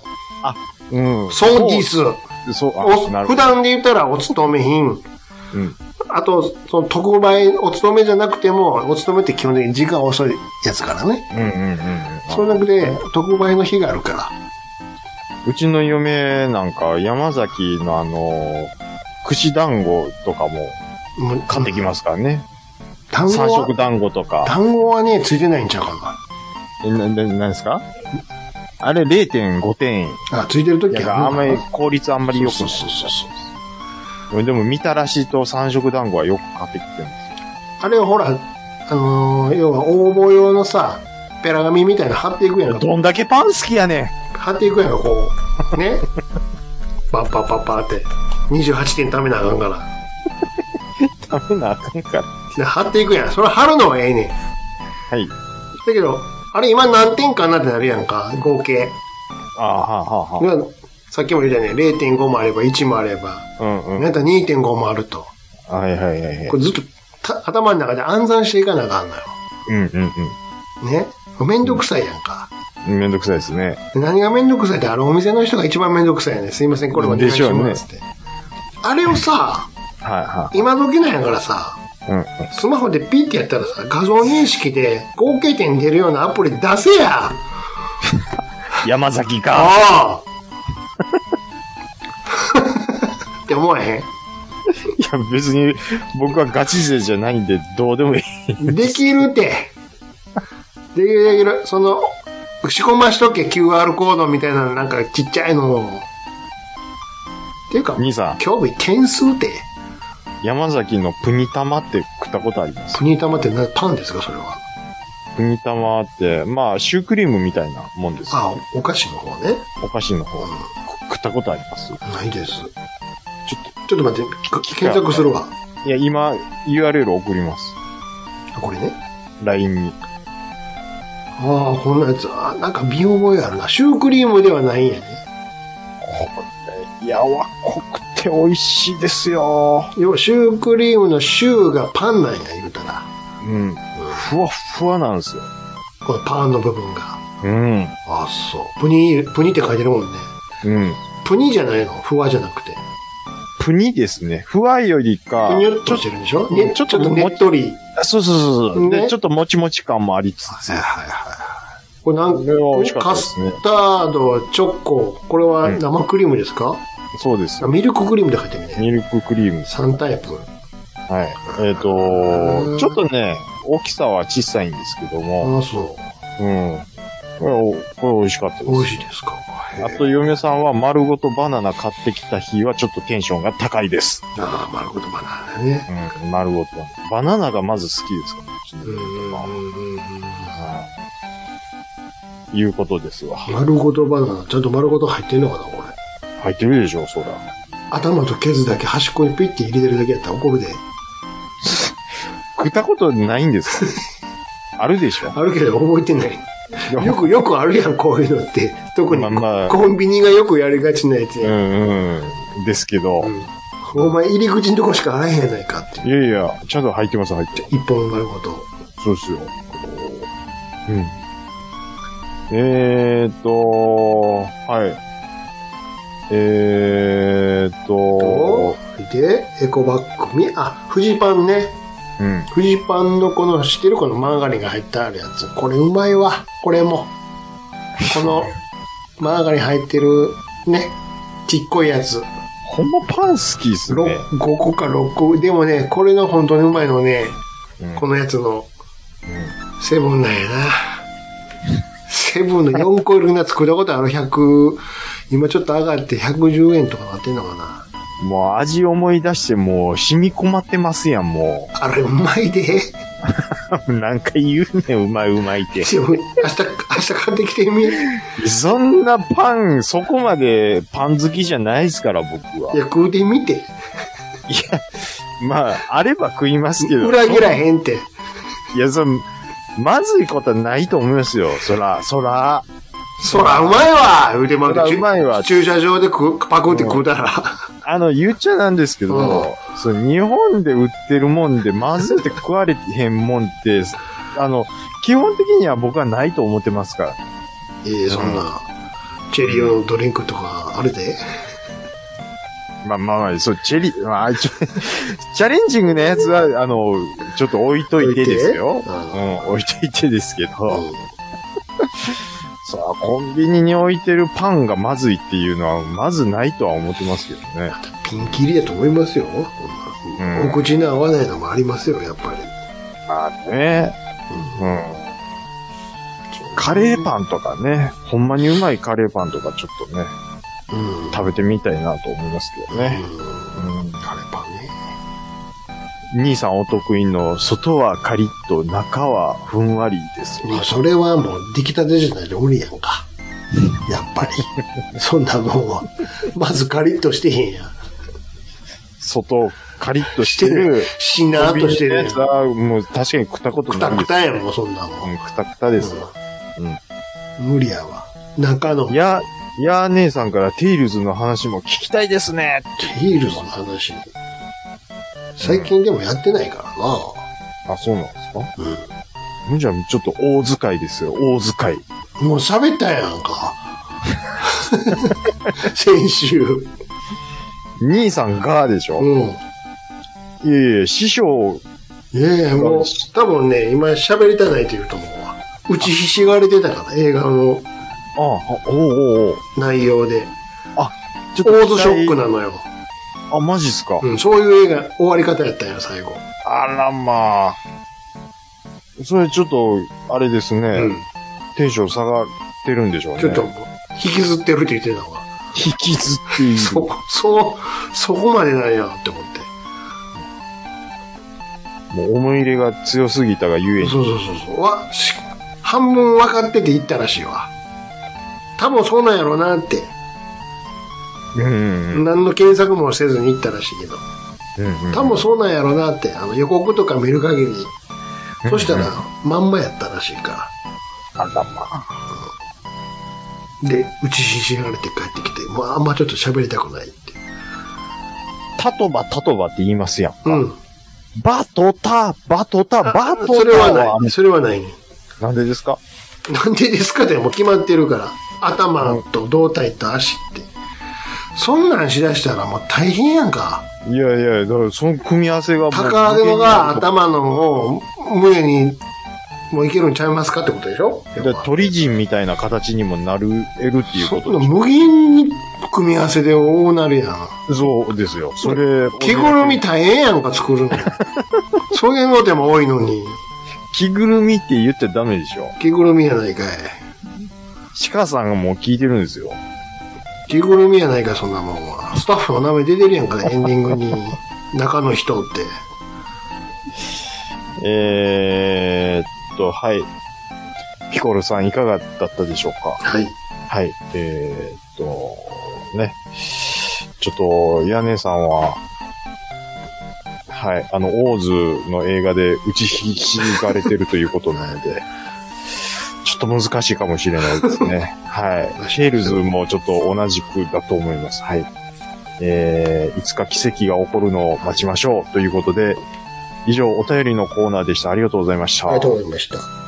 Speaker 4: そうです。普段で言ったらお勤め品。あと、その特売、お勤めじゃなくても、お勤めって基本的に時間遅いやつからね。それだけで、特売の日があるから。
Speaker 3: うちの嫁なんか、山崎の串団子とかも、買ってきますからね。三色団子とか。
Speaker 4: 団子はね、ついてないんちゃうか
Speaker 3: な。何ですか？あれ 0.5 点。
Speaker 4: あ、ついてるときは。
Speaker 3: あんまり、効率あんまり良くない。そう。でも、みたらしと三色団子はよく買ってきてるんですよ。
Speaker 4: あれはほら、要は応募用のさ、ペラ紙みたいな貼っていくやんか。
Speaker 3: どんだけパン好きやねん。
Speaker 4: 貼っていくやんか、こう。ね。パッパッパッパーって。28点貯めなあかんから。
Speaker 3: 貯めなあかんから。
Speaker 4: で貼っていくやん。それ貼るのはええねん。
Speaker 3: はい。
Speaker 4: だけど、あれ今何点かなってなるやんか、合計。さっきも言ったよね、0.5 もあれば1もあれば。なんか 2.5 もあると。これずっと頭の中で暗算していかなあかんのよ。ね。めんどくさいやんか。
Speaker 3: めんどくさいですね。
Speaker 4: 何がめんどくさいって、お店の人が一番めんどくさいやね。すいません、これお願いしますって。あれをさ、今時なんやからさ、スマホでピッてやったらさ、画像認識で合計点出るようなアプリ出せや。
Speaker 3: 山崎か。
Speaker 4: ああ。って思わへん？いや、
Speaker 3: 別に僕はガチ勢じゃないんでどうでもいい。
Speaker 4: できるって。できる。その、仕込ましとけ QR コードみたいななんかちっちゃいのを。っていうか、
Speaker 3: 兄さん。
Speaker 4: 今日点数って。
Speaker 3: 山崎のプニ玉って食ったことあります？
Speaker 4: プニ玉ってパンですかそれは。
Speaker 3: プニ玉って、まあ、シュークリームみたいなもんです。
Speaker 4: あ、お菓子の方ね。
Speaker 3: お菓子の方。食ったことあります？
Speaker 4: ないです。ちょっと待って、検索するわ。
Speaker 3: いや、今、URL 送ります。
Speaker 4: これね。
Speaker 3: LINE に。
Speaker 4: ああ、こんなやつ。なんか見覚えあるな。シュークリームではないんやね。
Speaker 3: これ、やわこくて美味しいですよ。
Speaker 4: 要はシュークリームのシューがパンなんや、言うたら。
Speaker 3: ふわふわなんですよ。
Speaker 4: このパンの部分が。あ、そう。プニって書いてるもんね。プニじゃないの？ふわじゃなくて。
Speaker 3: プニですね。ふわよりか。
Speaker 4: ぷにゅっとしてるんでしょ？ちょっとねっとり。
Speaker 3: そう。で、ちょっともちもち感もありつつ。
Speaker 4: これカスタード、チョコ、これは生クリームですか？
Speaker 3: そうです。
Speaker 4: ミルククリームで入ってるね。
Speaker 3: ミルククリーム。
Speaker 4: 3タイプ。
Speaker 3: はい。ちょっとね、大きさは小さいんですけども。
Speaker 4: あ、そう。
Speaker 3: これ美味しかったです。
Speaker 4: 美味しいですか。
Speaker 3: あと、嫁さんは丸ごとバナナ買ってきた日はちょっとテンションが高いです。
Speaker 4: ああ、丸ごとバナナね。
Speaker 3: 丸ごと。バナナがまず好きですかいうことですわ。
Speaker 4: 丸ごとバナナ、ちゃんと丸ごと入ってんのかな、これ。
Speaker 3: 入ってるでしょ、そら。
Speaker 4: 頭とケツだけ端っこにピッて入れてるだけやったら怒るで。
Speaker 3: 食ったことないんですか？あるでしょ？
Speaker 4: あるけど覚えてない。よくあるやん、こういうのって。特にコンビニがよくやりがちなやつや。
Speaker 3: ですけど。
Speaker 4: お前入り口のとこしかあらへんやないかって。
Speaker 3: いやいや、ちゃんと入ってます、入って。
Speaker 4: 一本丸ごと。
Speaker 3: そうっすよ。はい。
Speaker 4: で、エコバッグフジパンね。フジパンのこの、知ってるこのマーガリンが入ってあるやつ。これうまいわ。これも。この、マーガリン入ってる、ね。ちっこいやつ。
Speaker 3: ほんまパン好きっすね。
Speaker 4: 5個か6個。でもね、これの本当にうまいのね、このやつの、 セブンなんやな。セブンの4個入りのやつ食ったことある100、今ちょっと上がって110円とかなってんのかな。
Speaker 3: もう味思い出してもう染み込まってますやん、もう。
Speaker 4: あれうまいで。
Speaker 3: なんか言うねん、うまいうまいって。
Speaker 4: 明日買ってきてみ。
Speaker 3: そんなパン、そこまでパン好きじゃないですから、僕は。
Speaker 4: いや、食うてみて。
Speaker 3: いや、まあ、あれば食いますけど。
Speaker 4: 裏切らへんって。
Speaker 3: いや、まずいことはないと思いますよ。そらう
Speaker 4: まいわ言うてま
Speaker 3: うまいわ。
Speaker 4: 駐車場でパクって食うたら。
Speaker 3: 言っちゃなんですけど、日本で売ってるもんで、まずいって食われへんもんって、基本的には僕はないと思ってますから。
Speaker 4: そんな、チェリーのドリンクとかあるで。
Speaker 3: まあ、そう、チャレンジングなやつは、ちょっと置いといてですよ。置いといてですけど。さあ、コンビニに置いてるパンがまずいっていうのは、まずないとは思ってますけどね。
Speaker 4: ピンキリやと思いますよ。お口に合わないのもありますよ、やっぱり。
Speaker 3: まあね。カレーパンとかね、ほんまにうまいカレーパンとかちょっとね、食べてみたいなと思いますけどね。
Speaker 4: カレーパンね。
Speaker 3: 兄さんお得意の外はカリッと中はふんわりですよ。
Speaker 4: それはもう出来たてじゃないと無理やんか。やっぱり。そんなもんは。まずカリッとしてへんやん。
Speaker 3: 外カリッとしてる。
Speaker 4: しなーっとしてるやつ
Speaker 3: はもう確かに食ったことないです。
Speaker 4: くたくたやんもうそんなもん。
Speaker 3: くたくたですよ。
Speaker 4: 無理やわ。中の。
Speaker 3: いや姉さんからテイルズの話も聞きたいですね。
Speaker 4: テイルズの話。最近でもやってないから
Speaker 3: な。あ、そうなんですか？じゃあちょっと大使いですよ、大使い。
Speaker 4: もう喋ったやんか。先週。
Speaker 3: 兄さんがでしょ？いや、師匠。
Speaker 4: いや、もう、多分ね、今喋りたないって言うと思うわ。打ちひしがれてたから、映画の。内容で。
Speaker 3: ちょっと。
Speaker 4: オーズショックなのよ。
Speaker 3: マジっすか？
Speaker 4: そういう映画、終わり方やったんや、最後。
Speaker 3: あらまあ。それちょっと、あれですね。テンション下がってるんでしょうね。
Speaker 4: ちょっと、引きずってるって言ってたのが。
Speaker 3: 引きずっている。
Speaker 4: そこまでなんやって思って。
Speaker 3: もう思い入れが強すぎたがゆえに。
Speaker 4: そう。半分分かってて言ったらしいわ。多分そうなんやろうなって。何の検索もせずに言ったらしいけど。多分そうなんやろうなって。予告とか見る限り。そしたら、まんまやったらしいから。
Speaker 3: あらまあ。
Speaker 4: で、打ちひしがれて帰ってきて、もうあんまちょっと喋りたくないって。
Speaker 3: タトバって言いますやんか。バトタ。
Speaker 4: それはないね。
Speaker 3: なんでですか？
Speaker 4: なんでですかってもう決まってるから。頭と胴体と足って。そんなんしだしたらもう大変やんか。
Speaker 3: いや、だからその組み合わせがもう。
Speaker 4: 高揚げのが頭のを胸にもういけるんちゃいますかってことでしょ？
Speaker 3: 鳥人みたいな形にもなる、得るっていうことでしょ？
Speaker 4: 無限に組み合わせで大なるやん。
Speaker 3: そうですよ。それ。
Speaker 4: 着ぐるみ大変やんか作るの。そういうのでも多いのに。
Speaker 3: 着ぐるみって言ってダメでしょ？
Speaker 4: 着ぐるみやないかい。
Speaker 3: 鹿さんがもう聞いてるんですよ。
Speaker 4: 着ぐるみやないか、そんなもんは。スタッフの名前出てるやんか、エンディングに。中の人って。
Speaker 3: はい。ピコルさんいかがだったでしょうか？
Speaker 4: はい。
Speaker 3: はい。ね。ちょっと、ヤネさんは、はい、オーズの映画で打ちひしがれてるということなので、ちょっと難しいかもしれないですね。はい。ヘイルズもちょっと同じくだと思います。はい。いつか奇跡が起こるのを待ちましょうということで、以上お便りのコーナーでした。ありがとうございました。
Speaker 4: ありがとうございました。